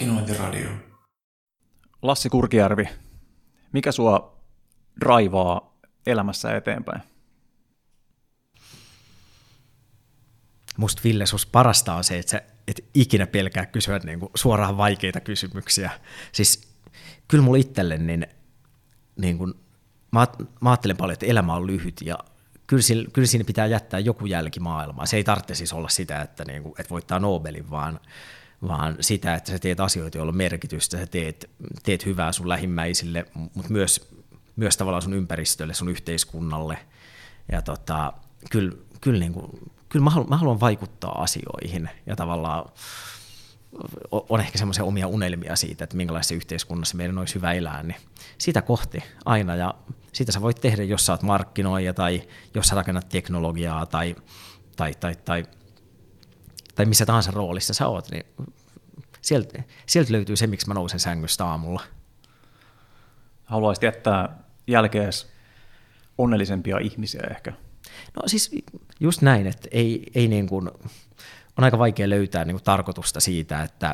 Markkinointiradio. Lassi Kurkijärvi, mikä sua draivaa elämässä eteenpäin? Musta Ville, sus parasta on se, että sä et ikinä pelkää kysyä niinku suoraan vaikeita kysymyksiä. Siis kyllä mulla itselle, mä ajattelen paljon, että elämä on lyhyt ja kyllä siinä pitää jättää joku jälki maailmaan. Se ei tarvitse siis olla sitä, että voittaa Nobelin, vaan sitä, että sä teet asioita, joilla on merkitystä, sä teet hyvää sun lähimmäisille, mutta myös tavallaan sun ympäristölle, sun yhteiskunnalle. Ja kyllä mä haluan vaikuttaa asioihin ja tavallaan on ehkä semmoisia omia unelmia siitä, että minkälaisessa yhteiskunnassa meidän olisi hyvä elää, niin sitä kohti aina. Ja sitä sä voit tehdä, jos sä oot markkinoija tai jos sä rakennat teknologiaa tai missä tahansa roolissa sä oot, niin sieltä löytyy se, miksi mä nousen sängystä aamulla. Haluaisit jättää jälkees onnellisempia ihmisiä ehkä? No siis just näin, että ei niin kuin, on aika vaikea löytää niin kuin tarkoitusta siitä, että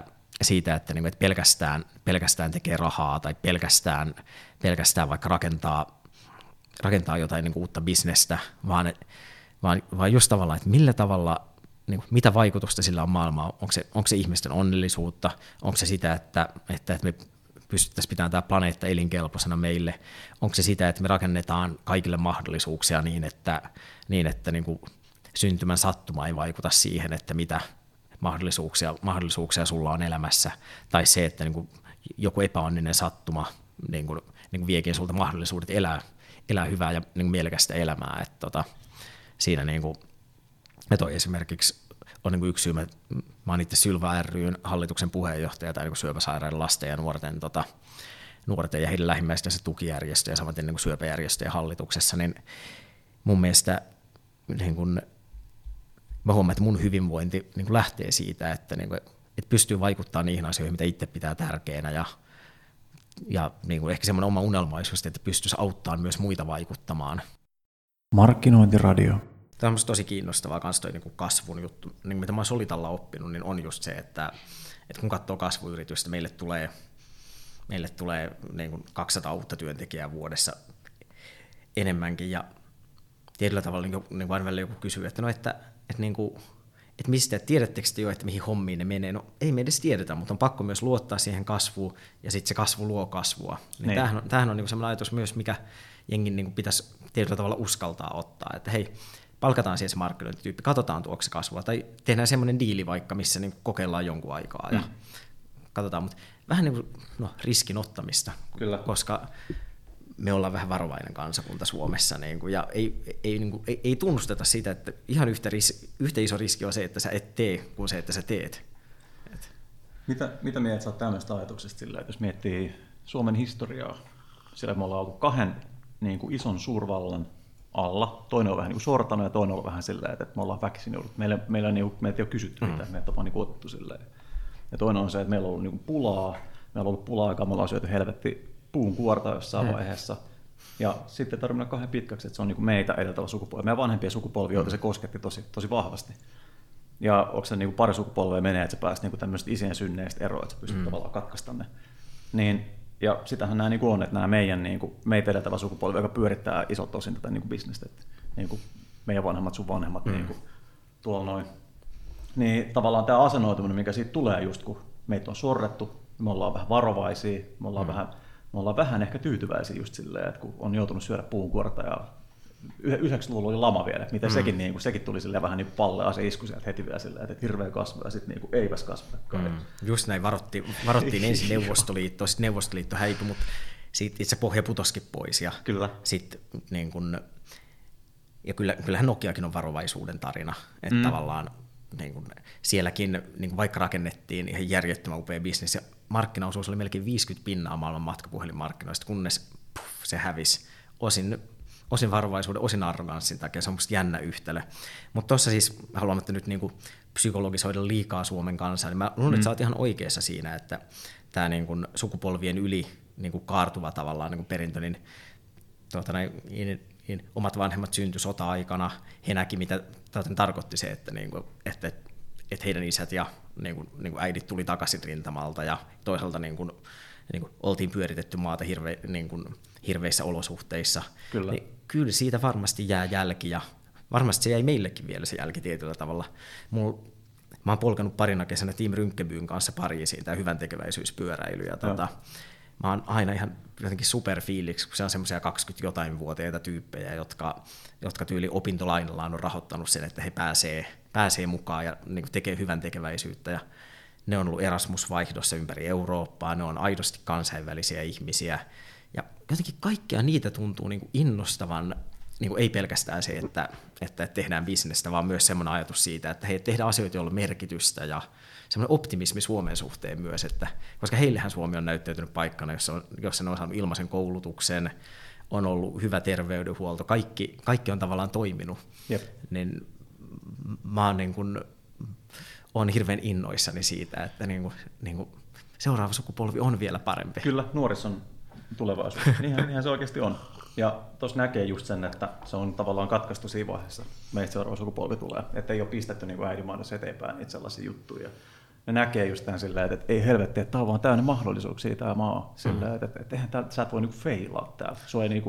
pelkästään tekee rahaa tai pelkästään vaikka rakentaa jotain niin kuin uutta bisnestä, vaan just tavallaan, että millä tavalla, niin kuin, mitä vaikutusta sillä on maailmaan, onko se ihmisten onnellisuutta, onko se sitä, että me pystyttäisiin pitämään tämä planeetta elinkelpoisena meille, onko se sitä, että me rakennetaan kaikille mahdollisuuksia niin, että niin kuin syntymän sattuma ei vaikuta siihen, että mitä mahdollisuuksia sulla on elämässä, tai se, että niin kuin joku epäonninen sattuma niin kuin viekin sulta mahdollisuudet elää hyvää ja niin kuin mielekästä elämää. Että siinä niin kuin, ja toi esimerkiksi on niin kuin yksi syy, mä oon itse Sylva ry:n hallituksen puheenjohtaja tai niin kuin syöpäsairaiden lasten ja nuorten ja heidän lähimmäistensä tukijärjestö ja samaten niin kuin syöpäjärjestöjen hallituksessa, niin mun mielestä niin kuin, mä huomaan, että mun hyvinvointi niin kuin lähtee siitä, että pystyy vaikuttamaan niihin asioihin, mitä itse pitää tärkeänä ja niin kuin ehkä semmoinen oma unelmaisuus, että pystyisi auttamaan myös muita vaikuttamaan. Markkinointiradio. Tämä on tosi kiinnostavaa myös toi niin kasvun juttu, niin mitä mä oon Solitalla oppinut, niin on just se, että kun katsoo kasvuyritystä, meille tulee niin kuin 200 uutta työntekijää vuodessa enemmänkin, ja tietyllä tavalla niin aina välillä joku kysyy, että mistä, tiedättekö te jo, että mihin hommiin ne menee? No ei me edes tiedetä, mutta on pakko myös luottaa siihen kasvuun, ja sitten se kasvu luo kasvua. Niin tämähän on niin sellainen ajatus myös, mikä jengin niin pitäisi tietyllä tavalla uskaltaa ottaa, että hei, palkataan siihen se markkinointityyppi, katsotaan tuoko se kasvua, tai tehdään semmoinen diili vaikka, missä niin kokeillaan jonkun aikaa, ja katsotaan, mutta vähän niin kuin riskin ottamista, kyllä. Koska me ollaan vähän varovainen kansakunta Suomessa, niin kuin, ja ei tunnusteta sitä, että ihan yhtä iso riski on se, että sä et tee, kuin se, että sä teet. Mitä mieltä sä oot tämmöistä ajatuksesta sillä, että jos miettii Suomen historiaa, sillä me ollaan ollut kahden niin kuin ison suurvallan alla, toinen on vähän niin kuin sortanut ja toinen on vähän sillä, että me ollaan väkisin joudut. Meillä ei ole kysytty mitään, meitä on vaan niin otettu silleen. Ja toinen on se, että meillä on ollut niin pulaa, aikaa, me ollaan syöty helvetti puun kuorta jossain vaiheessa. Ja sitten tarvitsee mennä kahden pitkäksi, että se on niin meitä edeltävä sukupolvi. Meidän vanhempia sukupolvia, joita se kosketti tosi vahvasti. Ja onko se niin pari sukupolvea menee, että sä pääset niin tämmöistä isien synneistä eroon, että sä pystyt tavallaan katkaistamaan ne. Niin, ja sitähän nämä niin on, että nämä meitä edeltävä sukupolvi, joka pyörittää isot osin tätä niin bisnestä, että niin meidän vanhemmat, sun vanhemmat, niin tuolla noin. Niin tavallaan tämä asennoituminen, mikä siitä tulee just kun meitä on sorrettu, me ollaan vähän varovaisia, me ollaan vähän ehkä tyytyväisiä just silleen, että kun on joutunut syödä puunkuorta ja 90-luvulla oli lama vielä, että miten sekin tuli silleen vähän niin pallea se isku sieltä heti vielä silleen, että hirveä kasvu ja sitten niin eipäs kasvakaan. Just näin varottiin ensin Neuvostoliitto, sitten Neuvostoliitto häipyi, mutta siitä itse pohja putosikin pois ja kyllä. Sitten niin kun, ja kyllähän Nokiakin on varovaisuuden tarina, että tavallaan niin kun, sielläkin niin kun vaikka rakennettiin ihan järjettömän upea bisnes ja markkinaosuus oli melkein 50% maailman matkapuhelinmarkkinoista, kunnes se hävisi osin varovaisuuden, osin arroganssin takia. Se on musta jännä yhtälö. Mutta tuossa siis haluamatta nyt niinku psykologisoida liikaa Suomen kansaa, niin mä luulen, että sä oot ihan oikeassa siinä, että tämä niinku sukupolvien yli niinku kaartuva tavallaan niinku perintö, niin omat vanhemmat syntyi sota-aikana, he näki, mitä tarkoitti se, että heidän isät ja äidit tuli takaisin rintamalta ja toisaalta oltiin pyöritetty maata hirveissä olosuhteissa. Kyllä. Niin kyllä siitä varmasti jää jälki ja varmasti se jäi meillekin vielä se jälki tietyllä tavalla. Mä oon polkanut parina kesänä Team Rynkebyn kanssa Pariisiin, tämä hyvän tekeväisyyspyöräily. Ja mä oon aina ihan jotenkin superfiiliksi, kun se on semmoisia 20-jotain-vuotiaita tyyppejä, jotka tyyli opintolainallaan on rahoittanut sen, että he pääsee mukaan ja tekee hyvän tekeväisyyttä. Ja ne on ollut Erasmus-vaihdossa ympäri Eurooppaa, ne on aidosti kansainvälisiä ihmisiä. Ja jotenkin kaikkea niitä tuntuu innostavan, ei pelkästään se, että tehdään bisnestä, vaan myös semmoinen ajatus siitä, että he tehdään asioita, joilla on merkitystä ja semmoinen optimismi Suomen suhteen myös, että koska heillehän Suomi on näyttäytynyt paikkana, jossa ne on saanut ilmaisen koulutuksen, on ollut hyvä terveydenhuolto, kaikki on tavallaan toiminut, niin mä oon hirveän innoissani siitä, että seuraava sukupolvi on vielä parempi. Kyllä, nuorison tulevaisuus. Niinhän se oikeasti on. Ja tuossa näkee just sen, että se on tavallaan katkaistu siinä vaiheessa, meistä seuraava sukupolvi tulee. Että ei ole pistetty äidinmaidossa eteenpäin niitä sellaisia juttuja. Ne näkee just tämän silleen, että ei helvetti, että tämä on vaan täynnä mahdollisuuksia tämä maa. Silleen, että eihän sä et voi feilaa täällä. Se ei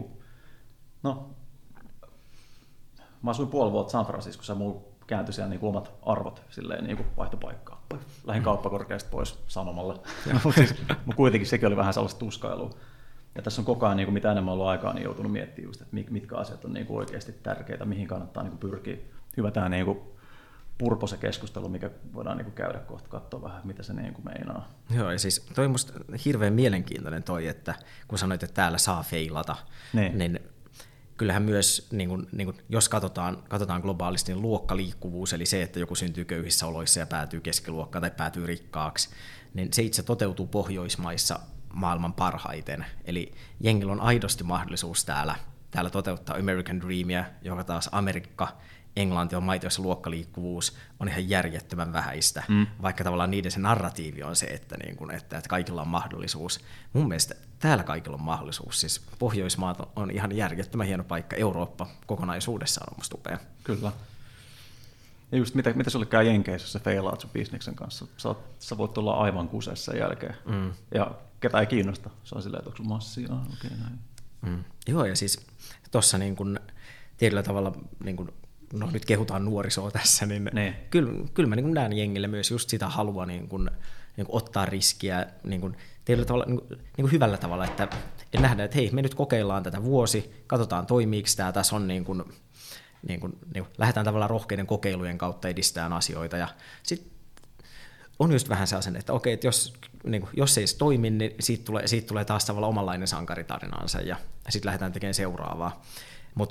mä asuin puoli vuotta San Franciscossa ja mulla kääntyi siellä omat arvot silleen vaihtopaikkaan. Lähdin kauppakorkeasta pois sanomalle. Mutta kuitenkin sekin oli vähän sellaista tuskailua. Ja tässä on koko ajan, mitä enemmän ollut aikaa, niin joutunut miettimään just, että mitkä asiat on oikeasti tärkeitä, mihin kannattaa pyrkiä. Hyvä tämä purpose keskustelu, mikä voidaan käydä kohta, katsoa vähän, mitä se meinaa. Joo, ja siis toi on musta hirveän mielenkiintoinen että kun sanoit, että täällä saa feilata, niin kyllähän myös, jos katsotaan globaalisti, niin luokkaliikkuvuus, eli se, että joku syntyy köyhissä oloissa ja päätyy keskiluokkaan tai päätyy rikkaaksi, niin se itse toteutuu Pohjoismaissa maailman parhaiten. Eli jengillä on aidosti mahdollisuus täällä toteuttaa American Dreamia, joka taas Amerikka, Englanti on maita, jossa luokkaliikkuvuus on ihan järjettömän vähäistä, vaikka tavallaan niiden se narratiivi on se, että kaikilla on mahdollisuus. Mun mielestä täällä kaikilla on mahdollisuus. Siis Pohjoismaat on ihan järjettömän hieno paikka. Eurooppa kokonaisuudessaan on musta upea. Kyllä. Ja just mitä sulle käy Jenkeissä, jos sä feilaat sun bisneksen kanssa? Sä voit tulla aivan kuseessa sen jälkeen. Ja ketä ei kiinnosta. Se on silleen, että onko sun massia? Okay, näin. Joo, ja siis tuossa tietyllä tavalla, nyt kehutaan nuorisoa tässä, niin kyllä mä näen jengille myös just sitä halua ottaa riskiä tietyllä tavalla, hyvällä tavalla, että nähdään, että hei, me nyt kokeillaan tätä vuosi, katsotaan toimiiko tämä, tässä on lähdetään tavallaan rohkeiden kokeilujen kautta edistämään asioita, ja sitten on just vähän sellaisen, että okei, että jos ei se toimi, niin siitä tulee taas tavallaan omanlainen sankaritarinansa, ja sitten lähdetään tekemään seuraavaa. Mutta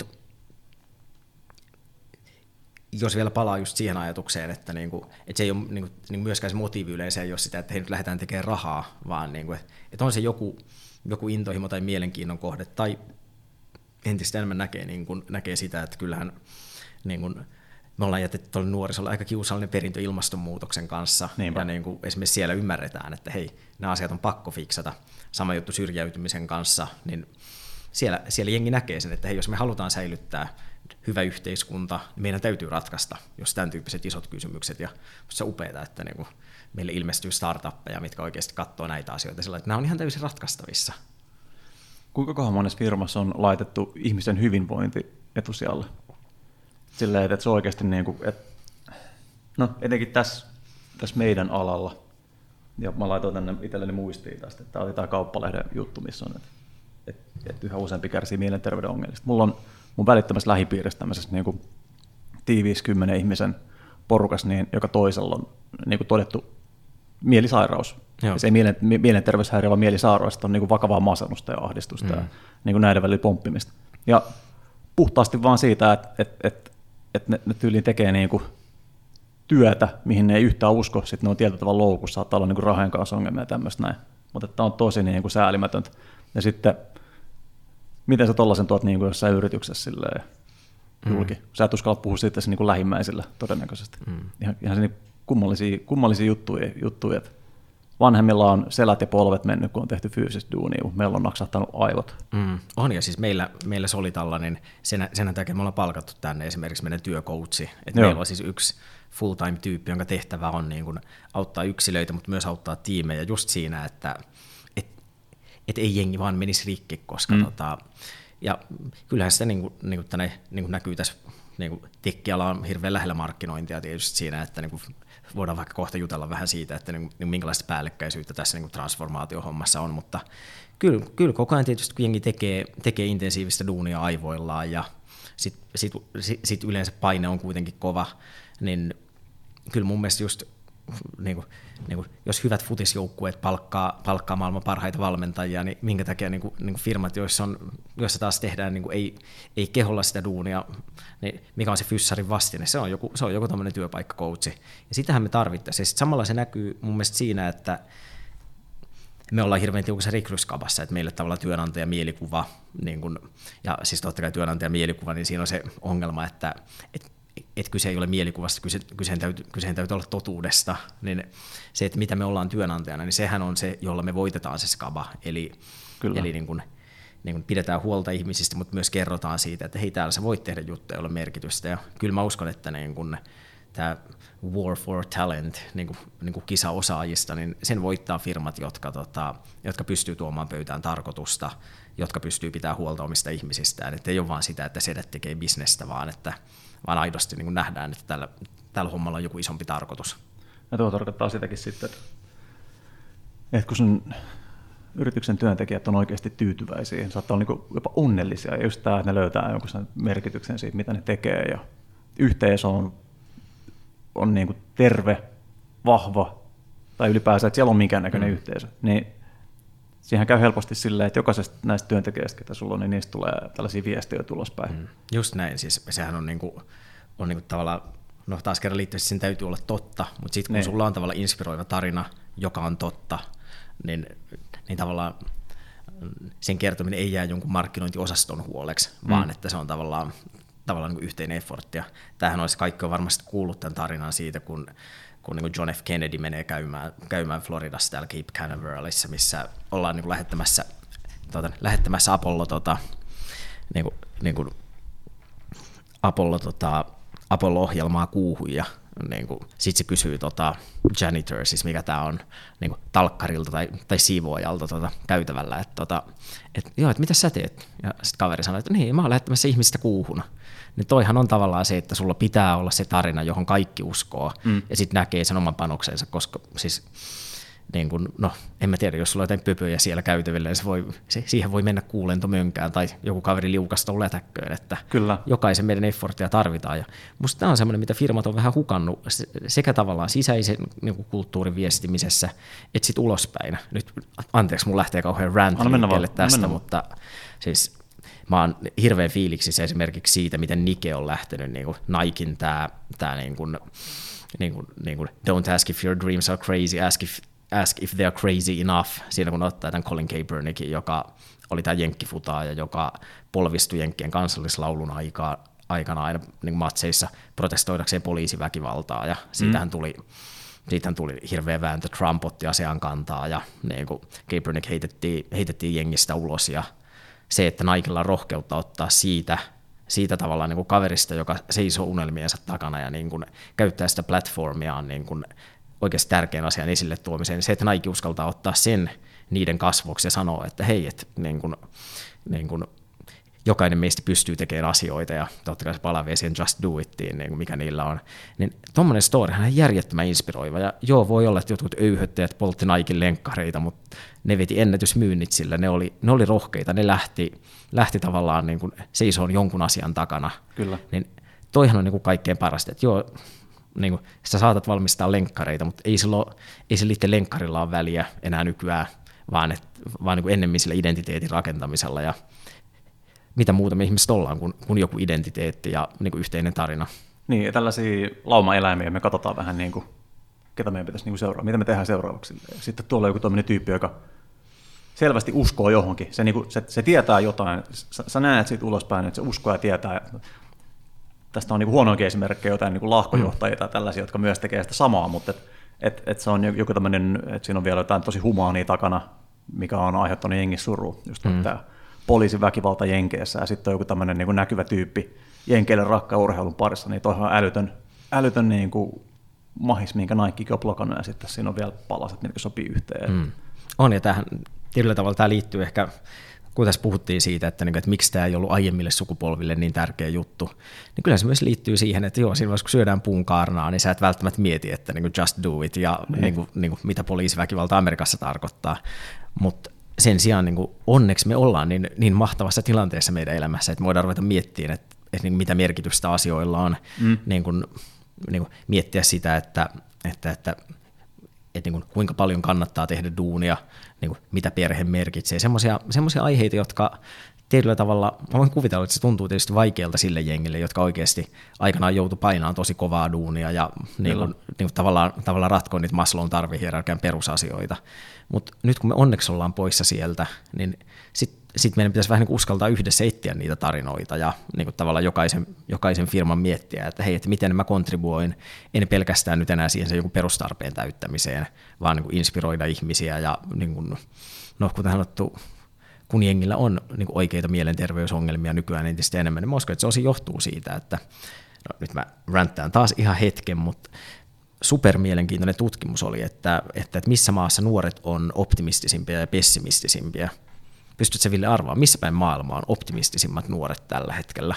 jos vielä palaa just siihen ajatukseen, että se ei ole myöskään se motiivi yleensä ei ole sitä, että hei, nyt lähdetään tekemään rahaa, vaan että on se joku intohimo tai mielenkiinnon kohde, tai entistä enemmän näkee sitä, että kyllähän me ollaan jätetty tuolle nuorisolle aika kiusallinen perintö ilmastonmuutoksen kanssa, Niinpä. ja esimerkiksi siellä ymmärretään, että hei, nämä asiat on pakko fiksata. Sama juttu syrjäytymisen kanssa, niin siellä jengi näkee sen, että hei, jos me halutaan säilyttää hyvä yhteiskunta, niin meidän täytyy ratkaista jos tämän tyyppiset isot kysymykset, ja se on upeaa, että meille ilmestyy startuppeja, mitkä oikeasti katsoo näitä asioita sillä, että nämä on ihan täysin ratkaistavissa. Kuinka monessa firmassa on laitettu ihmisen hyvinvointi etusijalle? Silleen, että se on oikeasti, etenkin tässä meidän alalla, ja mä laitoin tänne itselleni muistiin tästä, että tämä oli tämä Kauppalehden juttu, missä on, että yhä useampi kärsii mielenterveyden ongelmista. Mulla on mun välittömässä lähipiirissä tämmöisessä tiiviissä 10 ihmisen porukas, joka toisella on todettu mielisairaus. Ja se ei mielenterveyshäiriö, vaan mielisairaus, on vakavaa masennusta ja ahdistusta ja näiden välillä pomppimista. Ja puhtaasti vaan siitä, että ne tyyliin tekee työtä, mihin ne ei yhtään usko, sitten ne on tietyllä tavalla loukussa, saattaa olla rahojen kanssa ongelmia ja tämmöistä näin. Mutta tämä on tosi säälimätöntä. Ja sitten, miten sä tollaisen tuot jossain yrityksessä silleen julki? Sä et uskalla puhua siitä lähimmäisillä todennäköisesti. Ihan se kummallisia juttuja. vanhemmilla on selät ja polvet mennyt, kun on tehty fyysistä duunia, mutta meillä on naksahtanut aivot. On, ja siis meillä Solitalla, niin sen takia me ollaan palkattu tänne esimerkiksi meidän työkoutsi, että meillä on siis yksi full-time-tyyppi, jonka tehtävä on niin kuin auttaa yksilöitä, mutta myös auttaa tiimejä just siinä, että ei jengi vaan menisi rikki, koska ja kyllähän sitä niin kuin näkyy tässä, niin kuin tekkiala on hirveän lähellä markkinointia tietysti siinä, että niin kuin voidaan vaikka kohta jutella vähän siitä, että niin minkälaista päällekkäisyyttä tässä niin transformaatiohommassa on, mutta kyllä koko ajan tietysti kun jengi tekee intensiivistä duunia aivoillaan ja sit yleensä paine on kuitenkin kova, niin kyllä mun mielestä just niin kuin, jos hyvät futisjoukkueet palkkaa maailman parhaita valmentajia, niin minkä takia niin kuin firmat, joissa taas tehdään niin kuin ei keholla sitä duunia, niin mikä on se fyssarin vastine, se on joku tämmöinen työpaikkakoutsi. Ja sitähän me tarvittaisiin. Ja sitten samalla se näkyy mun mielestä siinä, että me ollaan hirveän tiukassa rekryskapassa, että meille tavallaan työnantajamielikuva, niin kun, ja siis totta kai työnantajamielikuva, niin siinä on se ongelma, että kyse ei ole mielikuvasta, kyse täytyy olla totuudesta, niin se, että mitä me ollaan työnantajana, niin sehän on se, jolla me voitetaan se skaba, eli niin kun pidetään huolta ihmisistä, mutta myös kerrotaan siitä, että hei, täällä sä voit tehdä juttuja, joilla on merkitystä, ja kyllä mä uskon, että niin kun tämä War for Talent, niin kuin kisa osaajista, niin sen voittaa firmat, jotka pystyy tuomaan pöytään tarkoitusta, jotka pystyy pitämään huolta omista ihmisistään, että ei ole vaan sitä, että sedät tekee bisnestä, vaan aidosti niin kuin nähdään, että tällä hommalla on joku isompi tarkoitus. Ja tuo tarkoittaa sitäkin sitten, että kun sun yrityksen työntekijät on oikeasti tyytyväisiä, saattaa olla niin jopa onnellisia, ja just tämä, että ne löytää jonkun merkityksen siitä, mitä ne tekee, ja yhteisö on niin kuin terve, vahva, tai ylipäänsä, että siellä on minkäännäköinen yhteisö, niin siihen käy helposti silleen, että jokaisesta näistä työntekijöistä, ketä sulla on, niin niistä tulee tällaisia viestejä ulospäin. Just näin, siis sehän on niinku tavallaan, no taas kerran liittyy, sen täytyy olla totta, mutta sitten kun sulla on tavallaan inspiroiva tarina, joka on totta, niin tavallaan sen kertominen ei jää jonkun markkinointiosaston huoleksi, vaan että se on tavallaan niin kuin yhteinen effortti. Ja tämähän olisi kaikki on varmasti kuullut tämän tarinan siitä, kun niin kuin John F. Kennedy menee käymään Floridassa täällä Cape Canaveralissa, missä ollaan niin kuin lähettämässä Apollo-ohjelmaa kuuhun, ja niin sitten se kysyy janitor, siis mikä tämä on, niin kuin talkkarilta tai siivoojalta käytävällä, että mitä sä teet? Ja sitten kaveri sanoi, että niin, mä oon lähettämässä ihmistä kuuhun. Niin toihan on tavallaan se, että sulla pitää olla se tarina, johon kaikki uskoo, ja sitten näkee sen oman panoksensa, koska siis niin kun, no, en mä tiedä, jos sulla on jotain pöpöjä siellä käytävillä, niin siihen voi mennä kuulentomönkään tai joku kaveri liukastaa lätäkköön, että kyllä. Jokaisen meidän efforttia tarvitaan. Ja musta tämä on semmoinen, mitä firmat on vähän hukannut sekä tavallaan sisäisen niin kulttuurin viestimisessä, että sitten ulospäin. Nyt, anteeksi, mun lähtee kauhean rant liikkeelle tästä, mutta siis mä oon hirveän fiiliksissä esimerkiksi siitä, miten Nike on lähtenyt, niin kuin Niken tämä niin kuin don't ask if your dreams are crazy, ask if they are crazy enough, siinä kun ottaa tämän Colin Kaepernickin, joka oli tämä jenkkifutaaja, joka polvistui jenkkien kansallislaulun aikana aina niin matseissa protestoidakseen poliisiväkivaltaa, ja siitähän tuli hirveä vääntö, Trump otti asian kantaa, ja niin kuin Kaepernick heitettiin jengistä ulos, ja se, että Nikella on rohkeutta ottaa siitä tavallaan niin kuin kaverista, joka seisoo unelmiensa takana ja niin kuin käyttää sitä platformiaan niin kuin oikeasti tärkeän asian esille tuomiseen, se, että Nike uskaltaa ottaa sen niiden kasvoksi ja sanoa, että hei, että niin kuin jokainen meistä pystyy tekemään asioita, ja totta kai se palaa siihen Just Do Ittiin, niin kuin mikä niillä on, niin tuommoinen storyhan on järjettömän inspiroiva, ja joo, voi olla, että jotkut öyhöttäjät poltti Niken lenkkareita, mutta ne veti ennätysmyynnit sillä, ne oli rohkeita, ne lähti tavallaan niin kuin seisoon jonkun asian takana. Kyllä. Niin toihan on niin kuin kaikkein parasta, että joo, niin kuin, sä saatat valmistaa lenkkareita, mutta ei sillä itse lenkkarilla ole väliä enää nykyään, vaan niin kuin ennemmin sillä identiteetin rakentamisella, ja mitä muuta me ihmiset ollaan kuin joku identiteetti ja niin kuin yhteinen tarina. Niin, ja tällaisia laumaeläimiä me katsotaan vähän, niin kuin, ketä meidän pitäisi niin kuin seuraa, mitä me tehdään seuraavaksi. Ja sitten tuolla on joku tämmöinen tyyppi, joka selvästi uskoo johonkin. Se tietää jotain, sä näet siitä ulospäin, että se uskoo ja tietää. Tästä on niin kuin huonoinkin esimerkkejä, jotain niin kuin lahkojohtajia tai tällaisia, jotka myös tekee sitä samaa, mutta että se on joku tämmöinen, että siinä on vielä jotain tosi humaania takana, mikä on aiheuttanut jengi surua, just tämä poliisin väkivalta Jenkeissä, ja sitten on joku tämmöinen niin kuin näkyvä tyyppi Jenkeille rakkaan urheilun parissa, niin toihan on älytön niin kuin mahis, minkä Nikekin on blokannut, ja sitten siinä on vielä palaset, mitkä sopii yhteen. On, ja tähän tietyllä tavalla tämä liittyy ehkä, kun tässä puhuttiin siitä, että miksi tämä ei ollut aiemmille sukupolville niin tärkeä juttu, niin kyllä se myös liittyy siihen, että joo, siinä vaiheessa kun syödään puunkaarnaa, niin sä et välttämättä mieti, että just do it ja mitä poliisiväkivalta Amerikassa tarkoittaa, mutta sen sijaan onneksi me ollaan niin mahtavassa tilanteessa meidän elämässä, että me voidaan ruveta miettimään, että mitä merkitystä asioilla on, miettiä sitä, että kuinka paljon kannattaa tehdä duunia, mitä perhe merkitsee, semmoisia aiheita, jotka tietyllä tavalla, mä voin kuvitella, että se tuntuu tietysti vaikealta sille jengille, jotka oikeasti aikanaan joutui painaan tosi kovaa duunia ja tavallaan ratkoa niitä Maslown tarvehierarkian perusasioita. Mutta nyt kun me onneksi ollaan poissa sieltä, niin sitten meidän pitäisi vähän uskaltaa yhdessä etsiä niitä tarinoita ja tavallaan jokaisen firman miettiä, että hei, että miten mä kontribuoin, en pelkästään nyt enää siihen se joku perustarpeen täyttämiseen, vaan inspiroida ihmisiä ja kuten sanottu, kun jengillä on oikeita mielenterveysongelmia nykyään entistä enemmän, niin mä uskon, että se osin johtuu siitä, että nyt mä ränttään taas ihan hetken, mutta supermielenkiintoinen tutkimus oli, että missä maassa nuoret on optimistisimpia ja pessimistisimpia. Pystytkö sä, Ville, arvaamaan, missä päin maailmaa on optimistisimmat nuoret tällä hetkellä?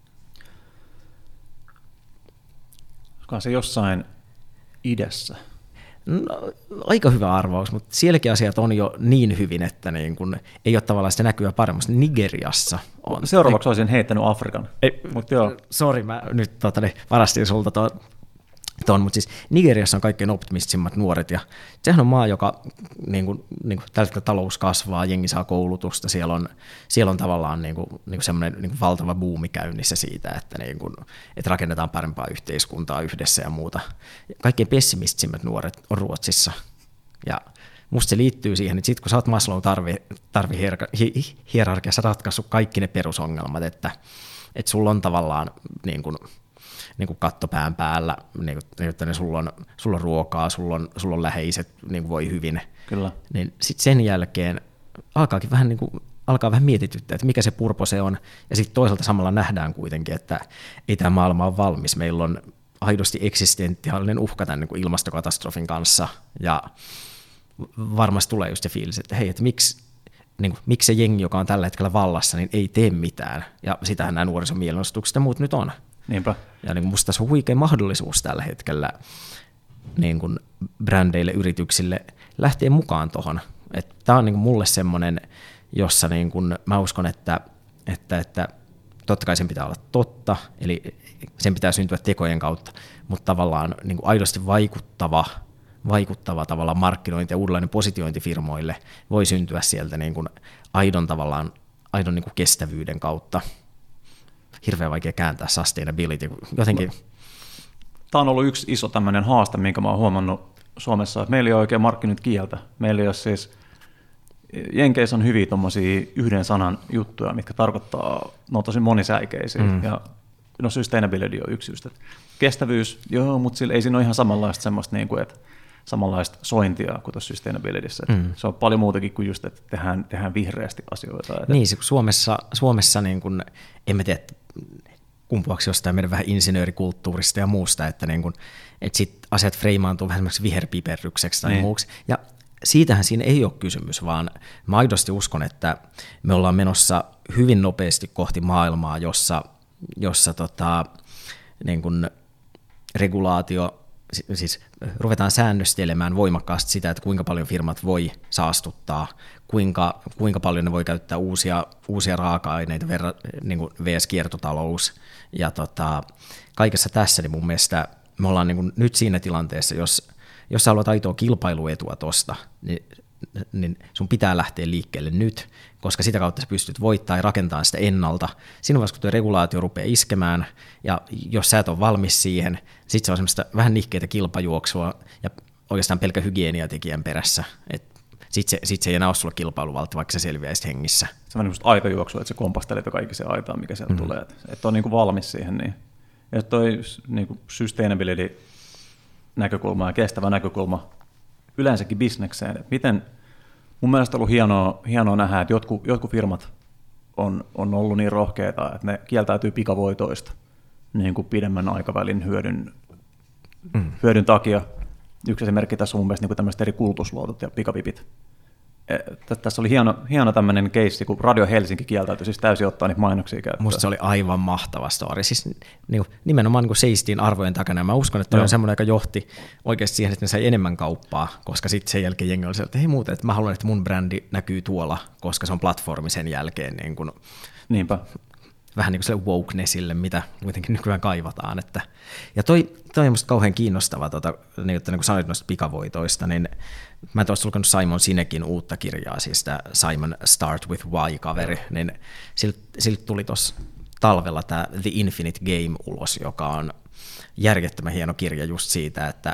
Onko se jossain idässä? No, aika hyvä arvaus, mutta sielläkin asiat on jo niin hyvin, että ei ole tavallaan sitä näkyä paremmasta. Nigeriassa on. Seuraavaksi olisin heittänyt Afrikan. Sori, mä nyt varastin sulta mutta siis Nigeriassa on kaikkein optimistisimmat nuoret, ja sehän on maa, joka tällä hetkellä talous kasvaa, jengi saa koulutusta, siellä on tavallaan semmoinen valtava buumi käynnissä siitä, että rakennetaan parempaa yhteiskuntaa yhdessä ja muuta. Kaikkein pessimistisimmät nuoret on Ruotsissa, ja musta se liittyy siihen, että sit kun sä oot Maslown tarvehierarkiassa ratkaissut kaikki ne perusongelmat, että sulla on tavallaan katto pään päällä, että sulla on ruokaa, sulla on läheiset, voi hyvin. Kyllä. Niin sitten sen jälkeen alkaa vähän mietityttää, että mikä se purpose on, ja sitten toisaalta samalla nähdään kuitenkin, että ei tämä maailma ole valmis. Meillä on aidosti eksistentiaalinen uhka tämän ilmastokatastrofin kanssa, ja varmasti tulee just se fiilis, että hei, että miksi se jengi, joka on tällä hetkellä vallassa, niin ei tee mitään, ja sitähän nämä nuorisomielenosoitukset ja muut nyt on. Niinpä. Ja musta tässä on huikea mahdollisuus tällä hetkellä brändeille, yrityksille lähteä mukaan tuohon. Tämä on mulle semmoinen, jossa mä uskon, että totta kai sen pitää olla totta, eli sen pitää syntyä tekojen kautta, mutta tavallaan aidosti vaikuttava tavallaan markkinointi ja uudenlainen positiointi firmoille voi syntyä sieltä aidon kestävyyden kautta. Hirveän vaikea kääntää sustainability. Jotenkin. Tämä on ollut yksi iso tämmöinen haaste, minkä mä oon huomannut Suomessa, että meillä ei ole oikein markkinoinut kieltä. Meillä ei ole siis, Jenkeissä on hyviä tommosia yhden sanan juttuja, mitkä tarkoittaa, ne on tosi monisäikeisiä. Ja sustainability on yksi just, että kestävyys, joo, mutta ei siinä ole ihan samanlaista semmoista, että samanlaista sointia kuin tuossa sustainabilityssä. Se on paljon muutakin kuin just, että tehdään vihreästi asioita. Niin, Suomessa en mä tiedä, kumpuaksi jostain meidän vähän insinöörikulttuurista ja muusta, että sit asiat freimaantuu vähän semmoiksi viherpiperrykseksi tai muuksi. Ja siitähän siinä ei ole kysymys, vaan mä aidosti uskon, että me ollaan menossa hyvin nopeasti kohti maailmaa, jossa regulaatio, siis ruvetaan säännöstelemään voimakkaasti sitä, että kuinka paljon firmat voi saastuttaa, kuinka paljon ne voi käyttää uusia raaka-aineita vs. kiertotalous. Ja kaikessa tässä niin mun mielestä me ollaan nyt siinä tilanteessa, jos sä haluat aitoa kilpailuetua tuosta, niin sun pitää lähteä liikkeelle nyt, koska sitä kautta sä pystyt voittamaan ja rakentamaan sitä ennalta. Siinä vaiheessa, kun tuo regulaatio rupeaa iskemään, ja jos sä et ole valmis siihen, sitten se on semmoista vähän nihkeitä kilpajuoksua ja oikeastaan pelkä hygieniatekijän perässä. Sitten se ei enää ole sulla kilpailuvaltti, vaikka se selviäisi hengissä. Se on semmoista aikajuoksua, että sä kompastelet jo kaikki se aitaa, mikä sieltä tulee. Että on valmis siihen. Niin. Ja toi sustainability, näkökulma ja kestävä näkökulma yleensäkin bisnekseen. Et miten, mun mielestä on ollut hienoa nähdä, että jotkut firmat on ollut niin rohkeita, että ne kieltäytyy pikavoitoista niin kuin pidemmän aikavälin hyödyn takia. Yksi esimerkki tässä on mun mielestä niin kuin tämmöiset eri kulutusluotot ja pikavipit. Tässä oli hieno tämmöinen keissi, kun Radio Helsinki kieltäytyi siis täysin ottaa niitä mainoksia käyttöön. Musta se oli aivan mahtava story. Siis nimenomaan seistiin arvojen takana. Ja mä uskon, että toi on semmoinen, joka johti oikeasti siihen, että ne sai enemmän kauppaa, koska sitten sen jälkeen jengi oli sieltä, että hei muuten, että mä haluan, että mun brändi näkyy tuolla, koska se on platformi sen jälkeen. Niin kuin, niinpä. Vähän niin kuin sille wokenessille, mitä kuitenkin nykyään kaivataan. Ja toi on musta kauhean kiinnostava, niin kuin sanoit noista pikavoitoista, niin mä en tuossa lukenut Simon Sinekin uutta kirjaa, siis tämä Simon Start with Why-kaveri, niin siltä tuli tuossa talvella tämä The Infinite Game ulos, joka on järjettömän hieno kirja just siitä, että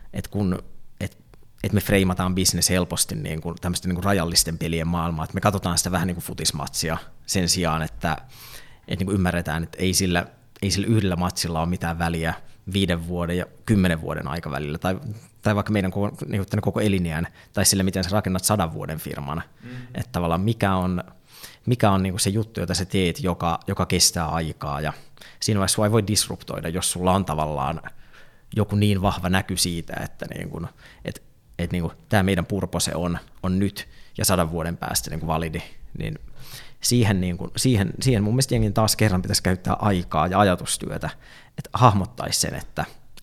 me freimataan business helposti niin kuin tämmöisten niin kuin rajallisten pelien maailmaa, että me katsotaan sitä vähän niin kuin futismatsia sen sijaan, että niin kuin ymmärretään, että ei sillä yhdellä matsilla ole mitään väliä 5 vuoden ja 10 vuoden aikavälillä, tai vaikka meidän koko eliniän, tai sille, miten sä rakennat 100 vuoden firman. Että tavallaan mikä on niin kuin se juttu, jota sä teet, joka kestää aikaa, ja siinä vaiheessa sua ei voi disruptoida, jos sulla on tavallaan joku niin vahva näky siitä, että niin kuin tämä meidän purpose on nyt, ja 100 vuoden päästä niin kuin validi, niin siihen mun mielestä jengin taas kerran pitäisi käyttää aikaa ja ajatustyötä, että hahmottaisi sen, että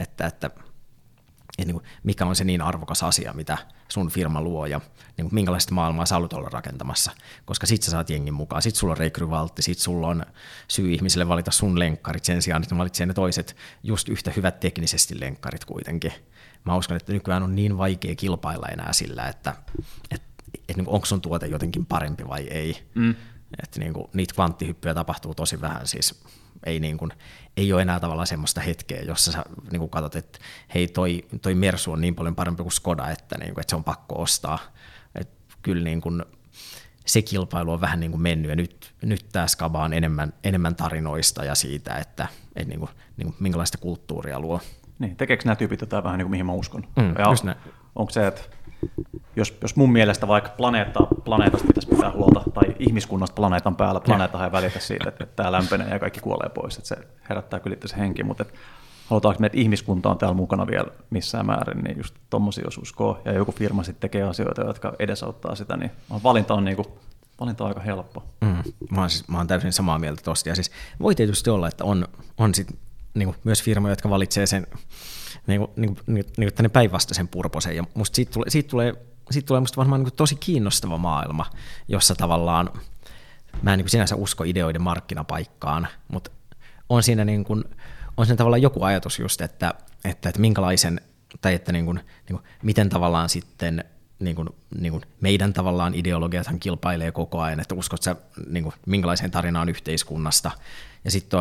niin kuin mikä on se niin arvokas asia, mitä sun firma luo ja niin kuin minkälaista maailmaa sä haluat olla rakentamassa, koska sit sä saat jengin mukaan, sit sulla on rekryvaltti, sit sulla on syy ihmisille valita sun lenkkarit sen sijaan, että valitsee ne toiset just yhtä hyvät teknisesti lenkkarit kuitenkin. Mä uskon, että nykyään on niin vaikea kilpailla enää sillä, että onko sun tuote jotenkin parempi vai ei. Että niin kuin, niitä kvanttihyppyjä tapahtuu tosi vähän, siis ei ole enää tavallaan semmoista hetkeä, jossa sä niin kuin katsot, että hei toi Mersu on niin paljon parempi kuin Skoda, että se on pakko ostaa. Et kyllä niin kuin, se kilpailu on vähän niin kuin mennyt ja nyt tämä skaba on enemmän tarinoista ja siitä, että niin kuin, minkälaista kulttuuria luo. Niin, tekeekö nämä tyypit jotain vähän niin kuin mihin mä uskon? Onko se, että jos mun mielestä vaikka planeetasta pitäisi pitää huolta, tai ihmiskunnasta planeetan päällä, planeetta ei välitä siitä, että tämä lämpenee ja kaikki kuolee pois, että se herättää kyllä se henki, mutta halutaanko me, että ihmiskunta on täällä mukana vielä missään määrin, niin just tommosia jos uskoo, ja joku firma sitten tekee asioita, jotka edesauttaa sitä, niin valinta on aika helppo. Mä oon täysin samaa mieltä tosta, ja siis voi tietysti olla, että on sit, niin myös firmoja, jotka valitsee sen tänne päinvastaisen purposen, ja musta siitä tulee musta varmaan niin tosi kiinnostava maailma, jossa tavallaan mä en niin sinänsä usko ideoiden markkinapaikkaan, mutta on siinä tavallaan joku ajatus just, että minkälaisen, tai että miten tavallaan sitten meidän tavallaan ideologiathan kilpailee koko ajan, että uskot sä minkälaiseen tarinaan yhteiskunnasta, ja sitten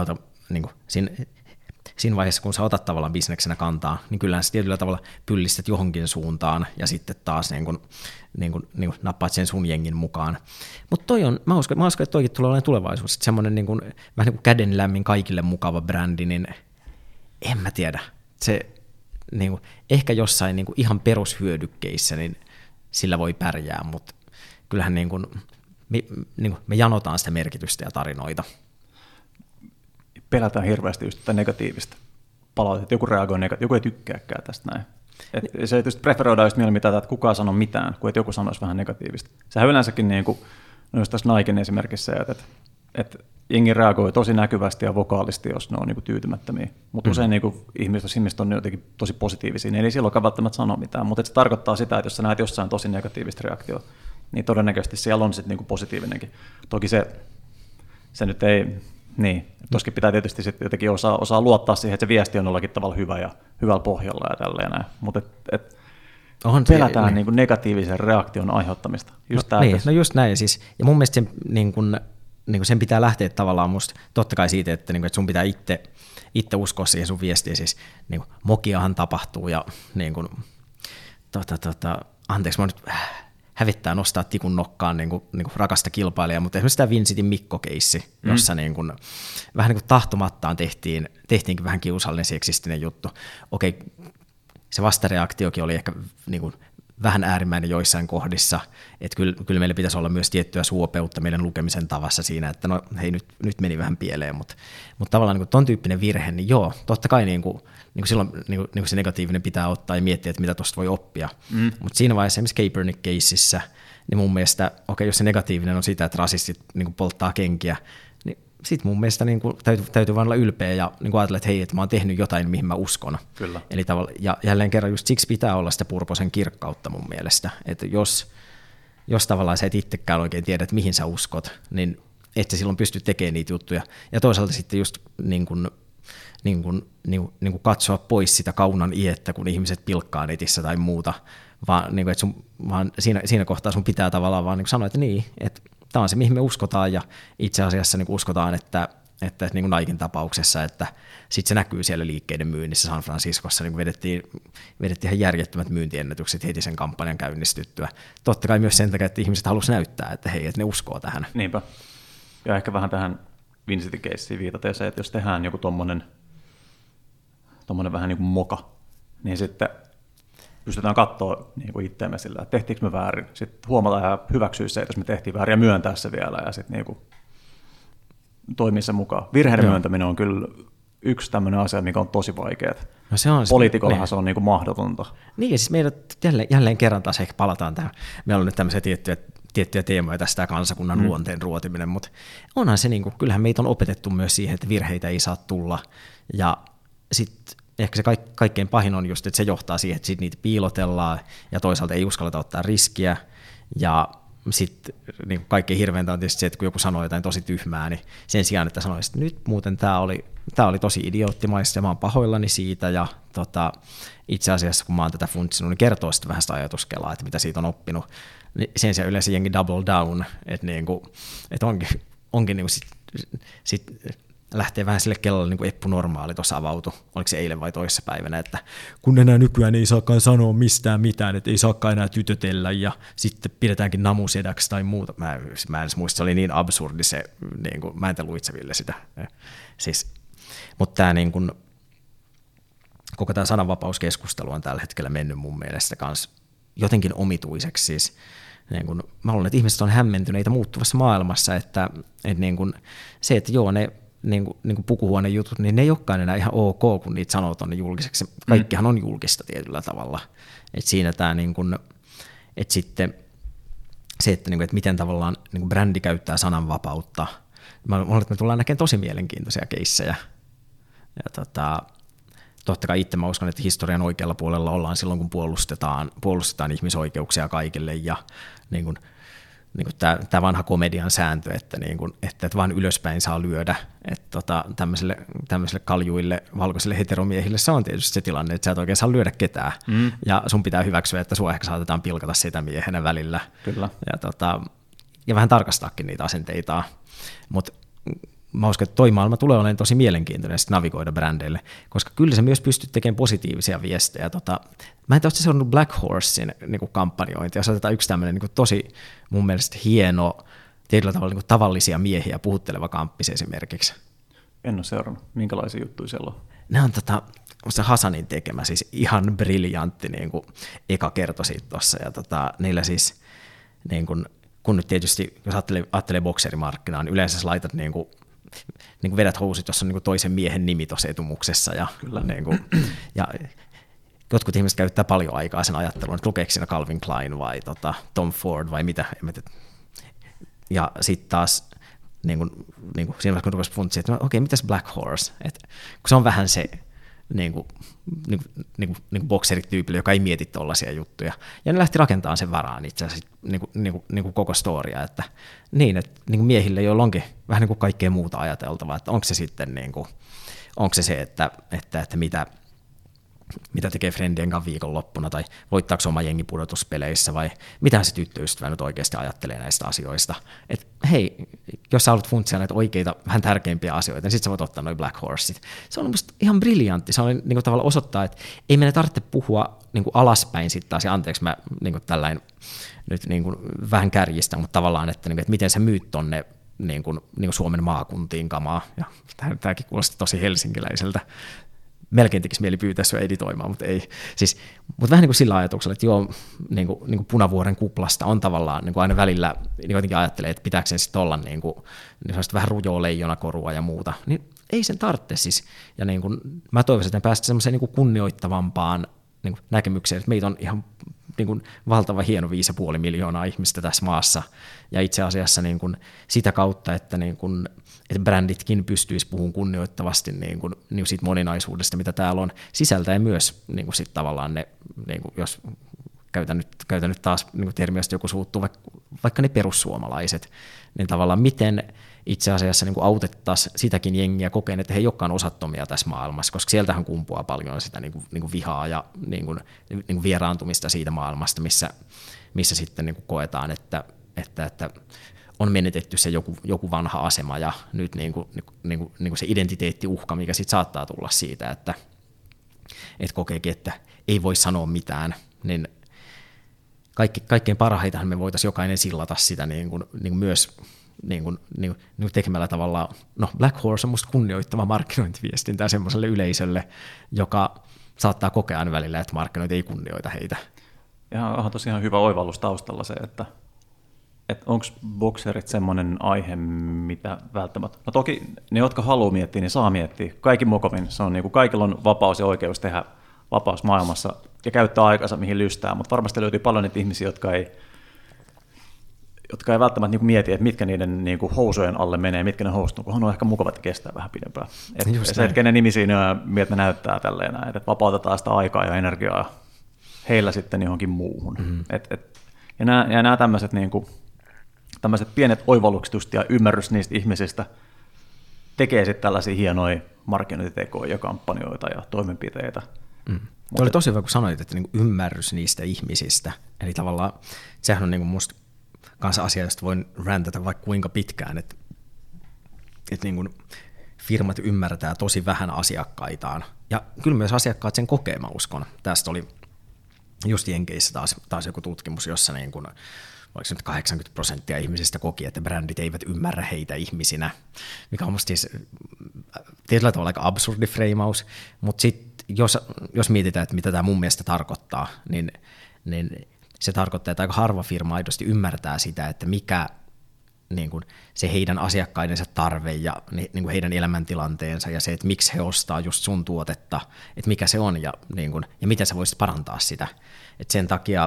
siinä vaiheessa, kun sä otat tavallaan bisneksenä kantaa, niin kyllähän sä tietyllä tavalla pyllistät johonkin suuntaan ja sitten taas nappaat sen sun jengin mukaan. Mutta mä uskon, että toikin tulee olemaan tulevaisuus, että semmoinen vähän niin kuin kädenlämmin kaikille mukava brändi, niin en mä tiedä. Se ehkä jossain ihan perushyödykkeissä, niin sillä voi pärjää, mutta kyllähän me janotaan sitä merkitystä ja tarinoita. Pelätään hirveästi just tätä negatiivista palautetta, joku reagoi negatiivisesti, joku ei tykkääkään tästä näin. Se tietysti preferoidaan just mieluummin tätä, että kukaan sano mitään, kuin että joku sanoisi vähän negatiivista. Sehän yleensäkin, just tässä Niken esimerkissä, että jengi reagoi tosi näkyvästi ja vokaalisti, jos ne on tyytymättömiä. Mutta usein ihmiset on jotenkin tosi positiivisia, niin ei silloin välttämättä sano mitään. Mutta se tarkoittaa sitä, että jos sä näet jossain tosi negatiivista reaktiota, niin todennäköisesti siellä on sitten positiivinenkin. Toki se nyt ei... Niin, toskin pitää tietysti sitten jotenkin osaa luottaa siihen, että se viesti on jollakin tavalla hyvä ja hyvällä pohjalla ja tälleen näin. Mutta pelätään negatiivisen reaktion aiheuttamista. Just näin. Siis, ja mun mielestä sen pitää lähteä tavallaan musta totta kai siitä, että sun pitää itse uskoa siihen sun viestiin. Siis, mokiahan tapahtuu ja anteeksi, mä nyt hävittää nostaa tikun nokkaan niin kuin rakasta kilpailijaa, mutta esimerkiksi tämä Vincitin Mikko-keissi, jossa vähän niin kuin tahtomattaan tehtiinkin vähän kiusallinen seksistinen juttu. Okei, se vastareaktiokin oli ehkä niin kuin vähän äärimmäinen joissain kohdissa, että kyllä meillä pitäisi olla myös tiettyä suopeutta meidän lukemisen tavassa siinä, että no hei, nyt meni vähän pieleen, mutta tavallaan niin ton tyyppinen virhe, niin joo, totta kai niin kuin silloin niin kuin se negatiivinen pitää ottaa ja miettiä, että mitä tuosta voi oppia, mutta siinä vaiheessa esimerkiksi Kaepernick-keississä, niin mun mielestä, okei, jos se negatiivinen on sitä, että rasistit niin kuin polttaa kenkiä, niin sitten mun mielestä niin kuin täytyy vaan olla ylpeä ja niin kuin ajatella, että hei, että mä oon tehnyt jotain, mihin mä uskon. Kyllä. Eli ja jälleen kerran just siksi pitää olla sitä purposen kirkkautta mun mielestä, että jos tavallaan sä et itsekään oikein tiedä, että mihin sä uskot, niin et sä silloin pysty tekemään niitä juttuja. Ja toisaalta sitten just niin kuin katsoa pois sitä kaunan iettä, kun ihmiset pilkkaa netissä tai muuta, vaan, niin kuin, että vaan siinä kohtaa sun pitää tavallaan vaan niin kuin sanoa, että niin, että tämä on se, mihin me uskotaan, ja itse asiassa niin uskotaan, että niin kuin Niken tapauksessa, että sitten se näkyy siellä liikkeiden myynnissä San Franciscossa, niin vedettiin ihan järjettömät myyntiennätykset heti sen kampanjan käynnistyttyä. Totta kai myös sen takia, että ihmiset halusivat näyttää, että hei, että ne uskoo tähän. Niinpä. Ja ehkä vähän tähän Vincity-keissiin viitaten se, että jos tehdään joku tommonen vähän niin kuin moka, niin sitten pystytään katsoa niin kuin itseämme sillä, että tehtiinkö me väärin. Sitten huomataan ja hyväksyä se, että jos me tehtiin väärin ja myöntää se vielä ja sitten niin kuin toimia sen mukaan. Virheiden myöntäminen on kyllä yksi tämmöinen asia, mikä on tosi vaikeaa. No se on poliitikollahan se on niin kuin mahdotonta. Niin ja siis meidät jälleen kerran taas ehkä palataan tähän. Meillä on nyt tämmöisiä tiettyjä teemoja tästä kansakunnan luonteen ruotiminen, mutta onhan se, niin kuin, kyllähän meitä on opetettu myös siihen, että virheitä ei saa tulla. Ja sitten ehkä se kaikkein pahin on just, että se johtaa siihen, että niitä piilotellaan ja toisaalta ei uskalleta ottaa riskiä. Ja sitten niin kaikkein hirveintä on tietysti se, että kun joku sanoo jotain tosi tyhmää, niin sen sijaan, että sanoisi, että nyt muuten tämä oli tosi idioottimaista ja mä oon pahoillani siitä. Ja itse asiassa, kun mä oon tätä funtsinut, niin kertoo sitten vähän sitä ajatuskelaa, että mitä siitä on oppinut. Niin sen sijaan yleensä jengi double down, että onkin niin sit lähtee vähän sille kellolle niin kuin Eppu Normaali tuossa avautui, oliko se eilen vai toissapäivänä, että kun enää nykyään ei saakaan sanoa mistään mitään, että ei saakaan enää tytötellä ja sitten pidetäänkin namusedäksi tai muuta. Mä en edes muista, se oli niin absurdi se, niin kuin, mä en tiedä luitseville sitä. Siis, mutta tämä niin kuin, koko tämä sananvapauskeskustelu on tällä hetkellä mennyt mun mielestä kanssa jotenkin omituiseksi. Siis, niin kun, mä luulen, että ihmiset on hämmentyneitä muuttuvassa maailmassa, että niin kun, se, että joo, ne niin kuin pukuhuonejutut, niin ne ei olekaan enää ihan ok, kun niitä sanoo tuonne julkiseksi. Kaikkihan on julkista tietyllä tavalla. Et siinä tämä, niin kuin, että sitten se, että, niin kuin, että miten tavallaan niin kuin brändi käyttää sananvapautta. Mä luulen, että me tullaan näkemään tosi mielenkiintoisia keissejä. Ja totta kai itse mä uskon, että historian oikealla puolella ollaan silloin, kun puolustetaan ihmisoikeuksia kaikille ja niin kuin tämä vanha komedian sääntö, että vaan ylöspäin saa lyödä, että tämmöisille kaljuille, valkoisille heteromiehille se on tietysti se tilanne, että sä et oikein saa lyödä ketään, ja sun pitää hyväksyä, että sua ehkä saatetaan pilkata sitä miehenä välillä. Kyllä. Ja vähän tarkastaakin niitä asenteita, mutta mä uskon, että toi maailma tulee olemaan tosi mielenkiintoinen navigoida brändeille, koska kyllä sä myös pystyt tekemään positiivisia viestejä. Mä en tiedä, että se on Black Horsein niin kampanjointi, jos otetaan yksi tämmöinen niin tosi mun mielestä hieno, tietyllä tavalla niin tavallisia miehiä puhutteleva kamppis esimerkiksi. En ole seurannut. Minkälaisia juttuja siellä on? Nämä on se Hasanin tekemä, siis ihan briljantti niin kuin eka kertoi siitä tuossa. Ja niillä siis, niin kuin, kun nyt tietysti, jos ajattelee bokserimarkkinaa, niin yleensä sä laitat niin kuin vedät housut, jos on niin kuin toisen miehen nimi tuossa etumuksessa. Ja jotkut ihmiset käyttää paljon aikaa sen ajatteluun, että lukeeko siinä Calvin Klein vai Tom Ford vai mitä. Ja sitten taas niin kuin siinä vaiheessa, kun rupesi funtsia, että okei, mitäs Black Horse? Kun se on vähän se niin kuin bokserityypillä, joka ei mieti tollaisia juttuja. Ja ne lähti rakentamaan sen varaan itse asiassa niin kuin koko storia, että niin kuin miehille, joilla onkin vähän niin kuin kaikkea muuta ajateltavaa, että onko se sitten onko se, että mitä tekee friendien kanssa viikonloppuna, tai voittaako oma jengi pudotuspeleissä, vai mitä se tyttöystävä nyt oikeasti ajattelee näistä asioista. Että hei, jos sä haluat funtsia näitä oikeita, vähän tärkeimpiä asioita, niin sit sä voit ottaa noi Black Horset. Se on musta ihan briljantti. Se on niin kuin tavallaan osoittaa, että ei meidän tarvitse puhua niin kuin alaspäin sitten taas, ja anteeksi mä niin kuin tällainen nyt niin kuin vähän kärjistä, mutta tavallaan, että miten sä myyt tonne niin kuin Suomen maakuntiin kamaa, ja tämäkin kuulosti tosi helsinkiläiseltä. melkein tekisi mieli pyytää sua editoimaan, mutta ei. Siis, mutta vähän niin kuin sillä ajatuksella, että joo, niin kuin Punavuoren kuplasta on tavallaan niin kuin aina välillä niin jotenkin ajattelee, että pitääkö sen sitten olla niin vähän rujoa leijonakorua ja muuta, niin ei sen tarvitse siis. Ja niin kuin, mä toivoisin, että me päästään semmoiseen niin kuin kunnioittavampaan niin kuin näkemykseen, että meitä on ihan niin kuin valtava hieno 5,5 miljoonaa ihmistä tässä maassa, ja itse asiassa niin kuin sitä kautta, että, niin kuin, että bränditkin pystyisi puhumaan kunnioittavasti niin kuin siitä moninaisuudesta, mitä täällä on, sisältäen myös niin kuin sit tavallaan ne, niin kuin jos käytän nyt taas niin kuin termiä, joku suuttuu, vaikka ne perussuomalaiset, niin tavallaan miten itse asiassa niin kuin autettaisiin sitäkin jengiä kokeen, että he eivät olekaan osattomia tässä maailmassa, koska sieltähän kumpuaa paljon sitä niin kuin vihaa ja niin kuin vieraantumista siitä maailmasta, missä sitten niin kuin koetaan, että on menetetty se joku vanha asema ja nyt niin kuin se identiteettiuhka, mikä sitten saattaa tulla siitä, että kokeekin, että ei voi sanoa mitään, niin kaikkein parhaitahan me voitaisiin jokainen sillata sitä niin kuin myös niin kuin tekemällä tavallaan, no Black Horse on musta kunnioittava markkinointiviestintää semmoiselle yleisölle, joka saattaa kokea aina välillä, että markkinointi ei kunnioita heitä. Ja onhan tosiaan hyvä oivallus taustalla se, että onko bokserit semmoinen aihe, mitä välttämättä... No toki ne, jotka haluaa miettiä, niin saa miettiä. Kaikki mokomin. Se on niin kuin, kaikilla on vapaus ja oikeus tehdä vapaus maailmassa ja käyttää aikansa mihin lystää, mutta varmasti löytyy paljon niitä ihmisiä, jotka ei välttämättä niin kuin mieti, että mitkä niiden niin kuin housujen alle menee, mitkä ne housut, kunhan on ehkä mukava, että kestää vähän pidempään. Se, että kenen nimi siinä on, miltä ne näyttää tälleen näin, että vapautetaan sitä aikaa ja energiaa heillä sitten johonkin muuhun. Mm-hmm. Ja nämä tämmöiset niin kuin pienet oivallukset ja ymmärrys niistä ihmisistä tekee sitten tällaisia hienoja markkinointitekoja ja kampanjoita ja toimenpiteitä. Mm. Tuo oli tosi hyvä, kun sanoit, että niin kuin ymmärrys niistä ihmisistä. Eli tavallaan sehän on niin kuin musta kanssa asia, josta voin rantata vaikka kuinka pitkään, että niin kuin firmat ymmärtää tosi vähän asiakkaitaan. Ja kyllä myös asiakkaat sen kokee, mä uskon. Tästä oli just Jenkeissä taas joku tutkimus, jossa niin kuin, oliko se nyt 80% ihmisistä koki, että brändit eivät ymmärrä heitä ihmisinä, mikä on musta siis tietyllä tavalla aika absurdi freimaus, mutta sitten jos mietitään, että mitä tämä mun mielestä tarkoittaa, niin se tarkoittaa, että aika harva firma aidosti ymmärtää sitä, että mikä niin kuin se heidän asiakkaidensa tarve ja niin kuin heidän elämäntilanteensa ja se, että miksi he ostaa just sun tuotetta, että mikä se on ja, niin kuin, ja miten sä voisit parantaa sitä. Et sen takia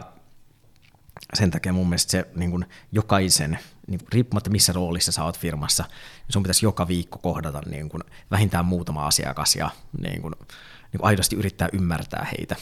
mun mielestä se niin kuin jokaisen, niin kuin riippumatta missä roolissa sä oot firmassa, sun pitäisi joka viikko kohdata niin kuin vähintään muutama asiakas ja niin kuin aidosti yrittää ymmärtää heitä.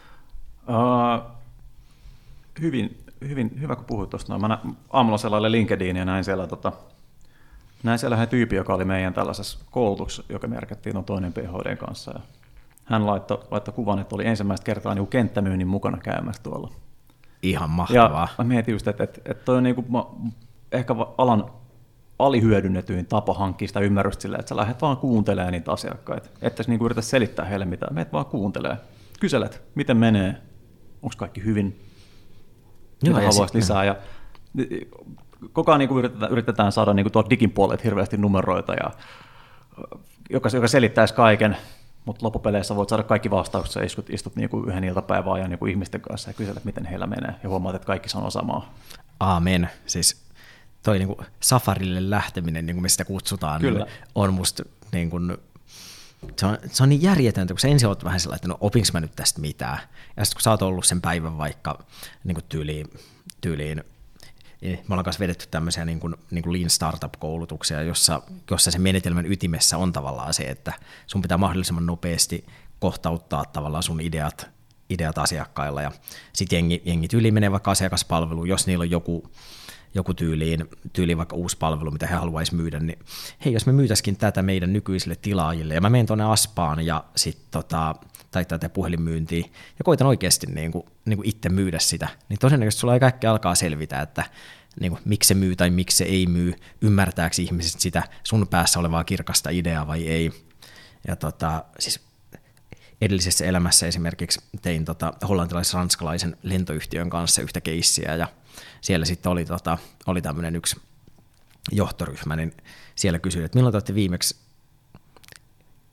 Hyvä, kun puhuit tuosta. Mä aamulla sellainen LinkedIn ja näin siellä yhden tyypin, joka oli meidän tällaisessa koulutuksessa, joka merkittiin toinen PhD:n kanssa. Ja hän laittoi kuvan, että oli ensimmäistä kertaa niin kenttämyynnin mukana käymässä tuolla. Ihan mahtavaa. Ja mä mietin just, että toi on niin kuin, ehkä alan alihyödynnetyin tapa hankkia sitä ymmärrystä silleen, että sä lähdet vaan kuuntelemaan niitä asiakkaita. Että sä niin yritä selittää heille mitään, meet vaan kuuntelee. Kyselet, miten menee, onko kaikki hyvin, mitä haluaisit lisää. Ja koko ajan niin yritetään saada niin tuolta digin puolelta hirveästi numeroita, ja, joka selittäisi kaiken, mutta loppupeleissä voit saada kaikki vastaukset, sä istut niin kuin yhden iltapäivän ajan niin kuin ihmisten kanssa ja kyselet, miten heillä menee, ja huomaat, että kaikki sanoo samaa. Aamen. Siis toi niin kuin safarille lähteminen, niin kuin me sitä kutsutaan, niin on musta niin kuin, se on niin järjetöntä, kun sä ensin oot vähän sellainen, että no opinko mä nyt tästä mitään. Ja sitten kun sä oot ollut sen päivän vaikka niin kuin tyyliin, me ollaan kanssa vedetty tämmöisiä niin kuin Lean Startup-koulutuksia, jossa se menetelmän ytimessä on tavallaan se, että sun pitää mahdollisimman nopeasti kohtauttaa tavallaan sun ideat asiakkailla. Ja sitten jengi tyyliin menee vaikka asiakaspalveluun, jos niillä on joku tyyliin vaikka uusi palvelu, mitä he haluaisivat myydä, niin hei, jos me myytäisikin tätä meidän nykyisille tilaajille, ja mä menen tuonne Aspaan ja sitten taittaa tätä puhelinmyyntiä, ja koitan oikeasti niin kuin itse myydä sitä, niin todennäköisesti sulla ei kaikki alkaa selvitä, että niin kuin, miksi se myy tai miksi se ei myy, ymmärtääkö ihmiset sitä sun päässä olevaa kirkasta ideaa vai ei. Ja siis edellisessä elämässä esimerkiksi tein hollantilais-ranskalaisen lentoyhtiön kanssa yhtä keissiä, ja siellä sitten oli tämmöinen yksi johtoryhmä, niin siellä kysyin, että milloin te olette viimeksi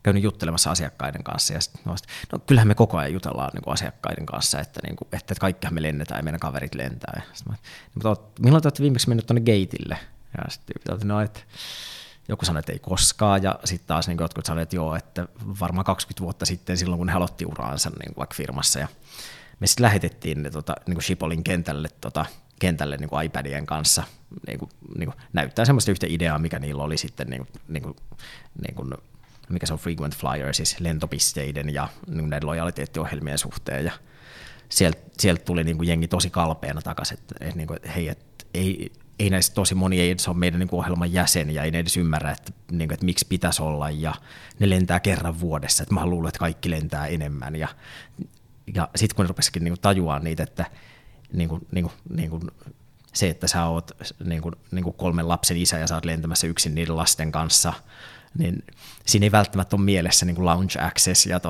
käynyt juttelemassa asiakkaiden kanssa, ja no kyllähän me koko ajan jutellaan niin kuin asiakkaiden kanssa, että, niin kuin, että kaikkihan me lennetään ja meidän kaverit lentää. Ja milloin te olette viimeksi mennyt tuonne gateille? Ja sitten no, että joku sanoi, että ei koskaan, ja sitten taas niin jotkut sanoivat, että joo, että varmaan 20 vuotta sitten silloin, kun he aloitti uraansa niin vaikka firmassa, ja me sitten lähetettiin ne niin Schipolin kentälle niin kuin iPadien kanssa niin kuin näyttää semmoista yhtä ideaa, mikä niillä oli sitten, niin kuin, mikä se on frequent flyer, siis lentopisteiden ja niin näiden lojaliteettiohjelmien suhteen, ja sieltä tuli niin kuin jengi tosi kalpeena takaisin, että, niin kuin, että hei, että ei näistä tosi moni ei edes ole meidän niin kuin ohjelman jäsen, ja ei ne edes ymmärrä, että, niin kuin, että miksi pitäisi olla, ja ne lentää kerran vuodessa, että mä luulen, että kaikki lentää enemmän, ja sitten kun ne rupesikin niin tajuaa niitä, että niin kuin se, että sä oot niin kuin 3 lapsen isä ja sä oot lentämässä yksin niiden lasten kanssa, niin siinä ei välttämättä ole mielessä niin kuin lounge access ja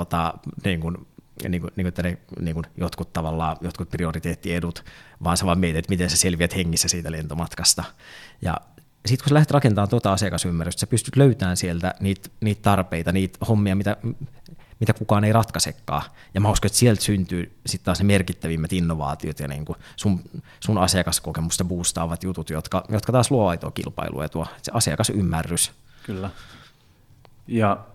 jotkut prioriteettiedut, vaan sä vaan mietit, että miten sä selviät hengissä siitä lentomatkasta. Ja sitten kun sä lähdet rakentamaan asiakasymmärrystä, sä pystyt löytämään sieltä niitä tarpeita, niitä hommia, mitä kukaan ei ratkaisekaan. Ja mä uskon, että sieltä syntyy sitten taas ne merkittävimmät innovaatiot ja niin kuin sun asiakaskokemusta boostaavat jutut, jotka taas luo aitoa kilpailua ja tuo se asiakasymmärrys. Kyllä. Ja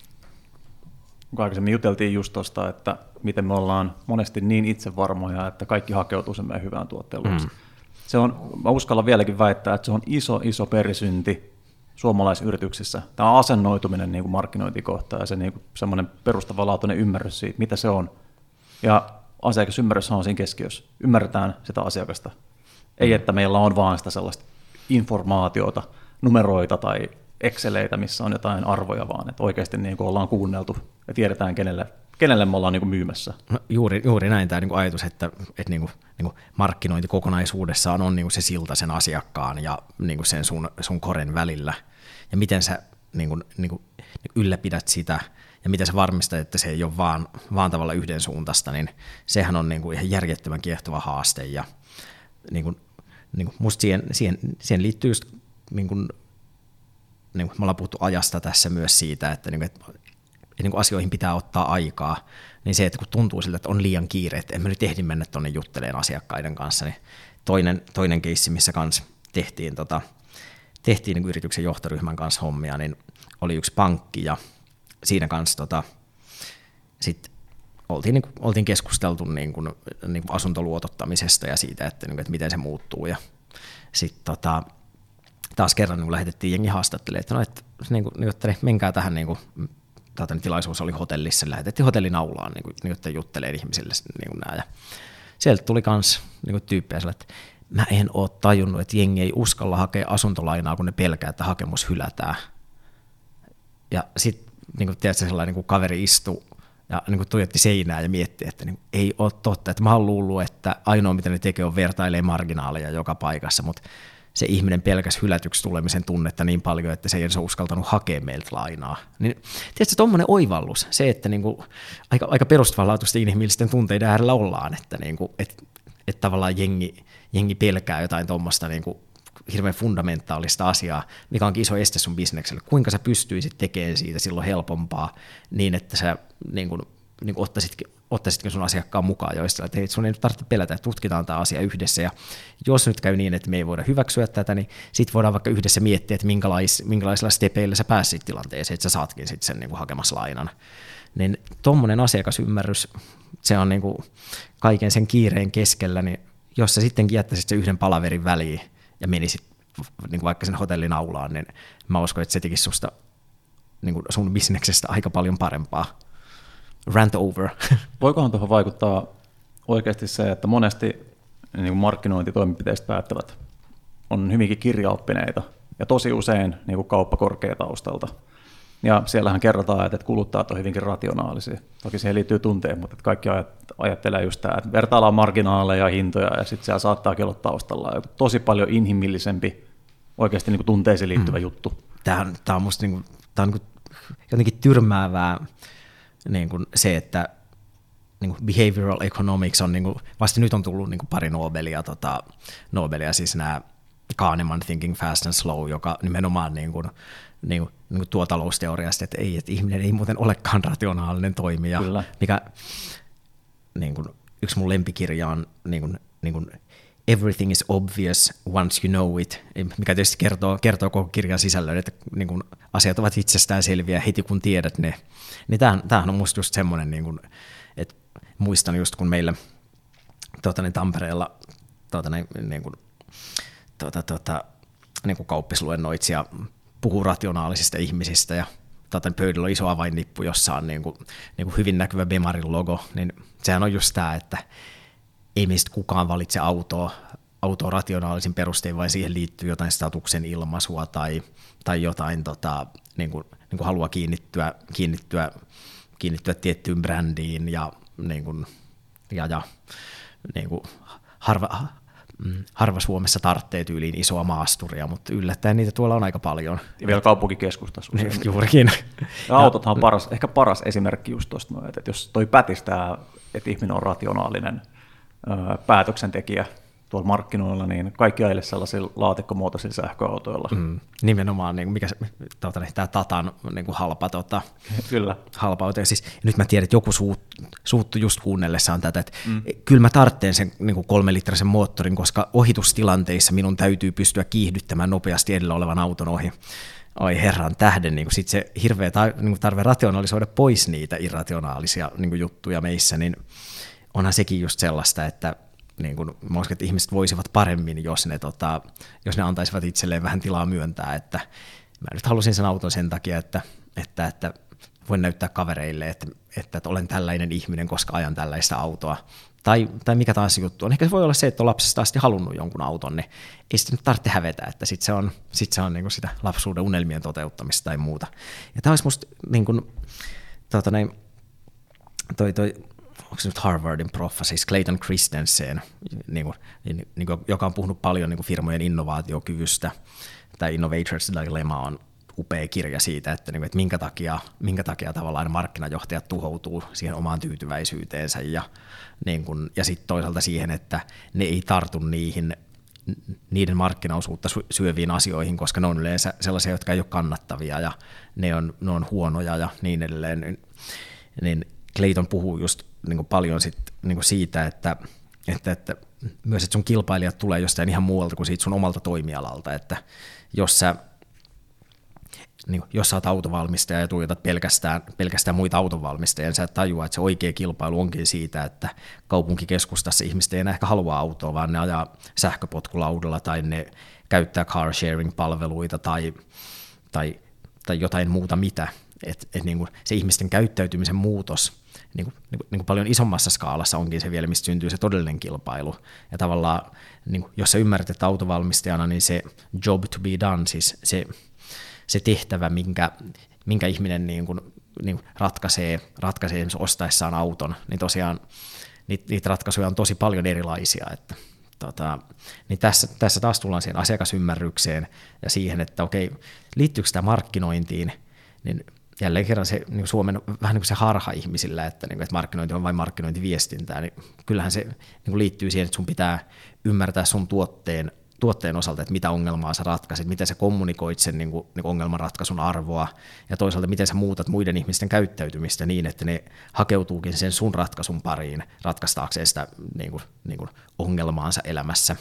kun aikaisemmin juteltiin just tuosta, että miten me ollaan monesti niin itsevarmoja, että kaikki hakeutuu sen meidän hyvään tuotteen luokse. Se on, mä uskallan vieläkin väittää, että se on iso perisynti suomalaisyrityksissä. Tämä asennoituminen niin kuin markkinointikohtaan ja se niin kuin semmoinen perustavanlaatuinen ymmärrys siitä, mitä se on. Ja asiakasymmärrys on siinä keskiössä. Ymmärretään sitä asiakasta. Ei, että meillä on vaan sitä sellaista informaatiota, numeroita tai Exceleitä, missä on jotain arvoja, vaan että oikeasti niin kuin ollaan kuunneltu ja tiedetään, kenelle me ollaan niin kuin myymässä. No, juuri näin tämä niin kuin ajatus, että niin kuin markkinointi kokonaisuudessaan on niin kuin se silta sen asiakkaan ja niin kuin sen sun koren välillä. Ja miten sä niin kuin ylläpidät sitä ja miten sä varmistat, että se ei ole vaan tavalla yhdensuuntaista, niin sehän on niin kuin ihan järjettömän kiehtova haaste. Ja niin kuin musta siihen liittyy just niin kuin me ollaan puhuttu ajasta tässä myös siitä, että asioihin pitää ottaa aikaa, niin se, että kun tuntuu siltä, että on liian kiire, että en mä nyt ehdi mennä tuonne juttelemaan asiakkaiden kanssa, niin toinen keissi, missä kanssa tehtiin niin kuin yrityksen johtoryhmän kanssa hommia, niin oli yksi pankki, ja siinä kanssa sitten oltiin keskusteltu niin kuin asuntoluotottamisesta ja siitä, että miten se muuttuu, ja sitten taas kerran niin lähetettiin jengi haastattelemaan, että menkää tähän, tilaisuus oli hotellissa, lähetettiin hotellin-aulaan juttelemaan ihmisille. Ja sieltä tuli myös tyyppejä, että mä en ole tajunnut, että jengi ei uskalla hakea asuntolainaa, kun ne pelkää, että hakemus hylätään. Ja sitten sellainen kaveri istui ja tuijotti seinää ja mietti, että ei ole totta, että mä oon luullut, että ainoa mitä ne tekee on vertailee marginaaleja joka paikassa, mutta se ihminen pelkäsi hylätyksi tulemisen tunnetta niin paljon, että se ei edes ole uskaltanut hakea meiltä lainaa. Niin, tiedätkö, tuommoinen oivallus, se, että aika perustavanlaatuisten inhimillisten tunteiden äärellä ollaan, että että tavallaan jengi pelkää jotain tuommoista hirveän fundamentaalista asiaa, mikä onkin iso este sun bisnekselle. Kuinka sä pystyisit tekemään siitä silloin helpompaa niin, että sä ottaisitkin sun asiakkaan mukaan joista, että hei, sun ei nyt tarvitse pelätä, että tutkitaan tämä asia yhdessä, ja jos nyt käy niin, että me ei voida hyväksyä tätä, niin sitten voidaan vaikka yhdessä miettiä, että minkälaisilla stepeillä sä pääsit tilanteeseen, että sä saatkin sitten sen niin kuin hakemassa lainan. Niin tuommoinen asiakasymmärrys, se on niin kuin kaiken sen kiireen keskellä, niin jos sä sittenkin jättäisit sen yhden palaverin väliin ja menisit niin kuin vaikka sen hotellin aulaan, niin mä uskon, että se tekisi susta niin kuin sun bisneksestä aika paljon parempaa. Rant over. Voikohan tuohon vaikuttaa oikeasti se, että monesti niin kuin markkinointitoimenpiteistä päättävät on hyvinkin kirjaoppineita ja tosi usein niin kuin kauppakorkeataustalta. Ja siellähän kerrotaan, että kuluttajat on hyvinkin rationaalisia. Toki siihen liittyy tunteen, mutta kaikki ajattelee just tämä, että vertaillaan marginaaleja ja hintoja ja sitten siellä saattaa olla taustalla joku tosi paljon inhimillisempi, oikeasti niin kuin tunteisiin liittyvä juttu. Tämä on musta niin kuin jotenkin tyrmäävää. Niin kuin se, että niin kuin behavioral economics on, niin kuin, vasta nyt on tullut niin kuin pari Nobelia, siis nämä Kahneman Thinking Fast and Slow, joka nimenomaan niin kuin tuo talousteoriasta, että ei, että ihminen ei muuten olekaan rationaalinen toimija. Kyllä. Mikä niin kuin, yksi mun lempikirja on niin kuin Everything is obvious once you know it, mikä tietysti kertoo koko kirjan sisällön, että niin kuin, asiat ovat itsestään selviä heti kun tiedät ne. Niin tämähän on musta just semmoinen, niin kuin, että muistan just kun meillä Tampereella niin kuin kauppisluennoitsija puhuu rationaalisista ihmisistä ja pöydällä on iso avainnippu, jossa on niin kuin hyvin näkyvä Bemarin logo, niin sehän on just tämä, että ei meistä kukaan valitse autoa rationaalisin perustein, vai siihen liittyy jotain statuksen ilmaisua tai jotain niin kuin haluaa kiinnittyä tiettyyn brändiin ja harva Suomessa tarvitsee tyyliin isoa maasturia, mutta yllättäen niitä tuolla on aika paljon. Ja vielä kaupunkikeskustassa. Juurikin. Ja autothan on ehkä paras esimerkki just tuosta, että jos toi pätistää, että ihminen on rationaalinen päätöksentekijä tuolla markkinoilla, niin kaikki aille sellaisilla laatikkomuotoisilla sähköautoilla. Nimenomaan, niin mikä tämä Tatan niin halpa, Kyllä. halpa auto. Ja siis, nyt mä tiedän, että joku suuttui just kuunnellessaan tätä, että kyllä mä tarvitsen sen niin 3-litrasen moottorin, koska ohitustilanteissa minun täytyy pystyä kiihdyttämään nopeasti edellä olevan auton ohi. Oi herran tähden, niin sitten se hirveä tarve rationalisoida pois niitä irrationaalisia niin juttuja meissä, niin onhan sekin just sellaista, että niin kuin, mä uskon, että ihmiset voisivat paremmin, jos ne antaisivat itselleen vähän tilaa myöntää, että mä nyt halusin sen auton sen takia, että voin näyttää kavereille, että olen tällainen ihminen, koska ajan tällaista autoa. Tai mikä taas juttu on. Ehkä se voi olla se, että on lapsesta asti halunnut jonkun auton, niin ei sitä nyt tarvitse hävetä, että sitten se on niin kuin sitä lapsuuden unelmien toteuttamista tai muuta. Ja tämä olisi musta niin kuin, onko se nyt Harvardin proffa, siis Clayton Christensen, joka on puhunut paljon firmojen innovaatiokyvystä. Tämä Innovator's Dilemma on upea kirja siitä, että minkä takia tavallaan markkinajohtajat tuhoutuu siihen omaan tyytyväisyyteensä ja sitten toisaalta siihen, että ne ei tartu niiden markkinaosuutta syöviin asioihin, koska ne on yleensä sellaisia, jotka ei ole kannattavia ja ne on huonoja ja niin edelleen. Niin Clayton puhuu just paljon siitä, että myös että sun kilpailijat tulee jostain ihan muualta kuin siitä sun omalta toimialalta, että jos sä oot autovalmistaja ja tuijotat pelkästään muita autonvalmistajia, niin sä et tajua, että se oikea kilpailu onkin siitä, että kaupunkikeskustassa ihmiset ei enää ehkä halua autoa, vaan ne ajaa sähköpotkulaudalla tai ne käyttää car sharing-palveluita tai jotain muuta mitä. Se ihmisten käyttäytymisen muutos niin kuin paljon isommassa skaalassa onkin se vielä, mistä syntyy se todellinen kilpailu. Ja tavallaan, jos sä ymmärrät, että autovalmistajana, niin se job to be done, siis se tehtävä, minkä ihminen ratkaisee esimerkiksi ostaessaan auton, niin tosiaan niitä ratkaisuja on tosi paljon erilaisia. Että, niin tässä taas tullaan siihen asiakasymmärrykseen ja siihen, että okei, liittyykö sitä markkinointiin, niin jälleen kerran se Suomen vähän niin kuin se harha ihmisillä, että markkinointi on vain markkinointiviestintää, niin kyllähän se liittyy siihen, että sun pitää ymmärtää sun tuotteen osalta, että mitä ongelmaa sä ratkaisit, miten sä kommunikoit sen ongelmanratkaisun arvoa ja toisaalta miten sä muutat muiden ihmisten käyttäytymistä niin, että ne hakeutuukin sen sun ratkaisun pariin ratkaistaakseen sitä ongelmaansa elämässä.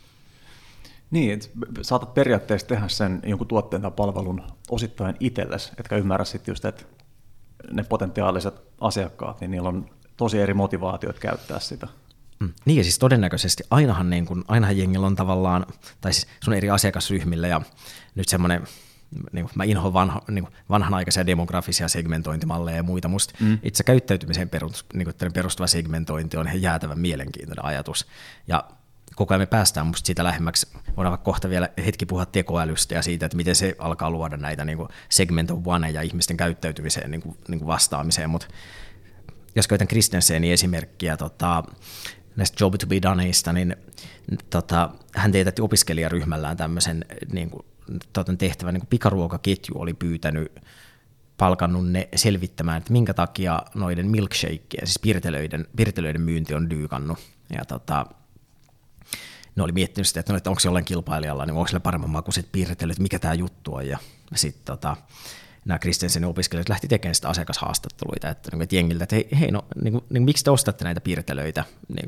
Niin, että saatat periaatteessa tehdä sen jonkun tuotteen tai palvelun osittain itsellesi, etkä ymmärrä sitten just, että ne potentiaaliset asiakkaat, niin niillä on tosi eri motivaatiot käyttää sitä. Niin ja siis todennäköisesti ainahan jengillä on tavallaan, tai siis sun eri asiakasryhmillä ja nyt semmoinen, mä inhoan vanhanaikaisia demografisia segmentointimalleja ja muita, musta itse käyttäytymiseen perustuva segmentointi on ihan jäätävän mielenkiintoinen ajatus ja koko ajan me päästään musta siitä lähemmäksi, voidaan vaikka kohta vielä hetki puhua tekoälystä ja siitä, että miten se alkaa luoda näitä segment of one ja ihmisten käyttäytymiseen vastaamiseen, mutta jos käytän Christensenin esimerkkiä näistä job to be doneista, niin hän teetätti opiskelijaryhmällään tämmöisen tehtävän, pikaruokaketju oli palkannut ne selvittämään, että minkä takia noiden milkshakeien, siis pirtelöiden myynti on dyykannut. Ja ne oli miettinyt sitä, että onko jollain kilpailijalla, niin onko sillä paremman makuiset piirtelyt, että mikä tämä juttu on. Ja sitten nämä Christensenin opiskelijat lähti tekemään sitä asiakashaastatteluita, että jengiltä, että hei no, miksi te ostatte näitä piirtelöitä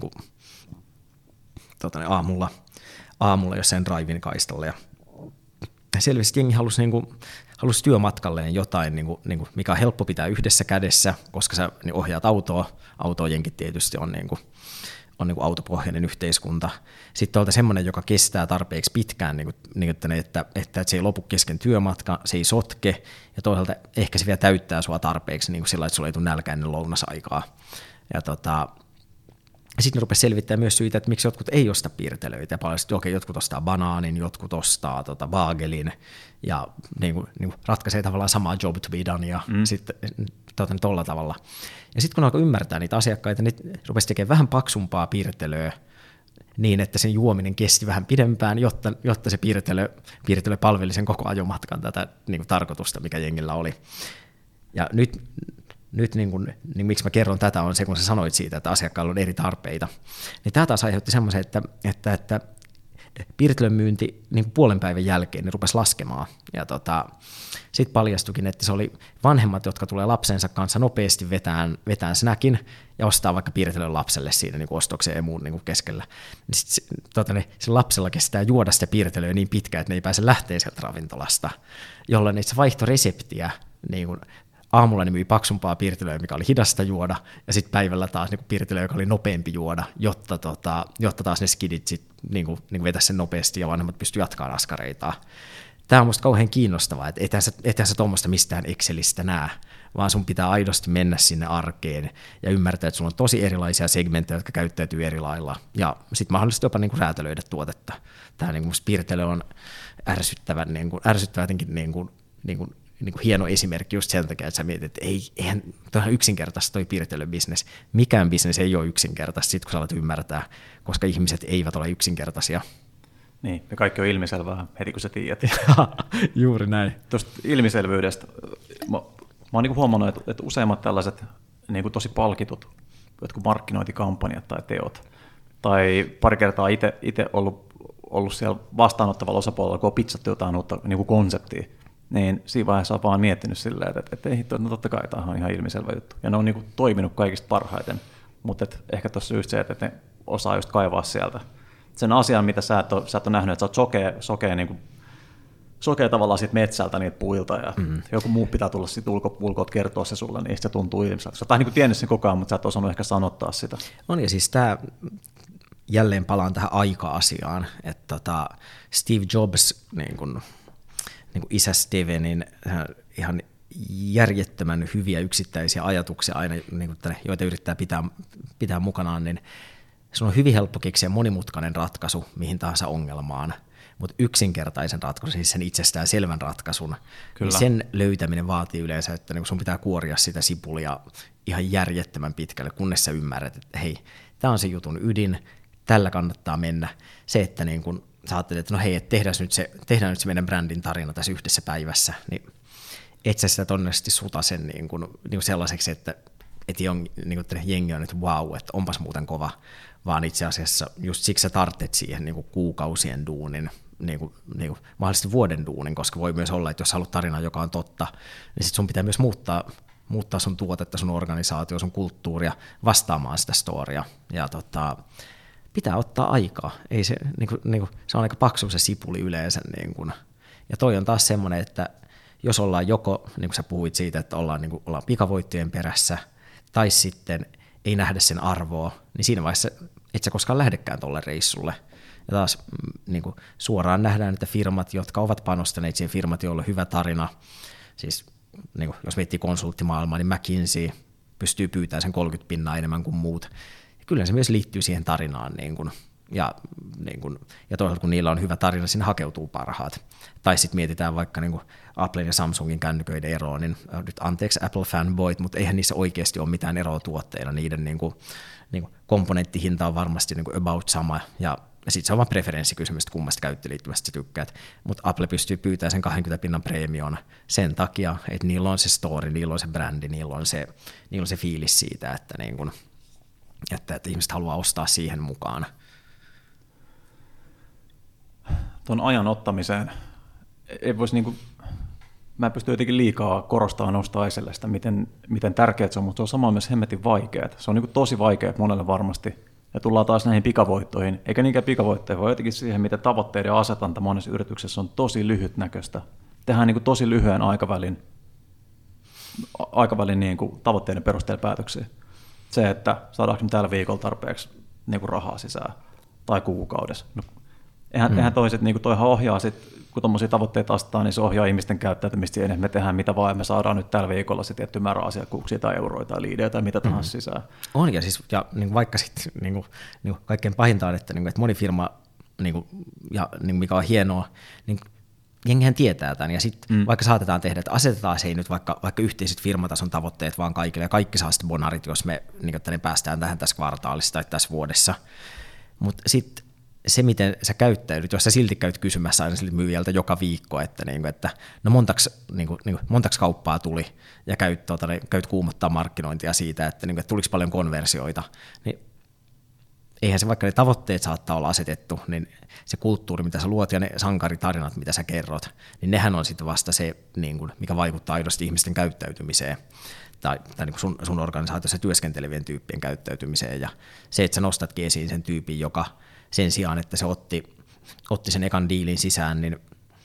aamulla jossain drive-in kaistalla. Ja selvästi jengi halusi työmatkalleen jotain, mikä on helppo pitää yhdessä kädessä, koska sä ohjaat autoa jenkit tietysti on autopohjainen yhteiskunta. Sitten olta semmoinen, joka kestää tarpeeksi pitkään, että se ei lopu kesken työmatka, se ei sotke, ja toisaalta ehkä se vielä täyttää sua tarpeeksi sillä, että sulla ei tule nälkä ennen lounasaikaa. Ja sitten ne rupesi selvittämään myös syitä, että miksi jotkut ei osta piirtelöitä. Ja paljon sitten, okei, jotkut ostaa banaanin, jotkut ostaa baagelin, ja ratkaisee tavallaan samaa job to be done, ja sitten tolla tavalla. Ja sitten kun alkoi ymmärtää niitä asiakkaita, niin rupesi tekemään vähän paksumpaa piirtelöä niin, että sen juominen kesti vähän pidempään, jotta se piirtelö palveli sen koko ajomatkan tätä tarkoitusta, mikä jengillä oli. Ja nyt miksi mä kerron tätä on se, kun sä sanoit siitä, että asiakkailla on eri tarpeita. Niin tämä taas aiheutti semmoisen, että piirtelön myynti puolen päivän jälkeen niin rupesi laskemaan. Ja sitten paljastuikin, että se oli vanhemmat, jotka tulee lapsensa kanssa nopeasti vetään snackin ja ostaa vaikka piirtelön lapselle siinä ostoksen ja muun keskellä. Sitten se lapsella kestää juoda sitä piirtelöä niin pitkään, että ne ei pääse lähteen sieltä ravintolasta, jolloin se vaihtoi reseptiä. Aamulla ne myi paksumpaa piirtelöä, mikä oli hidasta juoda, ja sitten päivällä taas piirtelöä, joka oli nopeampi juoda, jotta taas ne skidit sitten vetäisi sen nopeasti ja vanhemmat pystyivät jatkamaan askareitaan. Tämä on musta kauhean kiinnostavaa, että ethän sä tuommoista mistään Excelistä näe, vaan sun pitää aidosti mennä sinne arkeen ja ymmärtää, että sulla on tosi erilaisia segmenttejä, jotka käyttäytyy eri lailla, ja sitten mahdollisesti jopa räätälöidä tuotetta. Tämä musta piirtelö on ärsyttävä jotenkin hieno esimerkki just sen takia, että sä mietit, että eihän toi yksinkertaista toi piirtelybisnes. Mikään bisnes ei ole yksinkertaista, sit kun sä alat ymmärtää, koska ihmiset eivät ole yksinkertaisia. Niin, ja kaikki on ilmiselvää heti kun sä tiedät. Juuri näin. Tuosta ilmiselvyydestä, mä oon huomannut, että useimmat tällaiset tosi palkitut jotkut markkinointikampanjat tai teot, tai pari kertaa itse ollut siellä vastaanottavalla osapuolella, kun on pizzattu jotain uutta konseptia, niin siinä vaiheessa on vaan miettinyt silleen, että ei, no totta kai tämä on ihan ilmiselvä juttu. Ja ne on toiminut kaikista parhaiten, mutta ehkä tuossa just se, että ne osaa just kaivaa sieltä sen asian, mitä sä et ole nähnyt, että sä oot sokea tavallaan siitä metsältä niitä puilta, ja joku muu pitää tulla siitä ulkoa kertoa se sulle, niin se tuntuu ilmiselvältä. Sä oot tiennyt sen koko ajan, mutta sä et osannut ehkä sanottaa sitä. On, ja siis tämä jälleen palaan tähän aika-asiaan, että Steve Jobs, niin kuin isä Steve, niin ihan järjettömän hyviä yksittäisiä ajatuksia aina, joita yrittää pitää mukanaan, niin sun on hyvin helppo keksiä monimutkainen ratkaisu mihin tahansa ongelmaan, mutta yksinkertaisen ratkaisun, siis sen itsestään selvän ratkaisun, niin sen löytäminen vaatii yleensä, että sun pitää kuoria sitä sipulia ihan järjettömän pitkälle, kunnes sä ymmärrät, että hei, tämä on se jutun ydin, tällä kannattaa mennä. Se, että sä ajattelet, että no hei, tehdään nyt se meidän brändin tarina tässä yhdessä päivässä, niin et sä sitä todennäköisesti suta sen sellaiseksi, että jengi on, että wow, että onpas muuten kova, vaan itse asiassa just siksi sä tarvitset siihen kuukausien duunin, mahdollisesti vuoden duunin, koska voi myös olla, että jos haluat tarinaa, joka on totta, niin sit sun pitää myös muuttaa sun tuotetta, sun organisaatio, sun kulttuuria vastaamaan sitä storia, ja pitää ottaa aikaa. Ei se, se on aika paksu se sipuli yleensä. Ja toi on taas semmoinen, että jos ollaan joko, niin kuin sä puhuit siitä, että ollaan pikavoittojen perässä, tai sitten ei nähdä sen arvoa, niin siinä vaiheessa et sä koskaan lähdekään tolle reissulle. Ja taas suoraan nähdään, että firmat, jotka ovat panostaneet siihen, firmat, joilla on hyvä tarina, siis jos miettii konsulttimaailmaa, niin McKinsey pystyy pyytämään sen 30% enemmän kuin muut. Kyllä se myös liittyy siihen tarinaan, ja toisaalta kun niillä on hyvä tarina, sinne hakeutuu parhaat. Tai sitten mietitään vaikka Applen ja Samsungin kännyköiden eroa, niin nyt anteeksi Apple-fanboyt, mutta eihän niissä oikeasti ole mitään eroa tuotteina. Niiden komponenttihinta on varmasti about sama, ja sitten se on vaan preferenssikysymys, että kummasta käyttöliittymästä sä tykkäät. Mutta Apple pystyy pyytämään sen 20% preemion sen takia, että niillä on se story, niillä on se brändi, niillä on se fiilis siitä, että ihmiset haluaa ostaa siihen mukaan. tuon ajan ottamiseen ei voisi niin kuin, mä en pysty jotenkin liikaa korostamaan nostaa esille sitä, miten tärkeää se on, mutta se on samalla myös hemmetin vaikeaa. Se on niin kuin tosi vaikeaa monelle varmasti. Ja tullaan taas näihin pikavoittoihin, eikä niinkään pikavoittoihin, vaan jotenkin siihen, miten tavoitteiden asetanta monessa yrityksessä on tosi lyhytnäköistä. Tehdään niin kuin tosi lyhyen aikavälin niin kuin tavoitteiden perusteella päätöksiä. Se, että saadaanko me tällä viikolla tarpeeksi niin kuin rahaa sisään tai kuukaudessa. No, eihän toiset, niin kuin toihan ohjaa sit, kun tuommoisia tavoitteita asetetaan, niin se ohjaa ihmisten käyttäytymistä siihen, että me tehdään mitä vaan, ja me saadaan nyt tällä viikolla se tietty määrä asiakkuuksia tai euroja tai liidejä tai mitä tahansa sisään. On, ja, siis, ja niin vaikka sitten niin kaikkein pahinta on, että moni firma, ja mikä on hienoa, niin jengihän tietää tämän, ja sitten vaikka saatetaan tehdä, että asetetaan se ei nyt vaikka yhteiset firmatason tavoitteet vaan kaikille, ja kaikki saa sitten bonarit, jos me että ne päästään tähän tässä kvartaalissa tai tässä vuodessa, mutta sitten se, miten sä käyttäydyt, jos sä silti käyt kysymässä aina sille myyjältä joka viikko, että no montaks kauppaa tuli, ja käyt kuumottaa markkinointia siitä, että tuliko paljon konversioita, niin eihän se, vaikka ne tavoitteet saattaa olla asetettu, niin se kulttuuri, mitä sä luot, ja ne sankaritarinat, mitä sä kerrot, niin nehän on sitten vasta se, mikä vaikuttaa aidosti ihmisten käyttäytymiseen, tai sun organisaatiossa työskentelevien tyyppien käyttäytymiseen, ja se, että sä nostatkin esiin sen tyypin, joka sen sijaan, että se otti sen ekan diilin sisään, niin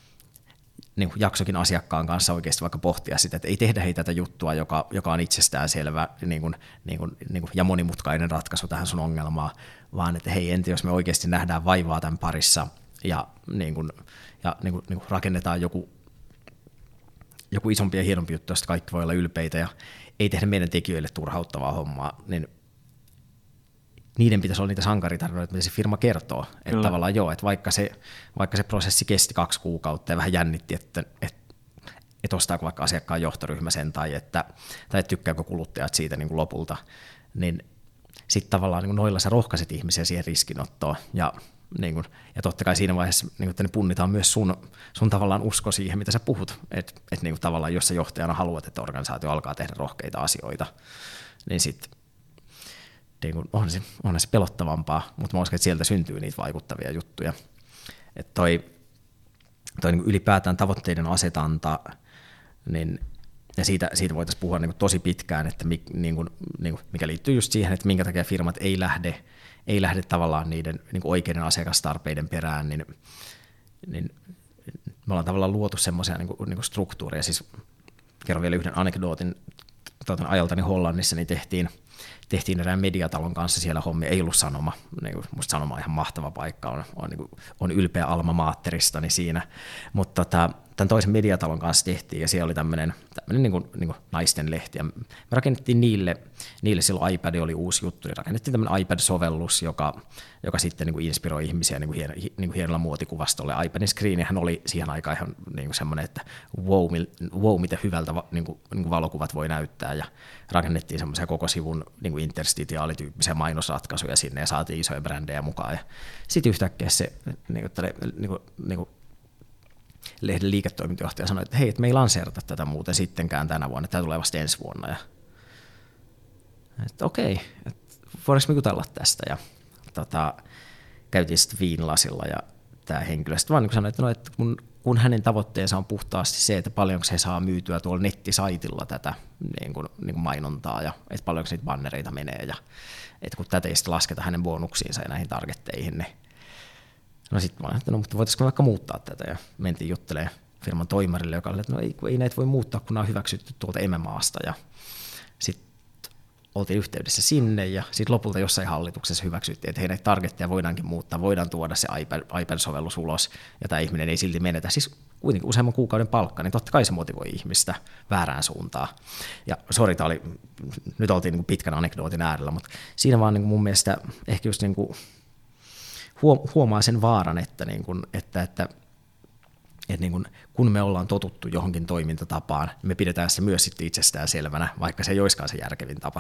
jaksokin asiakkaan kanssa oikeasti vaikka pohtia sitä, että ei tehdä heitä tätä juttua, joka on itsestäänselvä ja monimutkainen ratkaisu tähän sun ongelmaan, vaan että hei, entä jos me oikeasti nähdään vaivaa tämän parissa ja rakennetaan joku isompi ja hienompi juttu, josta kaikki voi olla ylpeitä ja ei tehdä meidän tekijöille turhauttavaa hommaa, niin niiden pitäisi olla niitä sankaritarinoita, mitä se firma kertoo. Että tavallaan joo, että vaikka se prosessi kesti 2 kuukautta ja vähän jännitti, että ostaako vaikka asiakkaan johtoryhmä sen tai tykkääkö kuluttajat siitä niin kuin lopulta, niin sitten tavallaan niin kuin noilla sä rohkaiset ihmisiä siihen riskinottoon. Ja totta kai siinä vaiheessa että ne punnitaan myös sun tavallaan usko siihen, mitä sä puhut. Että niin tavallaan jos sä johtajana haluat, että organisaatio alkaa tehdä rohkeita asioita, niin sitten onhan se pelottavampaa, mutta mä uskon, että sieltä syntyy niitä vaikuttavia juttuja. Että toi niin ylipäätään tavoitteiden asetanta, niin, ja siitä voitaisiin puhua niin tosi pitkään, että mikä liittyy just siihen, että minkä takia firmat ei lähde tavallaan niiden niin oikeiden asiakastarpeiden perään, niin me ollaan tavallaan luotu semmoisia niin struktuureja. Siis kerron vielä yhden anekdootin ajaltani Hollannissa, niin tehtiin erään mediatalon kanssa siellä hommia, ei ollut Sanoma, musta Sanoma on ihan mahtava paikka, on ylpeä alma materistani siinä, mutta tämän toisen mediatalon kanssa tehtiin ja siellä oli tämmöinen niin kuin naisten lehti ja me rakennettiin niille silloin iPad oli uusi juttu, niin rakennettiin tämmöinen iPad-sovellus, joka sitten niin kuin inspiroi ihmisiä niin kuin hienolla muotikuvastolla. iPadin screenihän oli siihen aikaan ihan niin kuin semmoinen, että wow, miten hyvältä niin kuin valokuvat voi näyttää ja rakennettiin semmoisia koko sivun niin kuin interstitiaalityyppisiä mainosratkaisuja sinne ja saatiin isoja brändejä mukaan ja sitten yhtäkkiä se lehden liiketoimintajohtaja sanoi, että hei, että me ei lanseerata tätä muuten sittenkään tänä vuonna, tämä tulee vasta ensi vuonna. Ja, että okei, että voidaanko me jutella tästä? Ja käytiin sitten viinilasilla ja tämä henkilö sitten vaan niin sanoi, että, no, että kun hänen tavoitteensa on puhtaasti se, että paljonko he saa myytyä tuolla nettisaitilla tätä niin kuin mainontaa ja että paljonko niitä bannereita menee ja että kun tätä ei sitten lasketa hänen bonuksiinsa ja näihin targetteihin, niin no sitten mä olin, että no, mutta voitaisiinko vaikka muuttaa tätä ja mentiin juttelemaan firman toimarille, joka oli, että no ei näitä voi muuttaa, kun nämä on hyväksytty tuolta emämaasta ja sitten oltiin yhteydessä sinne ja sitten lopulta jossain hallituksessa hyväksyttiin, että hei näitä targetteja voidaankin muuttaa, voidaan tuoda se iPad-sovellus ulos ja tämä ihminen ei silti menetä, siis kuitenkin useamman kuukauden palkka, niin totta kai se motivoi ihmistä väärään suuntaan. Ja sori, nyt oltiin niin kuin pitkän anekdootin äärellä, mutta siinä vaan niin kuin mun mielestä ehkä just niin kuin huomaa sen vaaran, että kun me ollaan totuttu johonkin toimintatapaan, niin me pidetään se myös sitten itsestään selvänä, vaikka se ei olisikaan se järkevin tapa.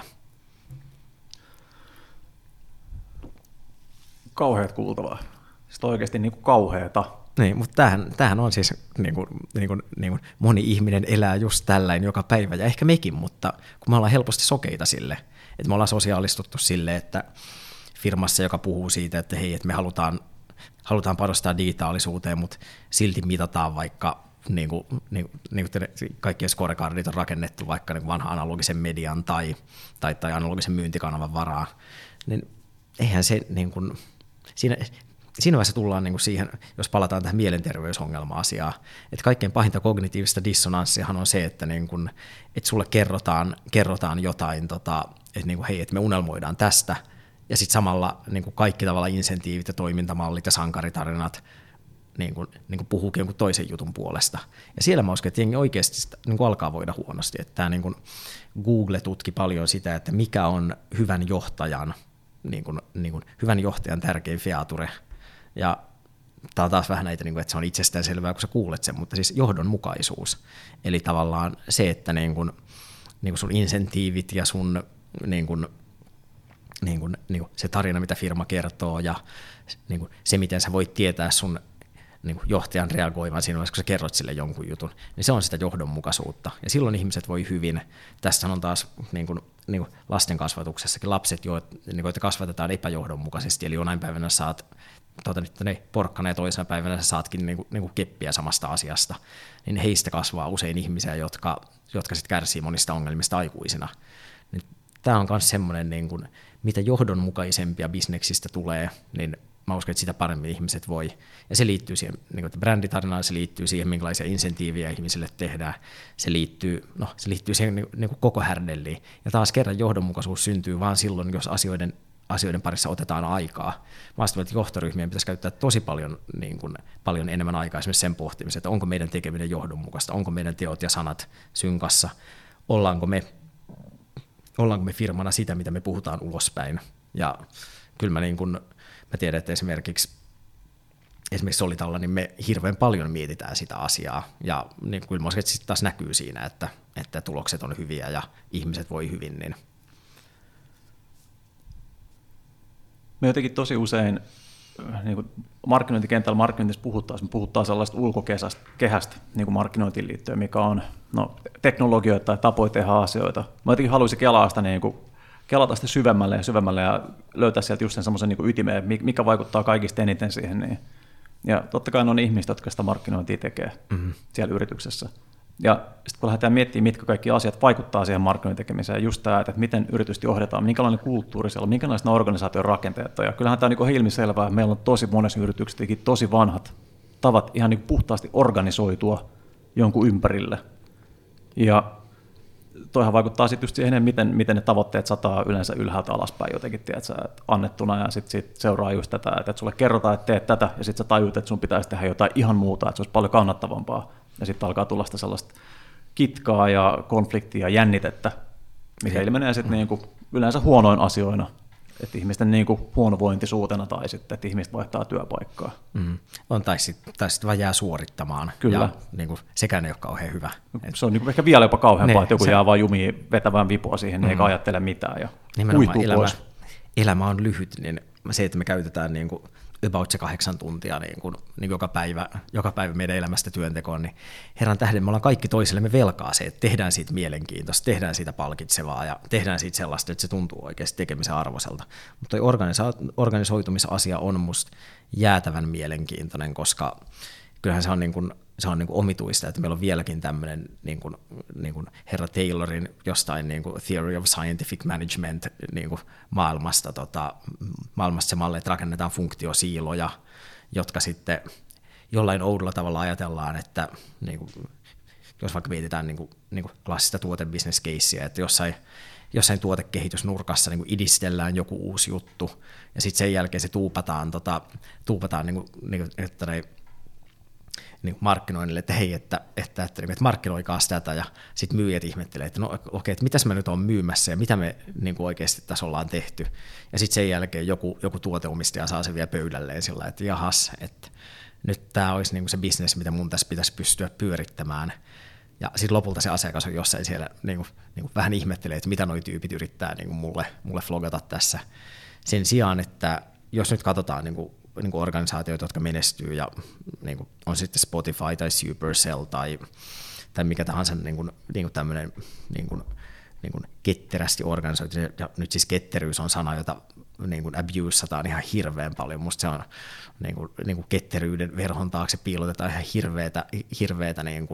Kauheat kuultavaa. Sitten oikeasti niin kuin kauheata. Niin, mutta tämähän on siis, niin kuin moni ihminen elää just tällainen joka päivä, ja ehkä mekin, mutta kun me ollaan helposti sokeita sille, että me ollaan sosiaalistuttu sille, että firmassa, joka puhuu siitä, että hei, että me halutaan halutaan panostaa digitaalisuuteen, mutta silti mitataan vaikka niin kuin kaikkien scorecardit on rakennettu vaikka niin vanhan analogisen median tai analogisen myyntikanavan varaan, niin eihän se niin kuin, siinä vaiheessa tullaan niin kuin siihen, jos palataan tähän mielenterveysongelma-asiaan, että kaikkein pahinta kognitiivista dissonanssiahan on se, että, niin kuin, että sulle kerrotaan jotain, että niin kuin, hei, että me unelmoidaan tästä, ja sitten samalla niin kuin kaikki tavalla insentiivit ja toimintamallit ja sankaritarinat niin kuin puhuukin jonkun toisen jutun puolesta. Ja siellä mä uskon, että jengi oikeasti sitä, niin kuin alkaa voida huonosti. Että tämä, niin kuin Google tutki paljon sitä, että mikä on hyvän johtajan, hyvän johtajan tärkein feature. Ja tämä on taas vähän näitä, että se on itsestään selvää, kun sä kuulet sen, mutta siis johdonmukaisuus. Eli tavallaan se, että niin kuin sun insentiivit ja sun se tarina, mitä firma kertoo, ja se, miten sä voit tietää sun johtajan reagoivan siinä vaiheessa, kun sä kerrot sille jonkun jutun, niin se on sitä johdonmukaisuutta. Ja silloin ihmiset voi hyvin. Tässä on taas lasten kasvatuksessakin lapset, joita kasvatetaan epäjohdonmukaisesti, eli jonain päivänä saat porkkana ja toisena päivänä sä saatkin keppiä samasta asiasta, niin heistä kasvaa usein ihmisiä, jotka sitten kärsii monista ongelmista aikuisina. Niin tämä on myös semmoinen, mitä johdonmukaisempia bisneksistä tulee, niin mä uskon, että sitä paremmin ihmiset voi. Ja se liittyy siihen bränditarinaan, se liittyy siihen, minkälaisia insentiivejä ihmisille tehdään. Se liittyy siihen koko härdelliin. Ja taas kerran johdonmukaisuus syntyy vaan silloin, jos asioiden parissa otetaan aikaa. Mä ajattelen, että johtoryhmien pitäisi käyttää tosi paljon enemmän aikaa esimerkiksi sen pohtimiseen, että onko meidän tekeminen johdonmukaista, onko meidän teot ja sanat synkassa, ollaanko me firmana sitä, mitä me puhutaan ulospäin. Ja kyllä mä tiedän, että esimerkiksi Solitalla niin me hirveän paljon mietitään sitä asiaa, ja niin kyllä se sitten taas näkyy siinä, että tulokset on hyviä ja ihmiset voi hyvin. Niin. Me jotenkin tosi usein niin kuin markkinointikentällä me puhutaan sellaista ulkokehästä niin kuin markkinointiin liittyen, mikä on teknologioita tai tapoja tehdä asioita. Mä jotenkin haluaisin kelata sitä syvemmälle ja löytää sieltä just sen semmoisen niin kuin ytimeen, mikä vaikuttaa kaikista eniten siihen. Niin. Ja totta kai ne on ihmiset, jotka sitä markkinointia tekee siellä yrityksessä. Ja sitten kun lähdetään miettimään, mitkä kaikki asiat vaikuttaa siihen markkinoinnin tekemiseen, just tämä, että miten yritystä johdetaan, minkälainen kulttuuri siellä on, minkälaiset organisaation rakenteet on. Ja kyllähän tämä on niin ilmiselvää, että meillä on tosi monessa yrityksessä tosi vanhat tavat ihan niin puhtaasti organisoitua jonkun ympärille. Ja toihan vaikuttaa sitten just siihen, miten ne tavoitteet sataa yleensä ylhäältä alaspäin jotenkin, tiedätkö, annettuna, ja sitten seuraa just tätä, että sulle kerrotaan, että teet tätä, ja sitten sä tajuut, että sun pitäisi tehdä jotain ihan muuta, että se olisi paljon kannattavampaa. Ja sitten alkaa tulla sitä sellaista kitkaa ja konfliktia ja jännitettä, mikä ilmenee sitten niinku yleensä huonoin asioina, että ihmisten niinku huonovointisuutena tai sitten, että ihmiset vaihtaa työpaikkaa. On, tai sitten vaan jää suorittamaan. Kyllä. Ja niinku, sekään ei ole kauhean hyvä. Se on niinku ehkä vielä jopa kauheampaa, että joku jää vaan jumiin vetävään vipua siihen, niin eikä ajattele mitään ja huihtuu pois. Elämä on lyhyt, niin se, että me käytetään niinku about se 8 tuntia niin joka päivä meidän elämästä työntekoon, niin herran tähden me ollaan kaikki toisillemme velkaa se, että tehdään siitä mielenkiintoista, tehdään siitä palkitsevaa ja tehdään siitä sellaista, että se tuntuu oikeasti tekemisen arvoiselta. Mutta toi organisoitumisasia on musta jäätävän mielenkiintoinen, koska kyllähän se on omituista, että meillä on vieläkin tämmöinen niin kuin herra Taylorin jostain niin kuin Theory of Scientific Management niin kuin maailmasta se malli, että rakennetaan funktiosiiloja, jotka sitten jollain oudolla tavalla ajatellaan, että niin kuin, jos vaikka mietitään niin kuin klassista tuotebisneskeisiä, että jossain tuotekehitysnurkassa niin kuin idistellään joku uusi juttu, ja sitten sen jälkeen se tuupataan niin markkinoinnille, että hei, että markkinoikaas tätä, ja sitten myyjät ihmettelee, että no okei, että mitäs mä nyt oon myymässä, ja mitä me niin kuin oikeasti tässä ollaan tehty, ja sitten sen jälkeen joku tuoteomistaja saa sen vielä pöydälleen sillä, että jahas, että nyt tämä olisi niin kuin se business, mitä mun tässä pitäisi pystyä pyörittämään, ja sitten lopulta se asiakas on jossain siellä niin kuin vähän ihmettelee, että mitä noi tyypit yrittää niin kuin mulle flogata tässä, sen sijaan, että jos nyt katsotaan niin kuin organisaatioita, jotka menestyy, ja niin kuin on sitten Spotify tai Supercell tai mikä tahansa niin kuin tämmöinen niin kuin ketterästi organisoitu, ja nyt siis ketteryys on sana, jota niin kuin abusataan ihan hirveän paljon. Musta se on niin kuin ketteryyden verhon taakse piilotetaan ihan hirveätä niin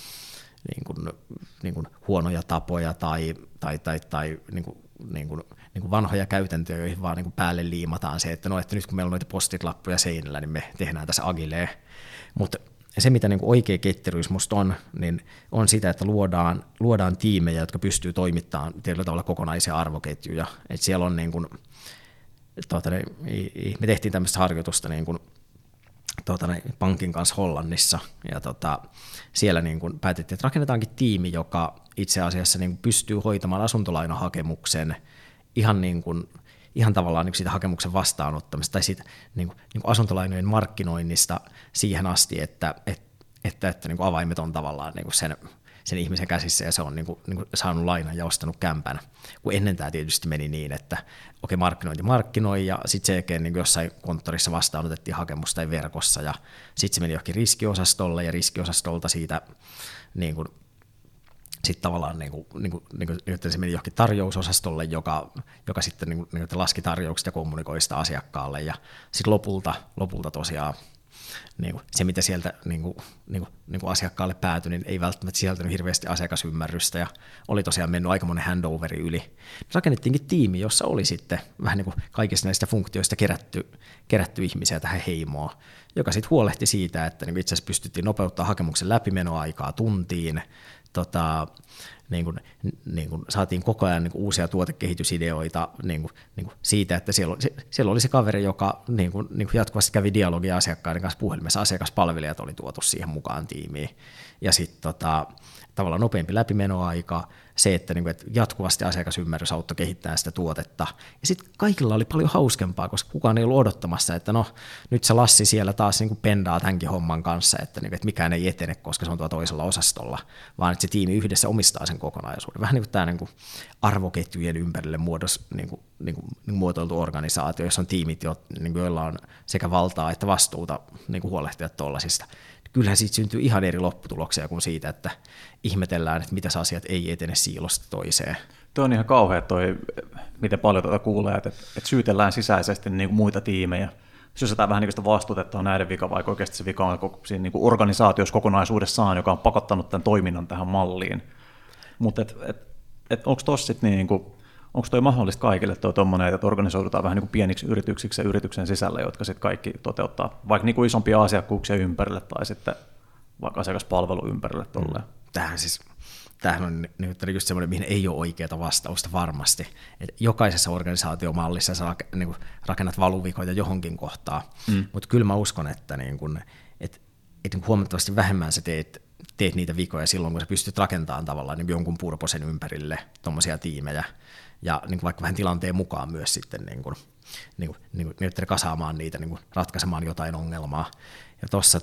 kuin huonoja tapoja tai niin kuin vanhoja käytäntöjä, joihin vaan niin kuin päälle liimataan se, että nyt kun meillä on noita postit-lappuja seinällä, niin me tehdään tässä agileen. Mutta se, mitä niin kuin oikea ketteryys musta on, niin on sitä, että luodaan tiimejä, jotka pystyy toimittamaan tietyllä tavalla kokonaisia arvoketjuja. Et siellä on niin kuin, me tehtiin tämmöistä harjoitusta niin kuin, pankin kanssa Hollannissa, ja siellä niin kuin päätettiin, että rakennetaankin tiimi, joka itse asiassa niin kuin pystyy hoitamaan asuntolainahakemuksen ihan tavallaan niin siitä hakemuksen vastaanottamista tai siitä niin kuin asuntolainojen markkinoinnista siihen asti, että niin kuin avaimet on tavallaan niin kuin sen ihmisen käsissä ja se on niin kuin saanut lainan ja ostanut kämpän. Kun ennen tämä tietysti meni niin, että markkinointi markkinoi ja sitten sen jälkeen niin jossain konttorissa vastaanotettiin hakemus tai verkossa ja sitten se meni johonkin riskiosastolle ja riskiosastolta siitä niin kuin sitten tavallaan se meni johonkin tarjousosastolle, joka sitten niin kuin laski tarjoukset ja kommunikoi sitä asiakkaalle. Ja sitten lopulta tosiaan se, mitä sieltä asiakkaalle päätyi, niin ei välttämättä sisältänyt hirveästi asiakasymmärrystä ja oli tosiaan mennyt aikamoinen handoveri yli. Rakennettiinkin tiimi, jossa oli sitten vähän niin kuin kaikista näistä funktioista kerätty ihmisiä tähän heimoon, joka sitten huolehti siitä, että itse asiassa pystyttiin nopeuttaa hakemuksen läpimenoaikaa tuntiin, niin kuin saatiin koko ajan niin kuin uusia tuotekehitysideoita niin kuin siitä, että siellä oli se kaveri, joka niin kuin jatkuvasti kävi dialogia asiakkaiden kanssa puhelimessa, asiakaspalvelijat oli tuotu siihen mukaan tiimiin, ja sitten tavallaan nopeampi läpimenoaika, se, että jatkuvasti asiakasymmärrys auttoi kehittämään sitä tuotetta. Ja sitten kaikilla oli paljon hauskempaa, koska kukaan ei ollut odottamassa, että nyt se Lassi siellä taas pendaa tämänkin homman kanssa, että mikään ei etene, koska se on tuolla toisella osastolla, vaan että se tiimi yhdessä omistaa sen kokonaisuuden. Vähän niin kuin tämä arvoketjujen ympärille muotoiltu organisaatio, jossa on tiimit, joilla on sekä valtaa että vastuuta huolehtia tuollaisista. Kyllähän siitä syntyy ihan eri lopputuloksia kuin siitä, että ihmetellään, että mitä asiat ei etene siilosta toiseen. Tuo on ihan kauhea miten paljon tuota kuulee, että syytellään sisäisesti niin kuin muita tiimejä. Sysätään vähän niin kuin sitä vastuutetta on näiden vika, vaikka oikeasti se vika on siinä niin kuin organisaatiossa kokonaisuudessaan, joka on pakottanut tämän toiminnan tähän malliin. Mutta onko tuossa sitten niin kuin, onko toi mahdollista kaikille tuommoinen, että organisoidutaan vähän niin kuin pieniksi yrityksiksi ja yrityksen sisällä, jotka sitten kaikki toteuttaa vaikka niin kuin isompia asiakkuuksia ympärille tai sitten vaikka asiakaspalvelu ympärille tolleen? Tämähän on just semmoinen, mihin ei ole oikeaa vastausta varmasti. Et jokaisessa organisaatiomallissa sä rakennat valuvikoita johonkin kohtaan, mutta kyllä mä uskon, että huomattavasti vähemmän sä teet niitä vikoja silloin, kun sä pystyt rakentamaan tavallaan jonkun purposen ympärille tuommoisia tiimejä, ja vaikka vähän tilanteen mukaan myös sitten kasaamaan niitä, ratkaisemaan jotain ongelmaa. Ja tuossa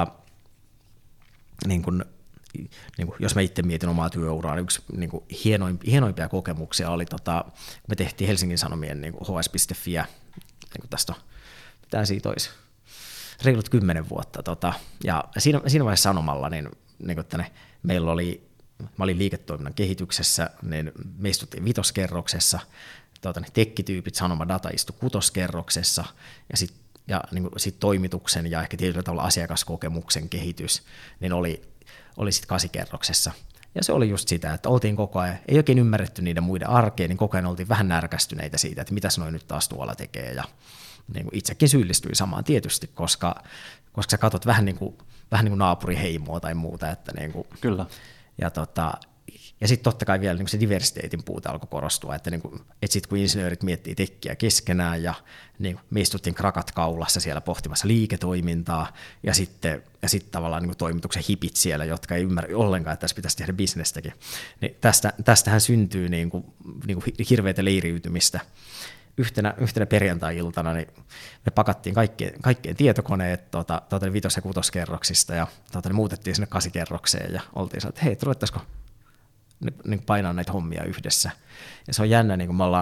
jos mä itse mietin omaa työuraa, yksi hienoimpia kokemuksia oli, kun me tehtiin Helsingin Sanomien hs.fiä, tästä on, mitä siitä olisi, reilut 10 vuotta, ja siinä vaiheessa Sanomalla, meillä oli, mä olin liiketoiminnan kehityksessä, niin me istuttiin 5. kerroksessa, tekkityypit, Sanoma Data istui 6. kerroksessa, ja sitten toimituksen ja ehkä tietyllä tavalla asiakaskokemuksen kehitys, niin oli sitten 8. kerroksessa. Ja se oli just sitä, että oltiin koko ajan, ei oikein ymmärretty niiden muiden arkeen, niin koko ajan oltiin vähän närkästyneitä siitä, että mitäs noi nyt taas tuolla tekee. Ja itsekin syyllistyin samaan tietysti, koska sä katsot vähän niin kuin naapuriheimoa tai muuta. Että Kyllä. Ja sitten totta kai vielä se diversiteetin puute alkoi korostua, että sitten kun insinöörit miettii tekkiä keskenään ja me istuttiin krakat kaulassa siellä pohtimassa liiketoimintaa ja sitten tavallaan toimituksen hipit siellä, jotka ei ymmärrä ollenkaan, että tässä pitäisi tehdä bisnestäkin. Niin tästähän syntyy hirveätä leiriytymistä. Yhtenä perjantai-iltana niin me pakattiin kaikkien tietokoneet 5. ja 6. kerroksista ja muutettiin sinne 8. kerrokseen ja oltiin sanoa, että hei, ruvettaisiko painaa näitä hommia yhdessä. Ja se on jännä, me ollaan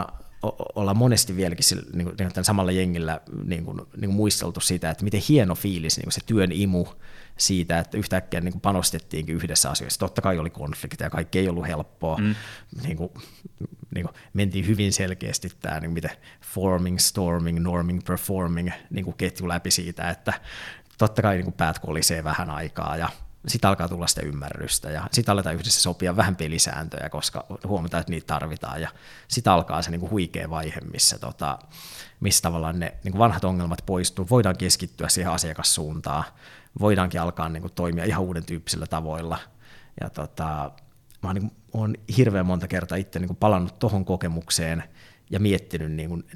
ollaan monesti vieläkin niin kuin tämän samalla jengillä niin kuin muisteltu sitä, että miten hieno fiilis niin kuin se työn imu siitä, että yhtäkkiä niin kuin panostettiinkin yhdessä asioissa. Totta kai oli konflikteja, kaikki ei ollut helppoa. Niin kuin mentiin hyvin selkeästi tämä niin miten forming, storming, norming, performing niin kuin ketju läpi siitä, että totta kai niin kuin päät kolisee vähän aikaa ja sitten alkaa tulla sitä ymmärrystä ja sitten aletaan yhdessä sopia vähän pelisääntöjä, koska huomataan, että niitä tarvitaan ja sitten alkaa se niin kuin huikea vaihe, missä tavallaan ne niin kuin vanhat ongelmat poistuu, voidaan keskittyä siihen asiakassuuntaan, voidaankin alkaa niin kuin toimia ihan uuden tyyppisillä tavoilla ja mä oon hirveän monta kertaa itse niin kuin palannut tohon kokemukseen ja miettinyt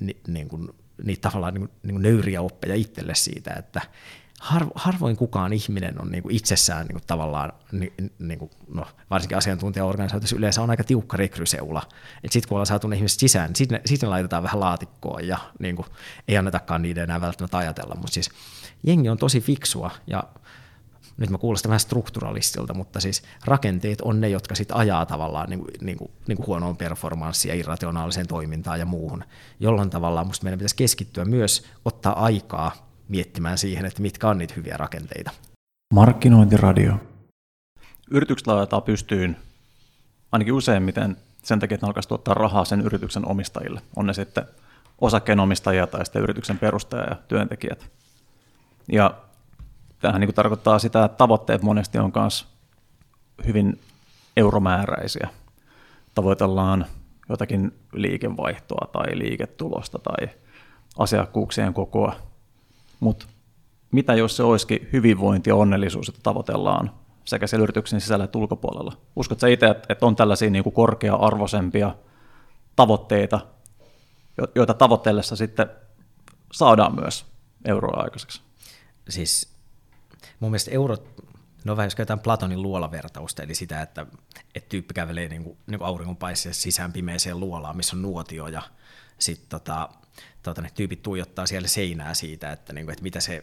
niitä tavallaan niin kuin nöyriä oppeja itselle siitä, että harvoin kukaan ihminen on niinku itsessään niinku tavallaan, no, varsinkin asiantuntijaorganisaatioissa yleensä on aika tiukka rekryseula. Sitten kun ollaan saatu ne ihmiset sisään, niin sitten laitetaan vähän laatikkoon ja niinku, ei annetakaan niiden enää välttämättä ajatella. Mutta siis jengi on tosi fiksua ja nyt mä kuulostan vähän strukturalistilta, mutta siis rakenteet on ne, jotka sit ajaa tavallaan niinku huonoon performanssiin ja irrationaaliseen toimintaan ja muuhun, jolloin tavallaan musta meidän pitäisi keskittyä myös ottaa aikaa miettimään siihen, että mitkä on niitä hyviä rakenteita. Markkinointiradio. Yritykset laitetaan pystyyn ainakin useimmiten sen takia, että ne alkaisi tuottaa rahaa sen yrityksen omistajille. On ne sitten osakkeenomistajia tai sitten yrityksen perustaja ja työntekijät. Ja tämähän niin kuin tarkoittaa sitä, että tavoitteet monesti on myös hyvin euromääräisiä. Tavoitellaan jotakin liikevaihtoa tai liiketulosta tai asiakkuuksien kokoa. Mutta mitä jos se olisikin hyvinvointi ja onnellisuus, että tavoitellaan sekä siellä yrityksen sisällä että ulkopuolella? Uskotko sä itse, että on tällaisia niin kuin korkea-arvoisempia tavoitteita, joita tavoitteellessa sitten saadaan myös euroa aikaiseksi? Siis mun mielestä eurot, no vähän jos käytetään Platonin luolavertausta, eli sitä, että tyyppi kävelee niin kuin auringonpaisteessa sisään pimeeseen luolaan, missä on nuotio, ja sitten ne tyypit tuijottaa siellä seinää siitä, että mitä se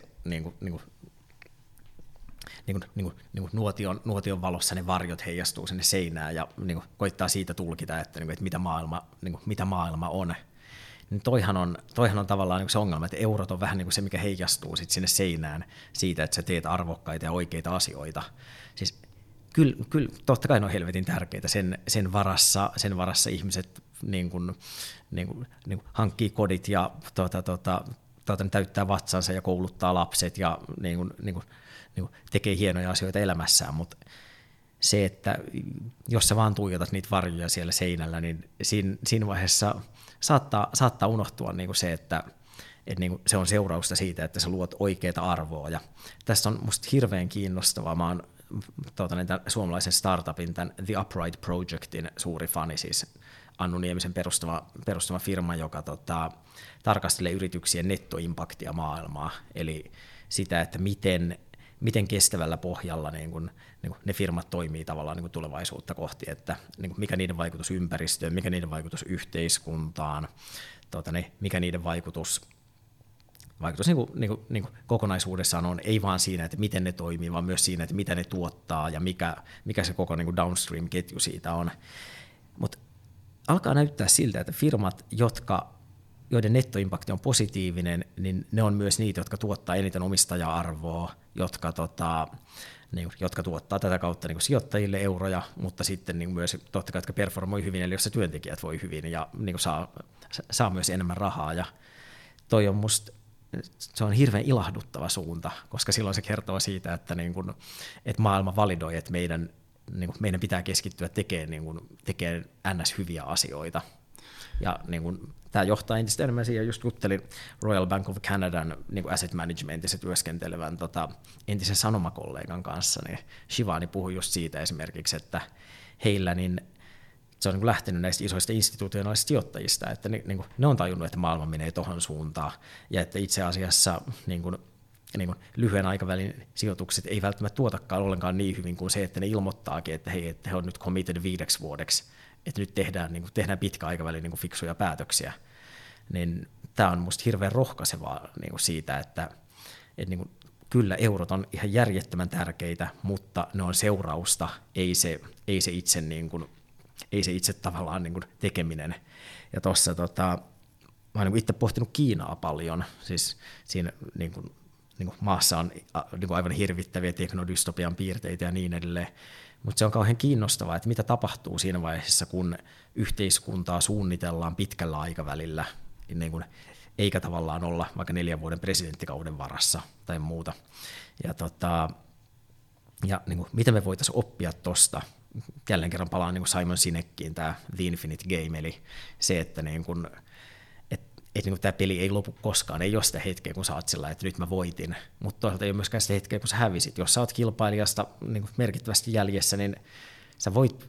nuotion valossa ne varjot heijastuu sinne seinään ja koittaa siitä tulkita, että mitä maailma on. Niin toihan on tavallaan se ongelma, että eurot on vähän se, mikä heijastuu sit sinne seinään siitä, että sä teet arvokkaita ja oikeita asioita. Siis kyllä totta kai ne on helvetin tärkeitä, sen varassa ihmiset hankkii kodit ja täyttää vatsansa ja kouluttaa lapset ja tekee hienoja asioita elämässään, mutta se, että jos sä vaan tuijotat niitä varjoja siellä seinällä, niin siinä vaiheessa saattaa unohtua se, että se on seurausta siitä, että sä luot oikeaa arvoa. Ja tässä on musta hirveän kiinnostavaa. Mä oon tämän suomalaisen startupin, tämän The Upright Projectin suuri fani, siis Annu Niemisen perustama firma, joka tarkastelee yrityksien nettoimpaktia maailmaa, eli sitä, että miten kestävällä pohjalla ne firmat toimii tavallaan tulevaisuutta kohti, että mikä niiden vaikutus ympäristöön, mikä niiden vaikutus yhteiskuntaan, mikä niiden vaikutus kokonaisuudessaan on, ei vaan siinä, että miten ne toimii, vaan myös siinä, että mitä ne tuottaa ja mikä se koko downstream-ketju siitä on. Mutta alkaa näyttää siltä, että firmat, joiden nettoimpakti on positiivinen, niin ne on myös niitä, jotka tuottaa eniten omistaja-arvoa, jotka tuottaa tätä kautta sijoittajille euroja, mutta sitten myös totta kai, jotka performoi hyvin, eli jossa työntekijät voi hyvin ja saa myös enemmän rahaa. Ja toi on musta, se on hirveän ilahduttava suunta, koska silloin se kertoo siitä, että maailma validoi, että meidän pitää keskittyä tekemään ns. Hyviä asioita. Ja tämä johtaa entistä enemmän siihen, just juttelin Royal Bank of Canadan asset managementissa työskentelevän entisen sanomakollegan kanssa, niin Shivani puhui just siitä esimerkiksi, että heillä se on lähtenyt näistä isoista institutionaalisista sijoittajista, että ne on tajunnut, että maailma menee tohon suuntaan, ja että itse asiassa lyhyen aikavälin sijoitukset ei välttämättä tuotakaan ollenkaan niin hyvin kuin se, että ne ilmoittaakin, että hei, että he on nyt committed 5 vuodeksi, että nyt tehdään pitkä aikavälin fiksuja päätöksiä. Niin tämä on musta hirveän rohkaisevaa siitä, että kyllä eurot on ihan järjettömän tärkeitä, mutta ne on seurausta, ei se itse tavallaan tekeminen. Ja tuossa oon niin itse pohtinut Kiinaa paljon, siis siinä niin kuin maassa on niin kuin aivan hirvittäviä teknodystopian piirteitä ja niin edelleen, mutta se on kauhean kiinnostavaa, että mitä tapahtuu siinä vaiheessa, kun yhteiskuntaa suunnitellaan pitkällä aikavälillä, niin kuin, eikä tavallaan olla vaikka 4 vuoden presidenttikauden varassa tai muuta. Ja niin kuin, mitä me voitaisiin oppia tuosta? Jälleen kerran palaan niin kuin Simon Sinekkiin, tämä The Infinite Game, eli se, että niin kuin, niin tämä peli ei lopu koskaan, ei ole sitä hetkeä, kun sä oot sillä, että nyt mä voitin, mutta toisaalta ei ole myöskään sitä hetkeä, kun sä hävisit. Jos sä oot kilpailijasta niin kuin merkittävästi jäljessä, niin sä voit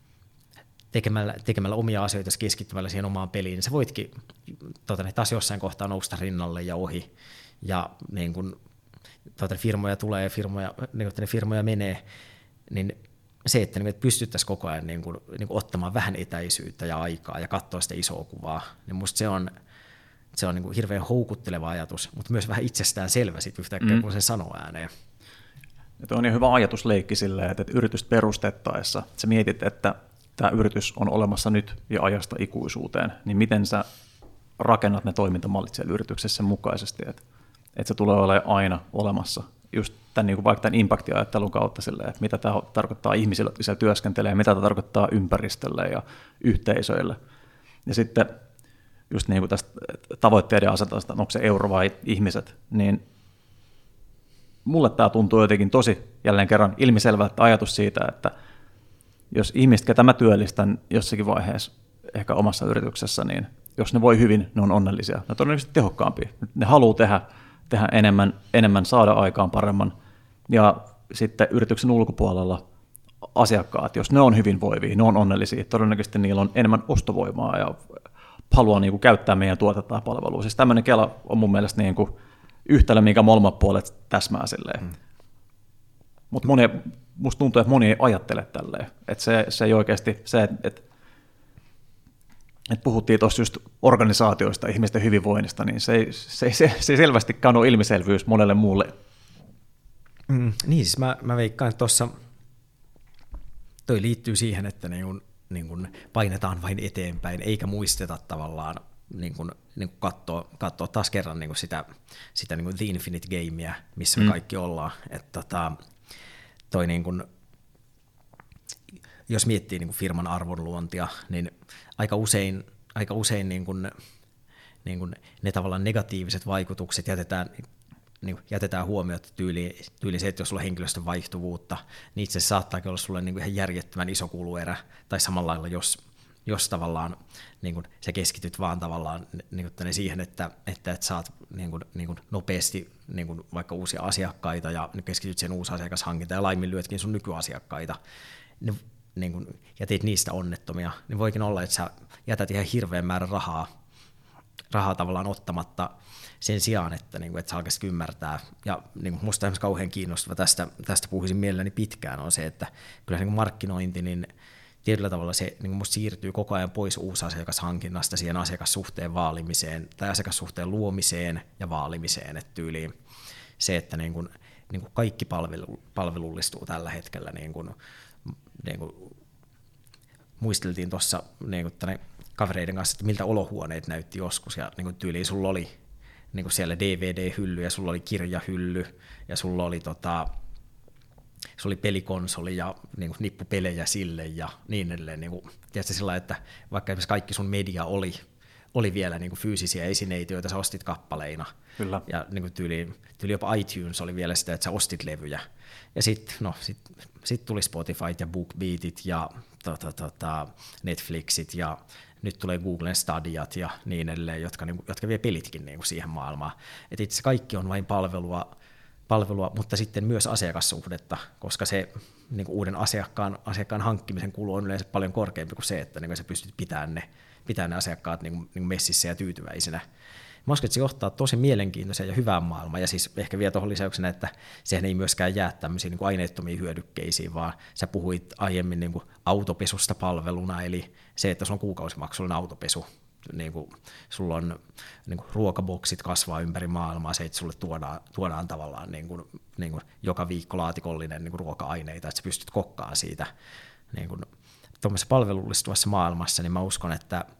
tekemällä omia asioita, keskittymällä siihen omaan peliin, niin sä voitkin taas jossain kohtaa nousta rinnalle ja ohi, ja niin kun, firmoja tulee ja firmoja menee, niin se, että pystyttäisiin koko ajan niin kun ottamaan vähän etäisyyttä ja aikaa ja katsoa sitä isoa kuvaa, niin musta se on niin kuin hirveän houkutteleva ajatus, mutta myös vähän itsestään selvä sit yhtäkkiä, kun se sanoo ääneen. Tuo on niin hyvä ajatusleikki silleen, että yritys perustettaessa sä mietit, että tämä yritys on olemassa nyt ja ajasta ikuisuuteen, niin miten sä rakennat ne toimintamallit siellä yrityksessä mukaisesti, että se tulee olemaan aina olemassa. Just tämän, niin kuin vaikka tämän impact-ajattelun kautta silleen, että mitä tämä tarkoittaa ihmisille, jotka siellä työskentelee, mitä tämä tarkoittaa ympäristölle ja yhteisöille. Ja sitten just niin kuin tästä tavoitteiden asetasta, onko se euro vai ihmiset, niin mulle tämä tuntuu jotenkin tosi jälleen kerran ilmiselvältä ajatus siitä, että jos ihmiset, ketä mä työllistän jossakin vaiheessa ehkä omassa yrityksessä, niin jos ne voi hyvin, ne on onnellisia. Ne on todennäköisesti tehokkaampia. Ne haluaa tehdä enemmän, saada aikaan paremman. Ja sitten yrityksen ulkopuolella asiakkaat, jos ne on hyvinvoivia, ne on onnellisia. Todennäköisesti niillä on enemmän ostovoimaa ja haluaa niin kuin käyttää meidän tuotetta ja palvelua. Siis tämmöinen kela on mun mielestä niin kuin yhtälö, minkä molemmat puolet täsmää silleen. Mutta musta tuntuu, että moni ei ajattele tälleen. Että se ei oikeasti, että puhuttiin tuossa just organisaatioista, ihmisten hyvinvoinnista, niin se ei selvästikään ole ilmiselvyys monelle muulle. Niin, siis mä veikkaan, että tuossa toi liittyy siihen, että niin kun painetaan vain eteenpäin, eikä muisteta tavallaan niin kun katsoa taas kerran niin kun sitä niin kun The Infinite Gamea, missä me kaikki ollaan. Että toi niin kun, jos miettii niin kun firman arvonluontia, niin aika usein niin kun ne tavallaan negatiiviset vaikutukset jätetään huomiota tyyli se, että jos sulla on henkilöstön vaihtuvuutta, niin itse asiassa saattaakin olla sulle niin kuin ihan järjettömän iso kuluerä, tai samalla lailla, jos tavallaan niin kuin sä keskityt vaan tavallaan niin kuin siihen, että saat niin kuin nopeasti niin kuin vaikka uusia asiakkaita ja keskityt sen uusi asiakashankinta ja laiminlyötkin sun nykyasiakkaita, niin kuin, ja teet niistä onnettomia, niin voikin olla, että sä jätät ihan hirveän määrän rahaa tavallaan ottamatta sen sijaan, että sä alkaisit ymmärtää. Ja niin musta esimerkiksi kauhean kiinnostava, tästä puhuisin mielelläni pitkään, on se, että kyllä niin markkinointi, niin tietyllä tavalla se niin musta siirtyy koko ajan pois uusasiakashankinnasta siihen asiakassuhteen vaalimiseen tai asiakassuhteen luomiseen ja vaalimiseen. Että tyyliin se, että niin kuin kaikki palvelullistuu tällä hetkellä. Niin kuin muisteltiin tuossa niin kavereiden kanssa, että miltä olohuoneet näytti joskus, ja niin tyyliin sulla oli niin siellä DVD-hylly, ja sulla oli kirjahylly, ja sulla oli pelikonsoli, ja niin nippupelejä sille, ja niin edelleen. Niin tiedätkö sillä, että vaikka esimerkiksi kaikki sun media oli vielä niin fyysisiä esineitä, joita sä ostit kappaleina. Kyllä. Ja niin tyyli jopa iTunes oli vielä sitä, että sä ostit levyjä. Ja sit tuli Spotifyt ja BookBeatit ja Netflixit ja nyt tulee Googlen Stadiat ja niin edelleen, jotka vie pelitkin niin kuin siihen maailmaan. Et itse kaikki on vain palvelua, mutta sitten myös asiakassuhdetta, koska se niin kuin uuden asiakkaan hankkimisen kulu on yleensä paljon korkeampi kuin se, että niin kuin sä pystyt pitämään ne asiakkaat niin kuin messissä ja tyytyväisinä. Mä uskon, että se johtaa tosi mielenkiintoiseen ja hyvään maailmaan, ja siis ehkä vielä tuohon lisäyksenä, että sehän ei myöskään jää tämmöisiin niin kuin aineettomiin hyödykkeisiin, vaan sä puhuit aiemmin niin kuin autopesusta palveluna, eli se, että sulla on kuukausimaksullinen autopesu, niin kuin sulla on niin kuin ruokaboksit kasvaa ympäri maailmaa, se, että sulle tuodaan tavallaan niin kuin joka viikko laatikollinen niin kuin ruoka-aineita, että sä pystyt kokkaamaan siitä niin kuin tuommoisessa palvelullistuvassa maailmassa, niin mä uskon, että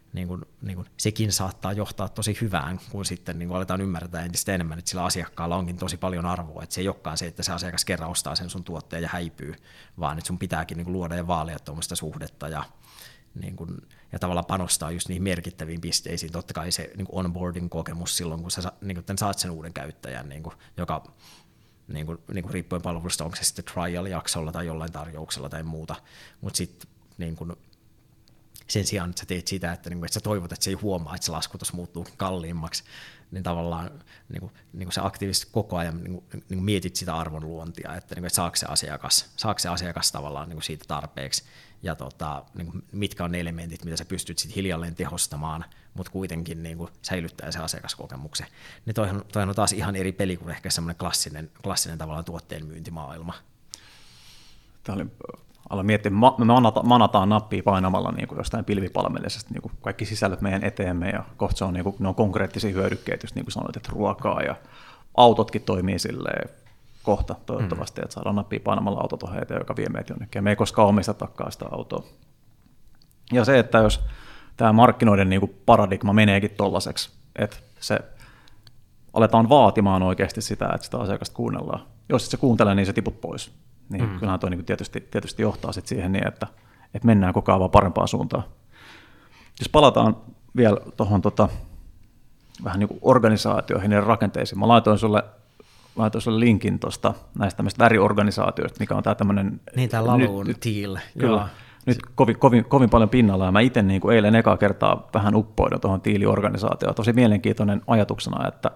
sekin saattaa johtaa tosi hyvään, kun sitten niin kuin aletaan ymmärtää entistä enemmän, että sillä asiakkaalla onkin tosi paljon arvoa, että se ei olekaan se, että se asiakas kerran ostaa sen sun tuotteen ja häipyy, vaan että sun pitääkin niin kuin luoda ja vaalia tuommoista suhdetta ja tavallaan panostaa just niihin merkittäviin pisteisiin. Totta kai se niin kuin onboarding kokemus silloin, kun sä niin kuin saat sen uuden käyttäjän, niin kuin, joka niin kuin riippuen palvelusta, onko se sitten trial-jaksolla tai jollain tarjouksella tai muuta, mutta sitten niin kuin sen sijaan, että sä teet sitä, että sä toivot, että se ei huomaa, että se laskutus muuttuu kalliimmaksi, niin tavallaan niin kuin sä aktiivisesti koko ajan niin mietit sitä arvonluontia, että saako se asiakas tavallaan niin siitä tarpeeksi, ja niin mitkä on ne elementit, mitä sä pystyt sitten hiljalleen tehostamaan, mutta kuitenkin niin säilyttää se asiakaskokemuksen. Niin toihan on taas ihan eri peli kuin ehkä semmoinen klassinen tavallaan tuotteen myyntimaailma. Tämä oli aloin miettiä, me manataan nappia painamalla niin kuin jostain pilvipalvelisesta niin kuin kaikki sisällöt meidän eteemme, ja kohta se on, niin kuin, ne on konkreettisia hyödykkeitä, just niin kuin sanoit, että ruokaa, ja autotkin toimii silleen kohta toivottavasti, että saadaan nappia painamalla auto tuohon eteen, joka vie meitä jonnekin, ja me ei koskaan omistetakaan sitä autoa. Ja se, että jos tämä markkinoiden niin kuin paradigma meneekin tollaiseksi, että se aletaan vaatimaan oikeasti sitä, että sitä asiakasta kuunnellaan. Jos et se kuuntele, niin se tiput pois. Niin kyllähän toi niin tietysti johtaa sit siihen niin, että mennään koko ajan vaan parempaan suuntaan. Jos palataan vielä tuohon vähän niin kuin organisaatioihin ja rakenteisiin. Mä laitoin sulle linkin tuosta näistä tämmöistä väriorganisaatioista, mikä on tämä tämmöinen... Niin, tämä Laluun Teal. Kyllä, nyt kovin paljon pinnalla, ja mä itse niin kuin eilen ekaa kertaa vähän uppoidin tuohon Teal-organisaatioon. Tosi mielenkiintoinen ajatuksena, että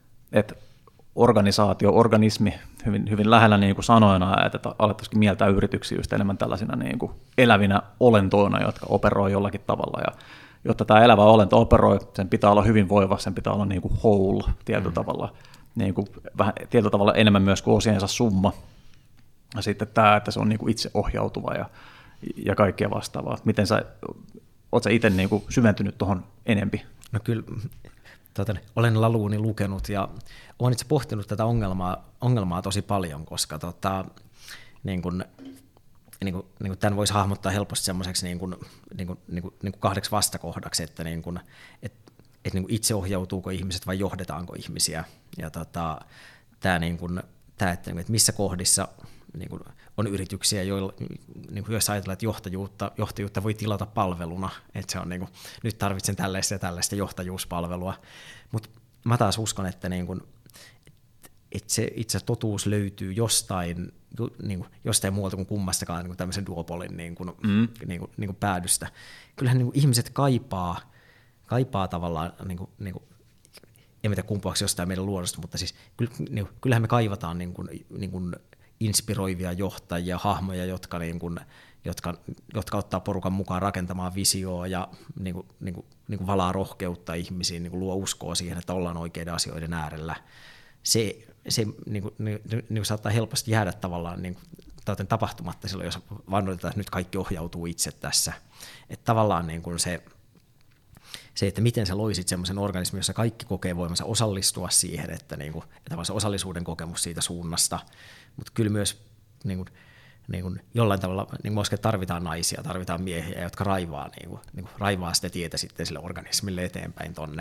organismi, hyvin lähellä niin kuin sanoina, että alettaisiin mieltää yrityksiä just enemmän tällaisina niin kuin elävinä olentoina, jotka operoi jollakin tavalla. Ja jotta tämä elävä olento operoi, sen pitää olla hyvinvoiva, sen pitää olla niin kuin whole tietyllä tavalla, niin kuin vähän tietyllä tavalla enemmän myös kuin osiensa summa. Ja sitten tämä, että se on niin kuin itseohjautuva ja kaikkea vastaavaa. Miten oletko sä itse niin kuin syventynyt tuohon enempi? No kyllä. Olen Laluuni lukenut ja olen itse pohtinut tätä ongelmaa tosi paljon, koska tämän voisi hahmottaa helposti semmoiseksi kahdeksi vastakohdaksi, että itseohjautuuko ihmiset vai johdetaanko ihmisiä. Ja että missä kohdissa on yrityksiä, joissa ajatellaan, että johtajuutta voi tilata palveluna, että se on nyt tarvitsen tällaista ja tällaista johtajuuspalvelua, mutta mä taas uskon, että se itse totuus löytyy jostain muualta kuin kummastakaan tämmöisen duopolin päädystä. Kyllähän ihmiset kaipaa tavallaan, en tiedä kumpuaksi jostain meidän luonnosta, mutta siis kyllähän me kaivataan inspiroivia johtajia, hahmoja, jotka ottaa porukan mukaan rakentamaan visioa ja valaa rohkeutta ihmisiin, luo uskoa siihen, että ollaan oikeiden asioiden äärellä. Se saattaa helposti jäädä tavallaan tapahtumatta silloin, jos vannoitetaan, että nyt kaikki ohjautuu itse tässä. Että tavallaan se, että miten sä loisit semmoisen organismin, jossa kaikki kokee voimansa osallistua siihen, että se osallisuuden kokemus siitä suunnasta, mutta kyllä myös jollain tavalla tarvitaan naisia, tarvitaan miehiä, jotka raivaa sitä tietä sitten sille organismille eteenpäin tonne.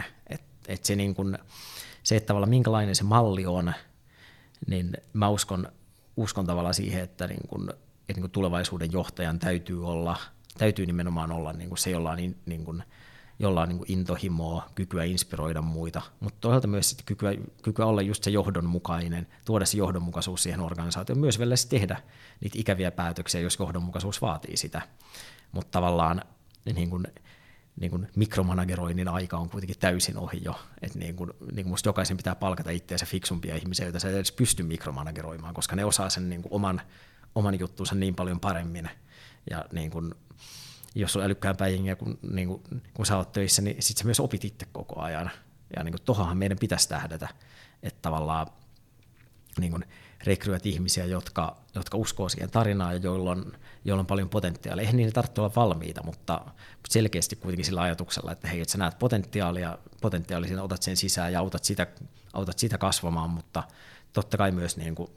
Se, että tavallaan minkälainen se malli on, niin mä uskon tavallaan siihen, että tulevaisuuden johtajan täytyy nimenomaan olla se, jolla on intohimoa, kykyä inspiroida muita, mutta toisaalta myös kykyä olla just se johdonmukainen, tuoda se johdonmukaisuus siihen organisaatioon, myös vielä tehdä niitä ikäviä päätöksiä, jos johdonmukaisuus vaatii sitä, mutta tavallaan mikromanageroinnin aika on kuitenkin täysin ohi jo, että musta jokaisen pitää palkata itseänsä fiksumpia ihmisiä, joita sä edes pysty mikromanageroimaan, koska ne osaa sen oman juttunsa niin paljon paremmin, ja jos on älykkäämpää jengiä, kun sä oot töissä, niin sit sä myös opit itse koko ajan. Ja tohonhan meidän pitäisi tähdätä, että tavallaan rekryät ihmisiä, jotka uskoo siihen tarinaan ja joilla on paljon potentiaalia. Eihän niin tarvitse olla valmiita, mutta selkeästi kuitenkin sillä ajatuksella, että hei, että sä näet potentiaalia otat sen sisään ja autat sitä kasvamaan, mutta totta kai myös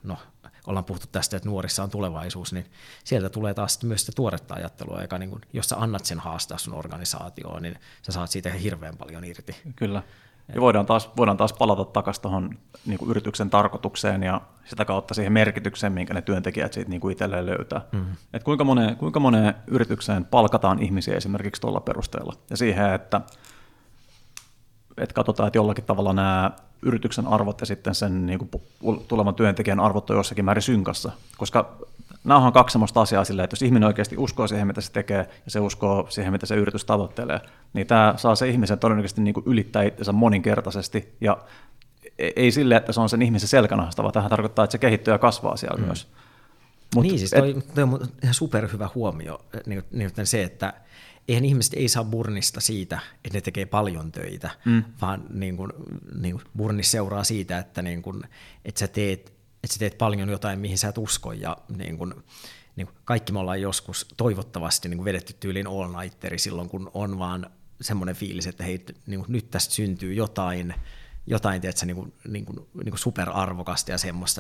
no ollaan puhuttu tästä, että nuorissa on tulevaisuus, niin sieltä tulee taas myös sitä tuoretta ajattelua, joka niin kuin, jos sä annat sen haastaa sun organisaatioon, niin sä saat siitä hirveän paljon irti. Kyllä. Ja voidaan taas palata takaisin tuohon niin kuin yrityksen tarkoitukseen ja sitä kautta siihen merkitykseen, minkä ne työntekijät siitä niin kuin itselleen löytää. Et kuinka moneen yritykseen palkataan ihmisiä esimerkiksi tuolla perusteella. Ja siihen, että katsotaan, että jollakin tavalla nämä yrityksen arvot ja sitten sen niin kuin tulevan työntekijän arvot on jossakin määrin synkassa. Koska nämä on kaksi sellaista asiaa silleen, että jos ihminen oikeasti uskoo siihen, mitä se tekee, ja se uskoo siihen, mitä se yritys tavoittelee, niin tämä saa se ihmisen todennäköisesti niin kuin ylittää itsensä moninkertaisesti, ja ei silleen, että se on sen ihmisen selkänahasta, vaan tähän tarkoittaa, että se kehittyy ja kasvaa siellä myös. Niin, siis toi on ihan superhyvä huomio, niin se, että eihän ihmiset ei saa burnista siitä, että ne tekee paljon töitä, vaan niin kuin burnis seuraa siitä, että, että sä teet paljon jotain, mihin sä et usko, ja niin kuin kaikki me ollaan joskus toivottavasti niin kuin vedetty tyyliin all-nighteri silloin, kun on vaan semmoinen fiilis, että hei, niin kuin nyt tästä syntyy jotain tiedätkö, niin kuin superarvokasta ja semmoista,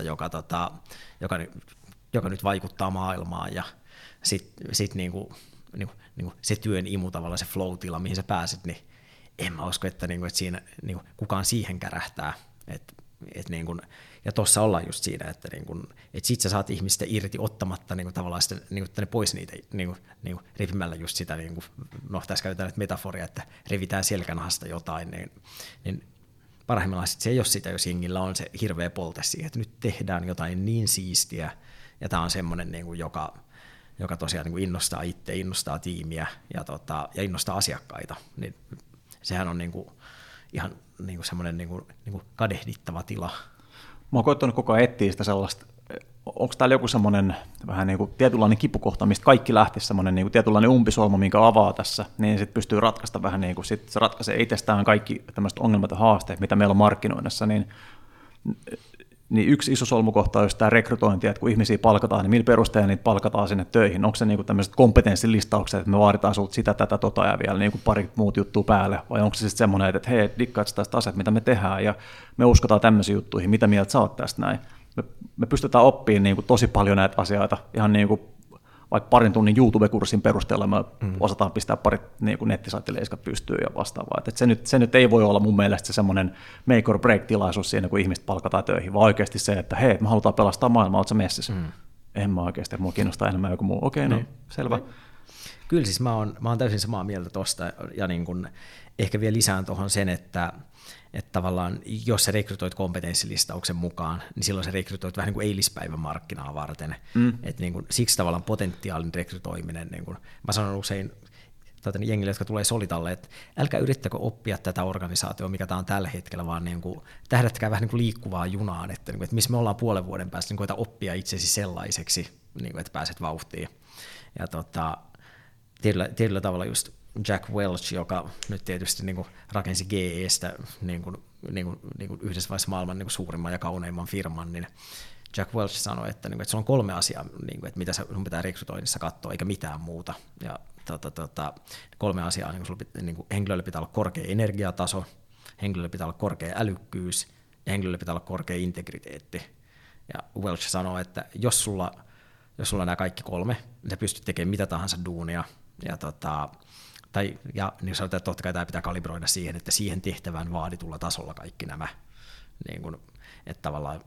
joka nyt vaikuttaa maailmaan, ja sit niin kuin se työn imu tavallaan, se flow-tila, mihin sä pääset, niin en mä usko, että siinä kukaan siihen kärähtää. Ja tuossa ollaan just siinä, että sit sä saat ihmistä irti ottamatta tavallaan sitä, ne pois niitä repimällä just sitä, no tässä käytetään nyt metaforia, että revitään selkänahasta jotain, niin parhaimmillaan se ei ole sitä, jos jengillä on se hirveä polte siihen, että nyt tehdään jotain niin siistiä, ja tämä on semmoinen, joka tosiaan innostaa itse, innostaa tiimiä ja innostaa asiakkaita, niin sehän on ihan semmoinen kadehdittava tila. Mä oon koettanut koko ajan etsiä sitä sellaista, onko täällä joku semmoinen vähän niin kuin tietynlainen kipukohta, mistä kaikki lähtisi semmoinen niin kuin tietynlainen umpisolmu, minkä avaa tässä, niin sitten pystyy ratkaista vähän niin kuin, sit se ratkaisee itsestään kaikki tämmöiset ongelmat ja haasteet, mitä meillä on markkinoinnissa, niin yksi iso solmukohta on just tämä rekrytointi, että kun ihmisiä palkataan, niin millä perusteella niitä palkataan sinne töihin? Onko se niin kuin tämmöiset kompetenssilistaukset, että me vaaditaan sulta sitä, tätä, ja vielä niin kuin pari muut juttua päälle, vai onko se sitten semmoinen, että hei, dikkaat tästä asiat, mitä me tehdään, ja me uskotaan tämmöisiin juttuihin, mitä mieltä sä oot tästä näin? Me pystytään oppimaan niin kuin tosi paljon näitä asioita, ihan niin kuin vaikka parin tunnin YouTube-kurssin perusteella me osataan pistää parit niin kuin nettisaittileiskat pystyyn ja vastaavaa. Se nyt ei voi olla mun mielestä semmoinen make or break -tilaisuus siinä, kun ihmiset palkataan töihin, vaan oikeasti se, että hei, me halutaan pelastaa maailmaa, ootko sä messissä? En mä oikeasti, mua kiinnostaa enemmän joku muu. Okei, no, selvä. Kyllä siis mä oon täysin samaa mieltä tosta, ja niin kun ehkä vielä lisään tuohon sen, että tavallaan jos sä rekrytoit kompetenssilistauksen mukaan, niin silloin sä rekrytoit vähän niin kuin eilispäivän markkinaa varten. Et niin kuin, siksi tavallaan potentiaalinen rekrytoiminen, niin kuin mä sanon usein jengille, jotka tulee Solitalle, että älkää yrittäkö oppia tätä organisaatiota, mikä tämä on tällä hetkellä, vaan niin kuin, tähdätkää vähän niin kuin liikkuvaan junaan, että missä me ollaan puolen vuoden päästä, niin koita oppia itsesi sellaiseksi, niin kuin, että pääset vauhtiin. Ja tietyllä tavalla just Jack Welch, joka nyt tietysti niin kuin rakensi GEstä niin kuin yhdessä vaiheessa maailman niin kuin suurimman ja kauneimman firman, niin Jack Welch sanoi, että se on 3 asiaa, että mitä sun pitää rekrytoinnissa katsoa, eikä mitään muuta. Ja 3 asiaa, henkilöllä pitää olla korkea energiataso, henkilöllä pitää olla korkea älykkyys ja henkilöllä pitää olla korkea integriteetti. Ja Welch sanoi, että jos sulla on nämä kaikki 3, niin sä pystyt tekemään mitä tahansa duunia, ja niin sanotaan, että totta kai tämä pitää kalibroida siihen, että siihen tehtävään vaaditulla tasolla kaikki nämä, että tavallaan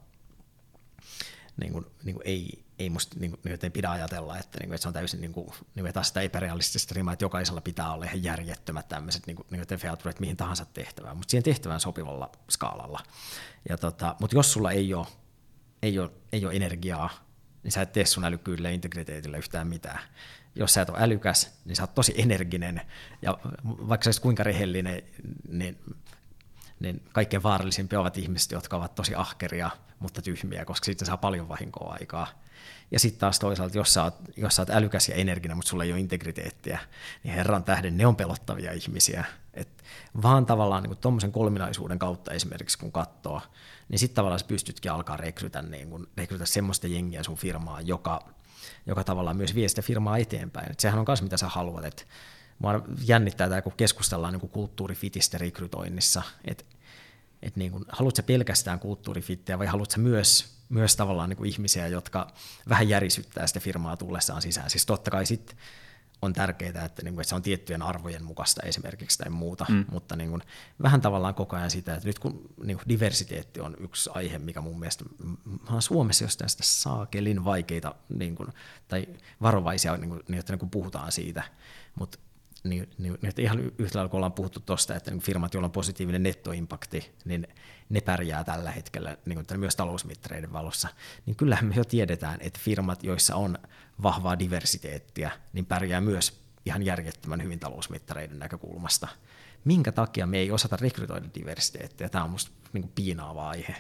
ei musta ei pidä ajatella, että se on täysin taas sitä epärealistista rimaa, että jokaisella pitää olla ihan järjettömät tämmöiset featuret mihin tahansa tehtävään, mutta siihen tehtävään sopivalla skaalalla. Mutta jos sulla ei ole energiaa, niin sä et tee sun älykkyydellä ja integriteetillä yhtään mitään. Jos sä et ole älykäs, niin sä oot tosi energinen, ja vaikka sä olisit kuinka rehellinen, niin kaikkein vaarallisimpia ovat ihmiset, jotka ovat tosi ahkeria, mutta tyhmiä, koska siitä saa paljon vahinkoa aikaa. Ja sitten taas toisaalta, jos sä oot älykäs ja energinen, mutta sulla ei ole integriteettiä, niin herran tähden ne on pelottavia ihmisiä. Et vaan tavallaan niin tuommoisen kolminaisuuden kautta esimerkiksi kun katsoo, niin sitten tavallaan sä pystytkin alkaa rekrytä semmoista jengiä sun firmaa, joka tavallaan myös vie sitä firmaa eteenpäin. Et sehän on myös mitä sä haluat. Et mua jännittää tämä, kun keskustellaan niin kulttuurifitistä rekrytoinnissa, että haluatko sä pelkästään kulttuurifittiä vai haluatko sä myös myös tavallaan niin kuin ihmisiä, jotka vähän järisyttää sitä firmaa tullessaan sisään. Siis totta kai sitten on tärkeää, että se on tiettyjen arvojen mukaista esimerkiksi tai muuta, mutta vähän tavallaan koko ajan sitä, että nyt kun diversiteetti on yksi aihe, mikä mun mielestä Suomessa jostain sitä saakelin vaikeita tai varovaisia, että kun puhutaan siitä, mutta että ihan yhtä lailla kun ollaan puhuttu tuosta, että firmat, joilla on positiivinen nettoimpakti, niin ne pärjää tällä hetkellä myös talousmittareiden valossa, niin kyllähän me jo tiedetään, että firmat, joissa on vahvaa diversiteettiä, niin pärjää myös ihan järjettömän hyvin talousmittareiden näkökulmasta. Minkä takia me ei osata rekrytoida diversiteettiä? Tämä on musta piinaava aihe.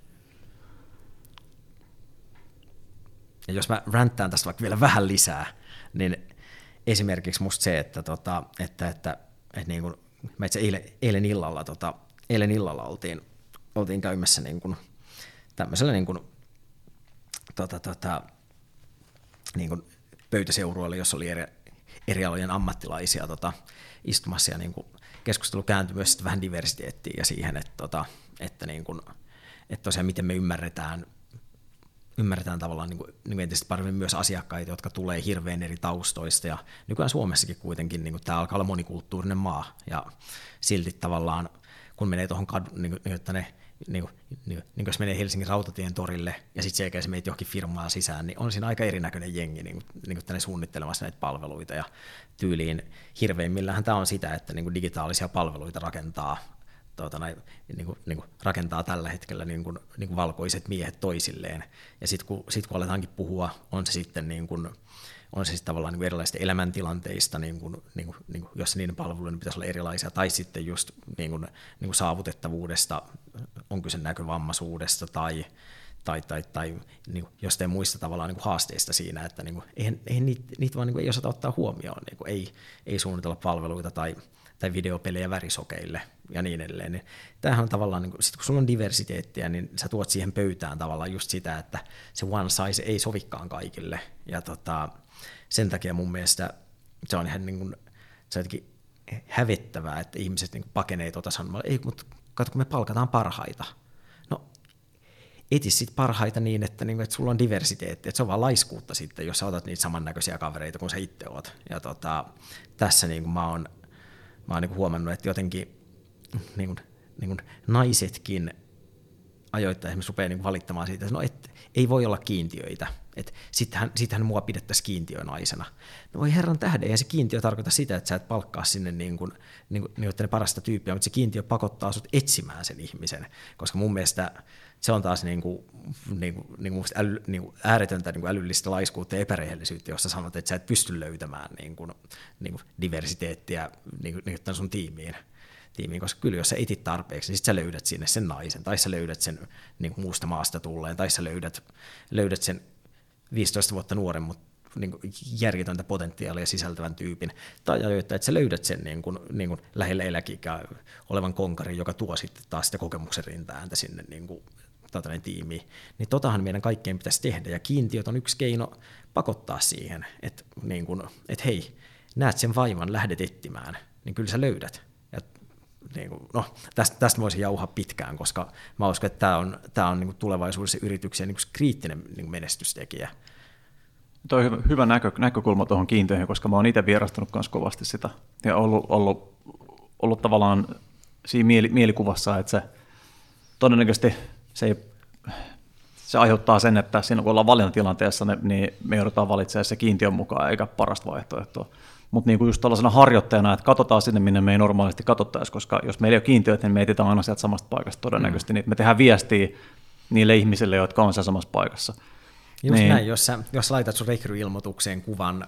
Ja jos mä ränttään tästä vaikka vielä vähän lisää, niin esimerkiksi musta se, että mä itse eilen illalla oltiin käymässä tämmöisellä pöytäseurueella, jossa oli eri alojen ammattilaisia istumassa, ja keskustelu kääntyi myös vähän diversiteettiin ja siihen, että tosiaan miten me ymmärretään tavallaan entistä paremmin myös asiakkaita, jotka tulee hirveän eri taustoista, ja nykyään Suomessakin kuitenkin tämä alkaa olla monikulttuurinen maa, ja silti tavallaan kun menee tuohon jos menee Helsingin Rautatien torille ja sitten sen jälkeen menet johonkin firmaan sisään, niin on siinä aika erinäköinen jengi tänne suunnittelemassa näitä palveluita, ja tyyliin hirveimmillähän tämä on sitä, että digitaalisia palveluita rakentaa tällä hetkellä valkoiset miehet toisilleen, ja sitten kun aletaankin puhua, on se sitten tavallaan erilaisista elämäntilanteista, jossa niiden palveluiden pitäisi olla erilaisia, tai sitten just saavutettavuudesta, on kyse näkövammaisuudesta, tai jostain muista tavallaan haasteista siinä, että eihän niitä vaan ei osata ottaa huomioon, ei suunnitella palveluita tai videopelejä värisokeille ja niin edelleen. Niin tämähän on tavallaan, sit kun sulla on diversiteettiä, niin sä tuot siihen pöytään tavallaan just sitä, että se one size ei sovikaan kaikille. Ja sen takia mun mielestä se on ihan se on jotenkin hävettävää, että ihmiset pakenee sanomalla, ei, mutta katso, kun me palkataan parhaita. No, etsi sit parhaita niin, että sulla on diversiteetti, että se on vaan laiskuutta sitten, jos sä otat niitä samannäköisiä kavereita kuin sä itse oot. Ja tässä mä oon huomannut, että jotenkin naisetkin ajoittain esimerkiksi rupeaa valittamaan siitä, että ei voi olla kiintiöitä, että sittenhän mua pidettäisiin kiintiönaisena. No voi herran tähden, eihän se kiintiö tarkoita sitä, että sä et palkkaa sinne ne parasta tyyppiä, mutta se kiintiö pakottaa sut etsimään sen ihmisen, koska mun mielestä se on taas ääretöntä älyllistä laiskuutta ja epärehellisyyttä, jossa sanot, että sä et pysty löytämään diversiteettiä sun tiimiin, koska kyllä jos sä etit tarpeeksi, niin sit sä löydät sinne sen naisen, tai sä löydät sen muusta maasta tulleen, tai sä löydät sen 15 vuotta nuoren, mutta järjetöntä potentiaalia sisältävän tyypin, tai ajoittaa, että sä löydät sen lähellä eläkikää olevan konkarin, joka tuo sitten taas sitä kokemuksen rintaääntä sinne tiimiin. Niin totahan meidän kaikkien pitäisi tehdä, ja kiintiöt on yksi keino pakottaa siihen, että hei, näet sen vaivan, lähdet etsimään, niin kyllä sä löydät. Tästä voisin jauhaa pitkään, koska mä uskon, että tämä on tulevaisuudessa yrityksien kriittinen menestystekijä. Tuo on hyvä näkökulma tuohon kiintiöihin, koska mä oon itse vierastanut myös kovasti sitä ja ollut tavallaan siinä mielikuvassa, että se todennäköisesti se aiheuttaa sen, että siinä kun ollaan valintatilanteessa, niin me joudutaan valitsemaan se kiintiön mukaan eikä parasta vaihtoehtoa. Mutta just tällaisena harjoittajana, että katsotaan sinne, minne me ei normaalisti katsottaisi, koska jos meillä ei ole kiintiöitä, niin me etsitään aina sieltä samasta paikasta todennäköisesti. Niin me tehdään viestiä niille ihmisille, jotka on siellä samassa paikassa. Just niin. Näin, jos laitat sun rekryilmoitukseen kuvan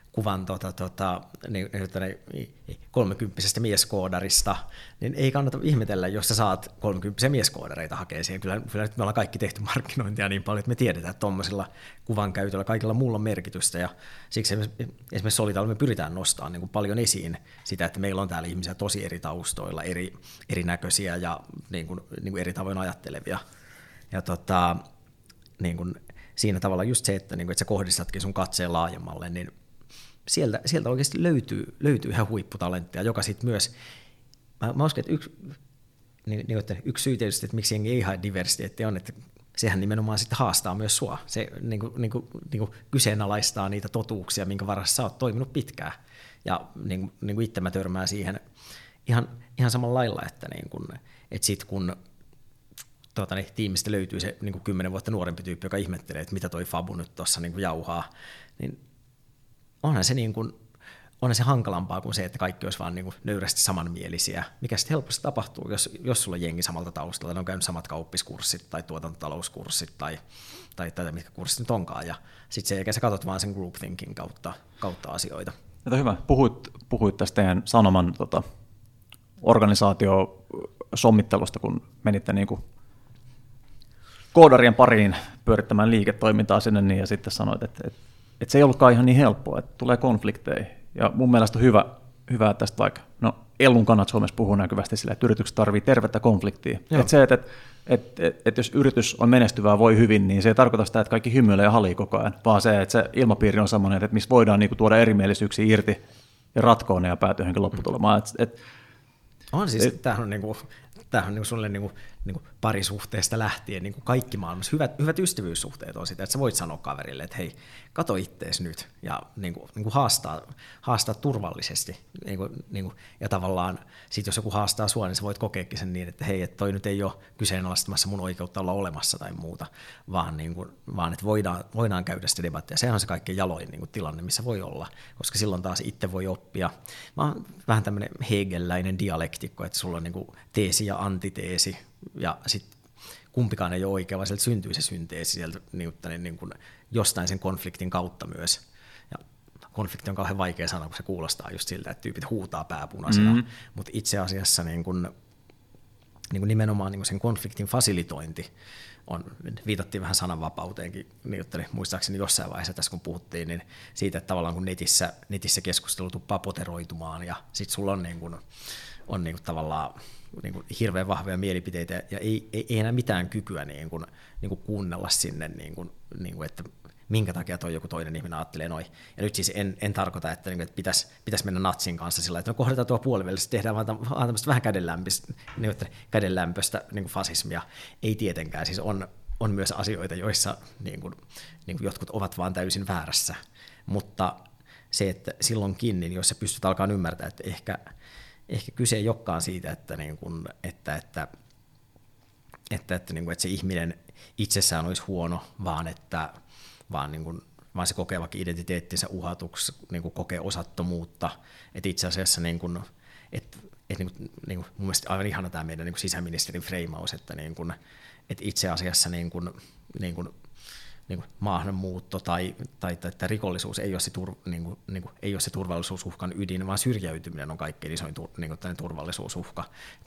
30-vuotiaasta mieskoodarista, niin ei kannata ihmetellä, jos sä saat 30-vuotiaita mieskoodareita hakea siihen. Kyllä nyt me ollaan kaikki tehty markkinointia niin paljon, että me tiedetään, että tuommoisella kuvan käytöllä kaikilla muulla on merkitystä, ja siksi esimerkiksi Solitalla me pyritään nostamaan paljon esiin sitä, että meillä on täällä ihmisiä tosi eri taustoilla, erinäköisiä ja eri tavoin ajattelevia. Ja siinä tavalla just se, että sä kohdistatkin sun katseen laajemmalle, niin sieltä oikeasti löytyy ihan huipputalenttia, joka sitten myös, mä uskon, että yksi syy tietysti, että miksi jengi ei hae diversiteettiä on, että sehän nimenomaan sitten haastaa myös sua. Se niin kuin kyseenalaistaa niitä totuuksia, minkä varassa sä oot toiminut pitkään. Ja niin kuin itse mä törmään siihen ihan samalla lailla, että sitten kun tiimistä löytyy se niin kuin 10 vuotta nuorempi tyyppi, joka ihmettelee, että mitä toi Fabu nyt tuossa niin kuin jauhaa, niin onhan se hankalampaa kuin se, että kaikki olisi vaan niin kuin nöyrästi samanmielisiä, mikä sitten helposti tapahtuu, jos sulla on jengi samalta taustalta, ne on käynyt samat kauppiskurssit tai tuotantotalouskurssit tai mitkä kurssit nyt onkaan, ja sitten sä katsot vaan sen groupthinkin kautta asioita. Tämä hyvä. Puhuit tästä teidän Sanoman organisaatiosommittelusta, kun menitte niin kuin koodarien pariin pyörittämään liiketoimintaa sinne, niin, ja sitten sanoit, että se ei ollutkaan ihan niin helppoa, että tulee konflikteja. Ja mun mielestä on hyvä että tästä vaikka, Ellun kannat Suomessa puhuu näkyvästi sillä, että yritykset tarvitsee tervettä konfliktia. Että se, että jos yritys on menestyvää, voi hyvin, niin se ei tarkoita sitä, että kaikki hymyilee ja halii koko ajan, vaan se, että se ilmapiiri on sellainen, että missä voidaan niinku tuoda erimielisyyksiä irti ja ratkoa ne ja päätyä johonkin lopputulemaan. On siis, tämähän on niinku sulle parisuhteesta lähtien niinku kaikki maailmassa hyvät ystävyyssuhteet on sitä, että sä voit sanoa kaverille, että hei, kato ittees nyt ja niinku haastaa turvallisesti. Ja tavallaan sit jos joku haastaa sua, niin sä voit kokeekin sen niin, että hei, että toi nyt ei ole kyseenalaistamassa mun oikeutta olla olemassa tai muuta, vaan että voidaan käydä sitä debattia. Sehän on se kaikkein jaloin niinku tilanne, missä voi olla, koska silloin taas itse voi oppia. Mä oon vähän tämmöinen hegeläinen dialektikko, että sulla on niinku teesi ja antiteesi, ja sitten kumpikaan ei ole oikea, vaan sieltä syntyy se synteesi sieltä niin kuin jostain sen konfliktin kautta myös. Ja konflikti on kauhean vaikea sana, kun se kuulostaa just siltä, että tyypit huutaa pääpunaisena, mutta itse asiassa nimenomaan niin kuin sen konfliktin fasilitointi viitattiin vähän sananvapauteenkin, muistaakseni jossain vaiheessa tässä kun puhuttiin, niin siitä, että tavallaan kun netissä keskustelu tuppaa poteroitumaan, ja sitten sulla on tavallaan hirveän vahvoja mielipiteitä ja ei enää mitään kykyä kuunnella sinne, että minkä takia toi joku toinen ihminen ajattelee noin. Ja nyt siis en tarkoita, että pitäisi mennä natsin kanssa sillä että kohdataan tuo puolivälissä, tehdään vaan tämmöistä vähän kädenlämpöistä fasismia. Ei tietenkään, siis on myös asioita, joissa jotkut ovat vaan täysin väärässä, mutta se, että silloinkin, niin jos sä pystyt alkaa ymmärtää, että ehkä kyse ei olekaan siitä, että se ihminen itsessään olisi huono, vaan se kokee vaikka identiteettinsä uhatuksi, kokee osattomuutta. Että itse asiassa, mun mielestä aivan ihana tämä meidän sisäministerin freimaus, että itse asiassa maahanmuutto tai rikollisuus ei ole se turvallisuusuhkan ydin, vaan syrjäytyminen on kaikkein isoin turvallisuusuhka,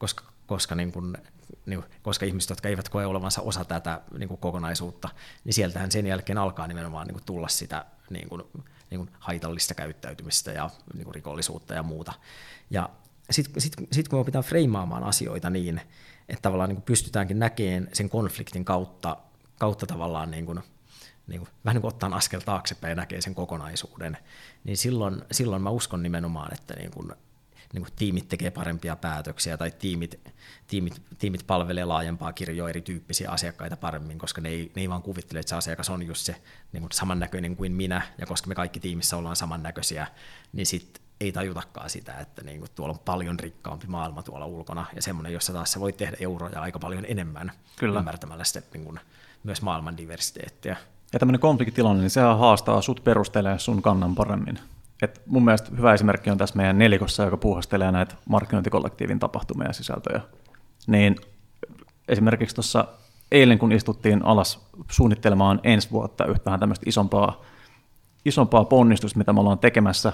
koska ihmiset, jotka eivät koe olevansa osa tätä kokonaisuutta, niin sieltähän sen jälkeen alkaa nimenomaan tulla sitä haitallista käyttäytymistä ja rikollisuutta ja muuta. Ja sitten kun opitaan freimaamaan asioita niin, että tavallaan pystytäänkin näkemään sen konfliktin kautta tavallaan vähän niin kuin ottaa askel taaksepäin ja näkee sen kokonaisuuden, niin silloin mä uskon nimenomaan, että tiimit tekee parempia päätöksiä tai tiimit palvelee laajempaa kirjoa erityyppisiä asiakkaita paremmin, koska ne ei vaan kuvittele, että se asiakas on just se samannäköinen kuin minä, ja koska me kaikki tiimissä ollaan samannäköisiä, niin sitten ei tajutakaan sitä, että tuolla on paljon rikkaampi maailma tuolla ulkona, ja semmoinen, jossa taas sä voit tehdä euroja aika paljon enemmän, kyllä, ymmärtämällä sitten myös maailman diversiteettiä. Ja tämmöinen konfliktitilanne, niin sehän haastaa sut perustelemaan sun kannan paremmin. Et mun mielestä hyvä esimerkki on tässä meidän nelikossa, joka puuhastelee näitä markkinointikollektiivin tapahtumia ja sisältöjä. Niin esimerkiksi tuossa eilen, kun istuttiin alas suunnittelemaan ensi vuotta yhtä vähän tämmöistä isompaa ponnistusta, mitä me ollaan tekemässä,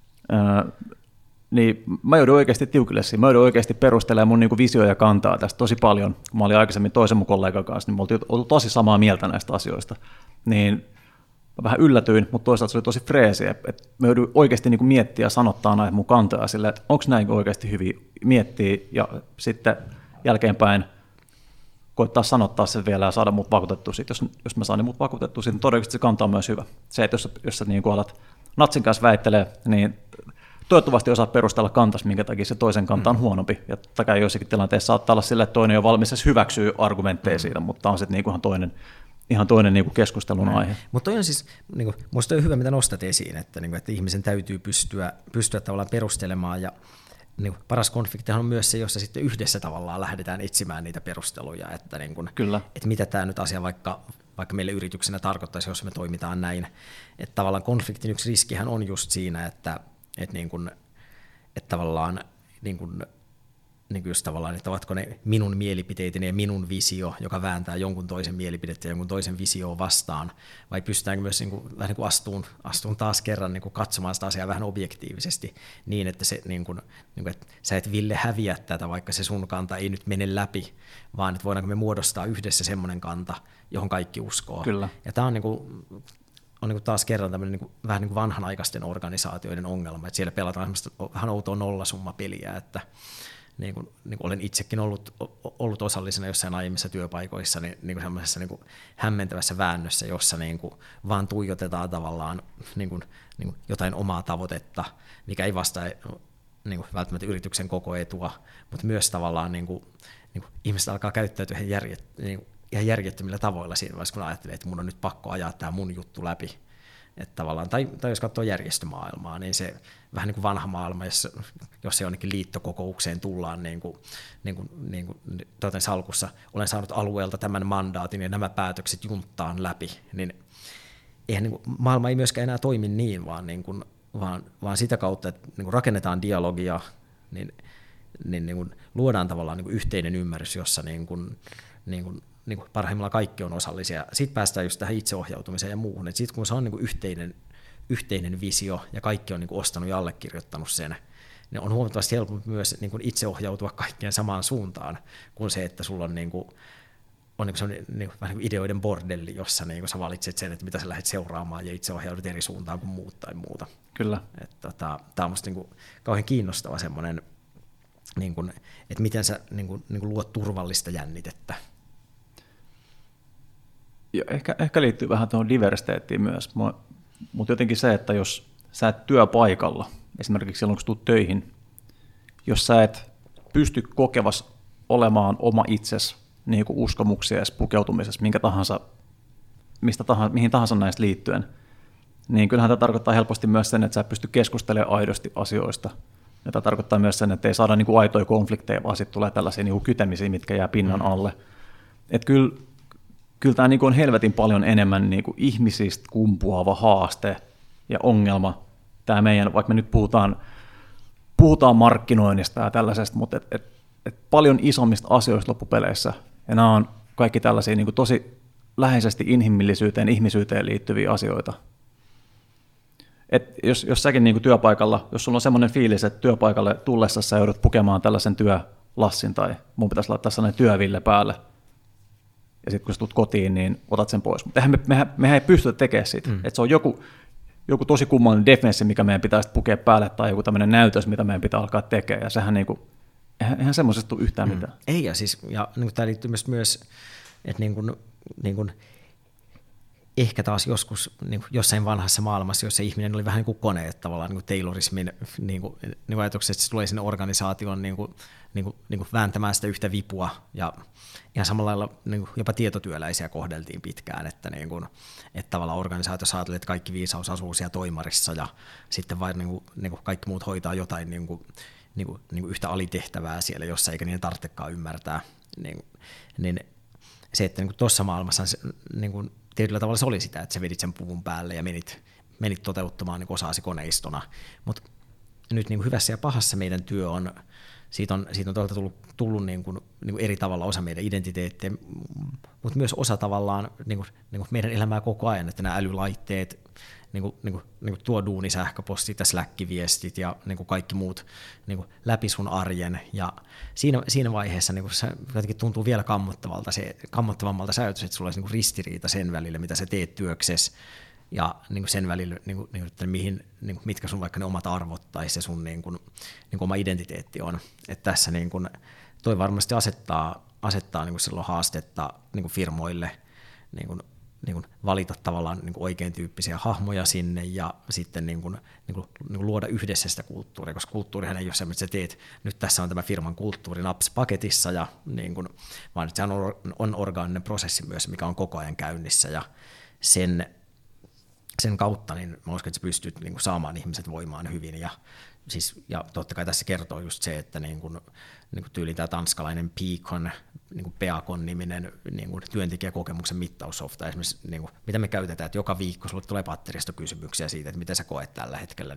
niin mä joudun oikeasti tiukille siinä. Mä joudun oikeasti perustelemaan mun visio ja kantaa tästä tosi paljon. Kun mä olin aikaisemmin toisen mun kollegan kanssa, niin me oltiin ollut tosi samaa mieltä näistä asioista. Niin mä vähän yllätyin, mutta toisaalta se oli tosi freesiä. Että mä joudun oikeasti miettiä ja sanottaa näitä mun kantaa silleen, että onko näin oikeasti hyvin miettiä ja sitten jälkeenpäin koittaa sanottaa sen vielä ja saada mut vakuutettua siitä. Jos mä saan mut vakuutettua siitä, niin todennäköisesti se kanta on myös hyvä. Se, että jos sä alat natsin kanssa väittelee, niin toivottavasti osaa perustella kantas, minkä takia se toisen kanta on huonompi. Ja totta kai joissakin tilanteissa saattaa olla sillä, että toinen jo valmis hyväksyy argumentteja siitä, mutta on sitten niinku ihan toinen niinku keskustelun aihe. Mutta toi on siis, niinku, musta on hyvä, mitä nostat esiin, että ihmisen täytyy pystyä tavallaan perustelemaan, ja niinku, paras konfliktihan on myös se, jossa sitten yhdessä tavallaan lähdetään etsimään niitä perusteluja, että, niinku, että mitä tämä nyt asia vaikka meille yrityksenä tarkoittaisi, jos me toimitaan näin. Että tavallaan konfliktin yksi riskihän on just siinä, että tavallaan just tavallaan, että ovatko ne minun mielipiteiteni ja minun visio, joka vääntää jonkun toisen mielipidettä ja jonkun toisen visioon vastaan, vai pystytäänkö myös vähän astuun taas kerran katsomaan sitä asiaa vähän objektiivisesti niin, että että sä et Ville häviä tätä, vaikka se sun kanta ei nyt mene läpi, vaan että voidaanko me muodostaa yhdessä semmoinen kanta, johon kaikki uskoo. Kyllä. Ja tämä on taas kerran tämmöinen vähän vanhanaikaisten organisaatioiden ongelma, että siellä pelataan vähän outoa nollasummapeliä, että niin kuin olen itsekin ollut osallisena jossain aiemmissa työpaikoissa niin semmoisessa hämmentävässä väännössä, jossa vaan tuijotetaan tavallaan jotain omaa tavoitetta, mikä ei vastaa välttämättä yrityksen koko etua, mutta myös tavallaan ihmiset alkaa käyttäytyä ihan järjettömillä tavoilla siinä vaiheessa, kun ajattelee, että mun on nyt pakko ajaa tämä mun juttu läpi. Että tavallaan, tai jos katsoo järjestömaailmaa, niin se vähän niin kuin vanha maailma, jos se jonnekin liittokokoukseen tullaan salkussa, olen saanut alueelta tämän mandaatin ja nämä päätökset junttaan läpi, niin eihän maailma ei myöskään enää toimi niin, vaan sitä kautta, että rakennetaan dialogia, niin luodaan tavallaan yhteinen ymmärrys, jossa parhaimmillaan kaikki on osallisia. Sitten päästään just tähän itseohjautumiseen ja muuhun. Sitten kun se on yhteinen visio ja kaikki on ostanut ja allekirjoittanut sen, niin on huomattavasti helpompi myös itseohjautua kaikkien samaan suuntaan kuin se, että sulla on vähän niin kuin ideoiden bordelli, jossa sä valitset sen, että mitä sä lähdet seuraamaan ja itseohjaudut eri suuntaan kuin muut tai muuta. Kyllä. Tämä on musta kauhean kiinnostava semmoinen, että miten sä luot turvallista jännitettä. Ja ehkä liittyy vähän tuohon diversiteettiin myös, mutta jotenkin se, että jos sä et työpaikalla, esimerkiksi silloin kun tulet töihin, jos sä et pysty kokevas olemaan oma itsesi niin kuin uskomuksia ja pukeutumisessa, mihin tahansa näistä liittyen, niin kyllähän tämä tarkoittaa helposti myös sen, että sä et pysty keskustelemaan aidosti asioista. Ja tämä tarkoittaa myös sen, että ei saada niin kuin aitoja konflikteja, vaan sitten tulee tällaisia niin kuin kytemisiä, mitkä jää pinnan alle. Että kyllä tämä on helvetin paljon enemmän ihmisistä kumpuava haaste ja ongelma. Tämä meidän, vaikka me nyt puhutaan markkinoinnista ja tällaisesta, mutta et paljon isommista asioista loppupeleissä. Ja nämä on kaikki tällaisia tosi läheisesti inhimillisyyteen, ihmisyyteen liittyviä asioita. Et jos säkin työpaikalla, jos sulla on semmoinen fiilis, että työpaikalle tullessa sä joudut pukemaan tällaisen työlassin tai mun pitäisi laittaa sellainen työville päälle, ja sitten kun sä tulet kotiin, niin otat sen pois. Mutta mehän ei pystytä tekemään sitä. Että se on joku tosi kummallinen defenssi, mikä meidän pitäisi pukea päälle, tai joku tämmöinen näytös, mitä meidän pitää alkaa tekemään. Ja sehän eihän semmoisesta tule yhtään mitään. Ei, ja tämä liittyy myös että ehkä taas joskus jossain vanhassa maailmassa, jossa ihminen oli vähän niin kuin kone, että tavallaan Taylorismin ajatukset, että se tulee sinne organisaation vääntämään sitä yhtä vipua, ja ihan samalla lailla jopa tietotyöläisiä kohdeltiin pitkään, että tavallaan organisaatiossa ajattelee, että kaikki viisaus asuu siellä toimarissa, ja sitten vain kaikki muut hoitaa jotain yhtä alitehtävää siellä, jossa eikä niiden tarvitsekaan ymmärtää. Niin se, että tuossa maailmassa tietyllä tavalla se oli sitä, että sä vedit sen puvun päälle ja menit toteuttamaan osaasi koneistona, mutta nyt hyvässä ja pahassa meidän työ on, siitä on tullut eri tavalla osa meidän identiteettiä, mutta myös osa tavallaan meidän elämää koko ajan, että nämä älylaitteet tuo duunisähköpostit ja Slack-viestit ja kaikki muut läpi sun arjen, ja siinä vaiheessa se jotenkin tuntuu vielä kammottavammalta se ajatus, että sulla olisi ristiriita sen välillä, mitä sä teet työksesi, ja sen välillä, että mitkä sun vaikka ne omat arvot tai se sun oma identiteetti on. Että tässä toi varmasti asettaa silloin haastetta firmoille valita tavallaan oikein tyyppisiä hahmoja sinne ja sitten luoda yhdessä sitä kulttuuria, koska kulttuurihan ei ole semmoinen, että sä teet, nyt tässä on tämä firman kulttuuri naps paketissa, ja vaan että se on orgaaninen prosessi myös, mikä on koko ajan käynnissä, ja sen kautta niin mä uskon, että sä pystyt saamaan ihmiset voimaan hyvin, ja totta kai tässä kertoo just se, että tyyli tämä tanskalainen Peakon-niminen työntekijäkokemuksen mittaussofta, esimerkiksi mitä me käytetään, että joka viikko sulle tulee patteristokysymyksiä siitä, että miten sä koet tällä hetkellä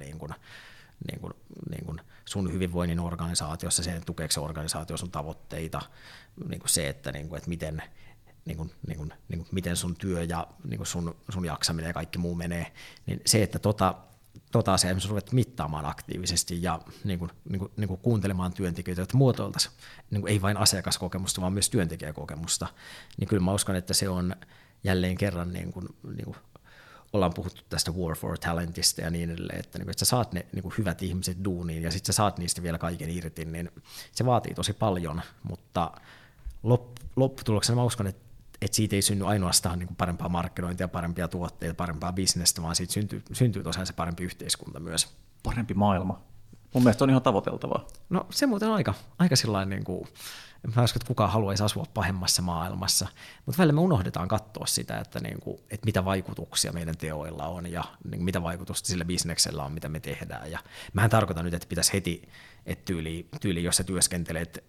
sun hyvinvoinnin organisaatiossa, sen tukeeko se organisaatio sun tavoitteita, se, että miten miten sun työ ja sun jaksaminen ja kaikki muu menee, niin se, että tota asiaa esimerkiksi ruvet mittaamaan aktiivisesti ja kuuntelemaan työntekijöitä, että muotoiltaisiin ei vain asiakaskokemusta, vaan myös työntekijäkokemusta, niin kyllä mä uskon, että se on jälleen kerran, ollaan puhuttu tästä War for Talentista ja niin edelleen, että sä saat ne hyvät ihmiset duuniin ja sitten sä saat niistä vielä kaiken irti, niin se vaatii tosi paljon, mutta lopputuloksena mä uskon, että siitä ei synny ainoastaan parempaa markkinointia, parempia tuotteita, parempaa bisnestä, vaan siitä syntyy tosiaan se parempi yhteiskunta myös. Parempi maailma. Mun mielestä on ihan tavoiteltavaa. No se muuten on aika sillain, mä uskon, että kukaan haluaisi asua pahemmassa maailmassa, mutta välillä me unohdetaan katsoa sitä, että mitä vaikutuksia meidän teoilla on ja mitä vaikutusta sillä bisneksellä on, mitä me tehdään. Ja mähän tarkoitan nyt, että pitäisi heti, että tyyli jos sä työskentelet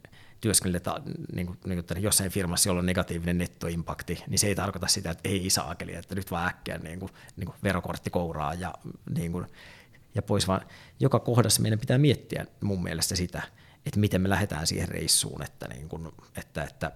jossain firmassa, jolla on negatiivinen nettoimpakti, niin se ei tarkoita sitä, että ei saakeli, että nyt vaan äkkiä verokortti kouraa ja pois, vaan joka kohdassa meidän pitää miettiä mun mielestä sitä, että miten me lähdetään siihen reissuun, että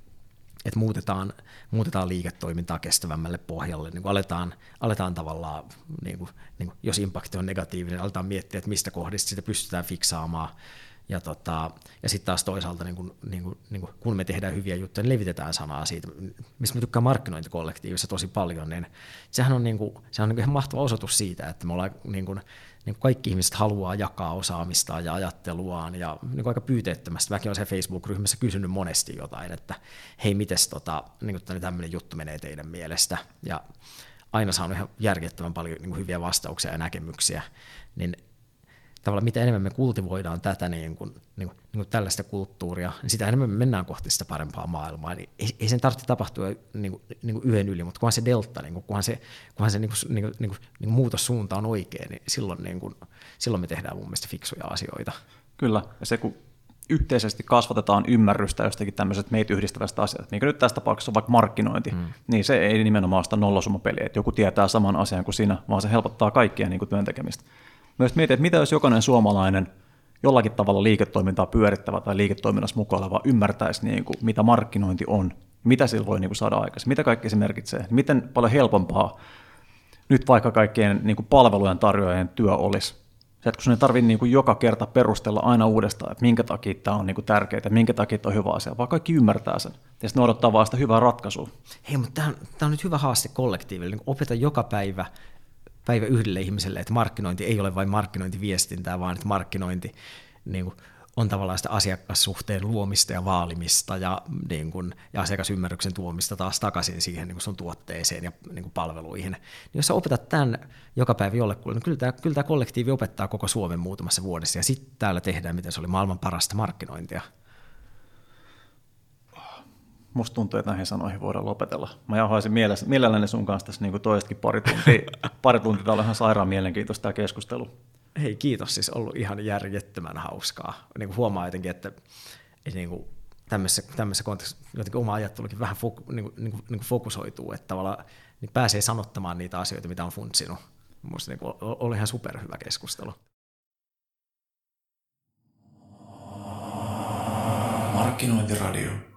muutetaan liiketoimintaa kestävämmälle pohjalle, aletaan tavallaan, jos impakti on negatiivinen, aletaan miettiä, että mistä kohdista sitä pystytään fiksaamaan. Ja sitten taas toisaalta, kun me tehdään hyviä juttuja, niin levitetään sanaa siitä, mistä me tykkään markkinointikollektiivissa tosi paljon, niin sehän on ihan mahtava osoitus siitä, että me ollaan, kaikki ihmiset haluaa jakaa osaamistaan ja ajatteluaan, ja aika pyyteettömästi. Mäkin olen se Facebook-ryhmässä kysynyt monesti jotain, että hei, mites tämmöinen juttu menee teidän mielestä, ja aina saanut ihan järjettömän paljon hyviä vastauksia ja näkemyksiä, niin tavallaan mitä enemmän me kultivoidaan tätä tällaista kulttuuria, niin sitä enemmän me mennään kohti sitä parempaa maailmaa. Niin ei sen tarvitse tapahtua yhden yli, mutta kunhan se delta, kunhan se muutossuunta on oikein, niin silloin me tehdään mun mielestä fiksuja asioita. Kyllä, ja se kun yhteisesti kasvatetaan ymmärrystä jostakin tämmöisestä meitä yhdistävästä asiasta, niin kuin nyt tässä tapauksessa on vaikka markkinointi, niin se ei nimenomaan sitä nollasummapeliä, että joku tietää saman asian kuin sinä, vaan se helpottaa kaikkia työn tekemistä. Myös mietin, että mitä jos jokainen suomalainen jollakin tavalla liiketoimintaa pyörittävä tai liiketoiminnassa mukaan oleva ymmärtäisi, mitä markkinointi on, mitä sillä voi saada aikaisemmin, mitä kaikki se merkitsee, miten paljon helpompaa nyt vaikka kaikkien palvelujen tarjoajien työ olisi. Se, että kun sun ei tarvitse joka kerta perustella aina uudestaan, että minkä takia tämä on tärkeää, minkä takia tämä on hyvä asia, vaan kaikki ymmärtää sen. Ja sitten odottaa vaan sitä hyvää ratkaisua. Hei, mutta tämä on nyt hyvä haaste kollektiiville. Opeta joka päivä yhdelle ihmiselle, että markkinointi ei ole vain markkinointiviestintää, vaan että markkinointi on tavallaan sitä asiakassuhteen luomista ja vaalimista ja asiakasymmärryksen tuomista taas takaisin siihen sun tuotteeseen ja palveluihin. Niin jos sä opetat tämän joka päivä jollekulle, niin kyllä tämä kollektiivi opettaa koko Suomen muutamassa vuodessa, ja sitten täällä tehdään, mitä se oli, maailman parasta markkinointia. Musta tuntuu, että näihin sanoihin voidaan lopetella. Mä jauhaisin mielelläni sun kanssa tässä toistakin pari tuntia. Tää oli ihan sairaan mielenkiintoista tämä keskustelu. Hei, kiitos. Siis ollut ihan järjettömän hauskaa. Huomaa jotenkin, että tämmöisessä kontekstissa jotenkin oma ajattelukin vähän fokusoituu, että tavallaan pääsee sanottamaan niitä asioita, mitä on funtsinut. Musta oli ihan superhyvä keskustelu. Markkinointiradio.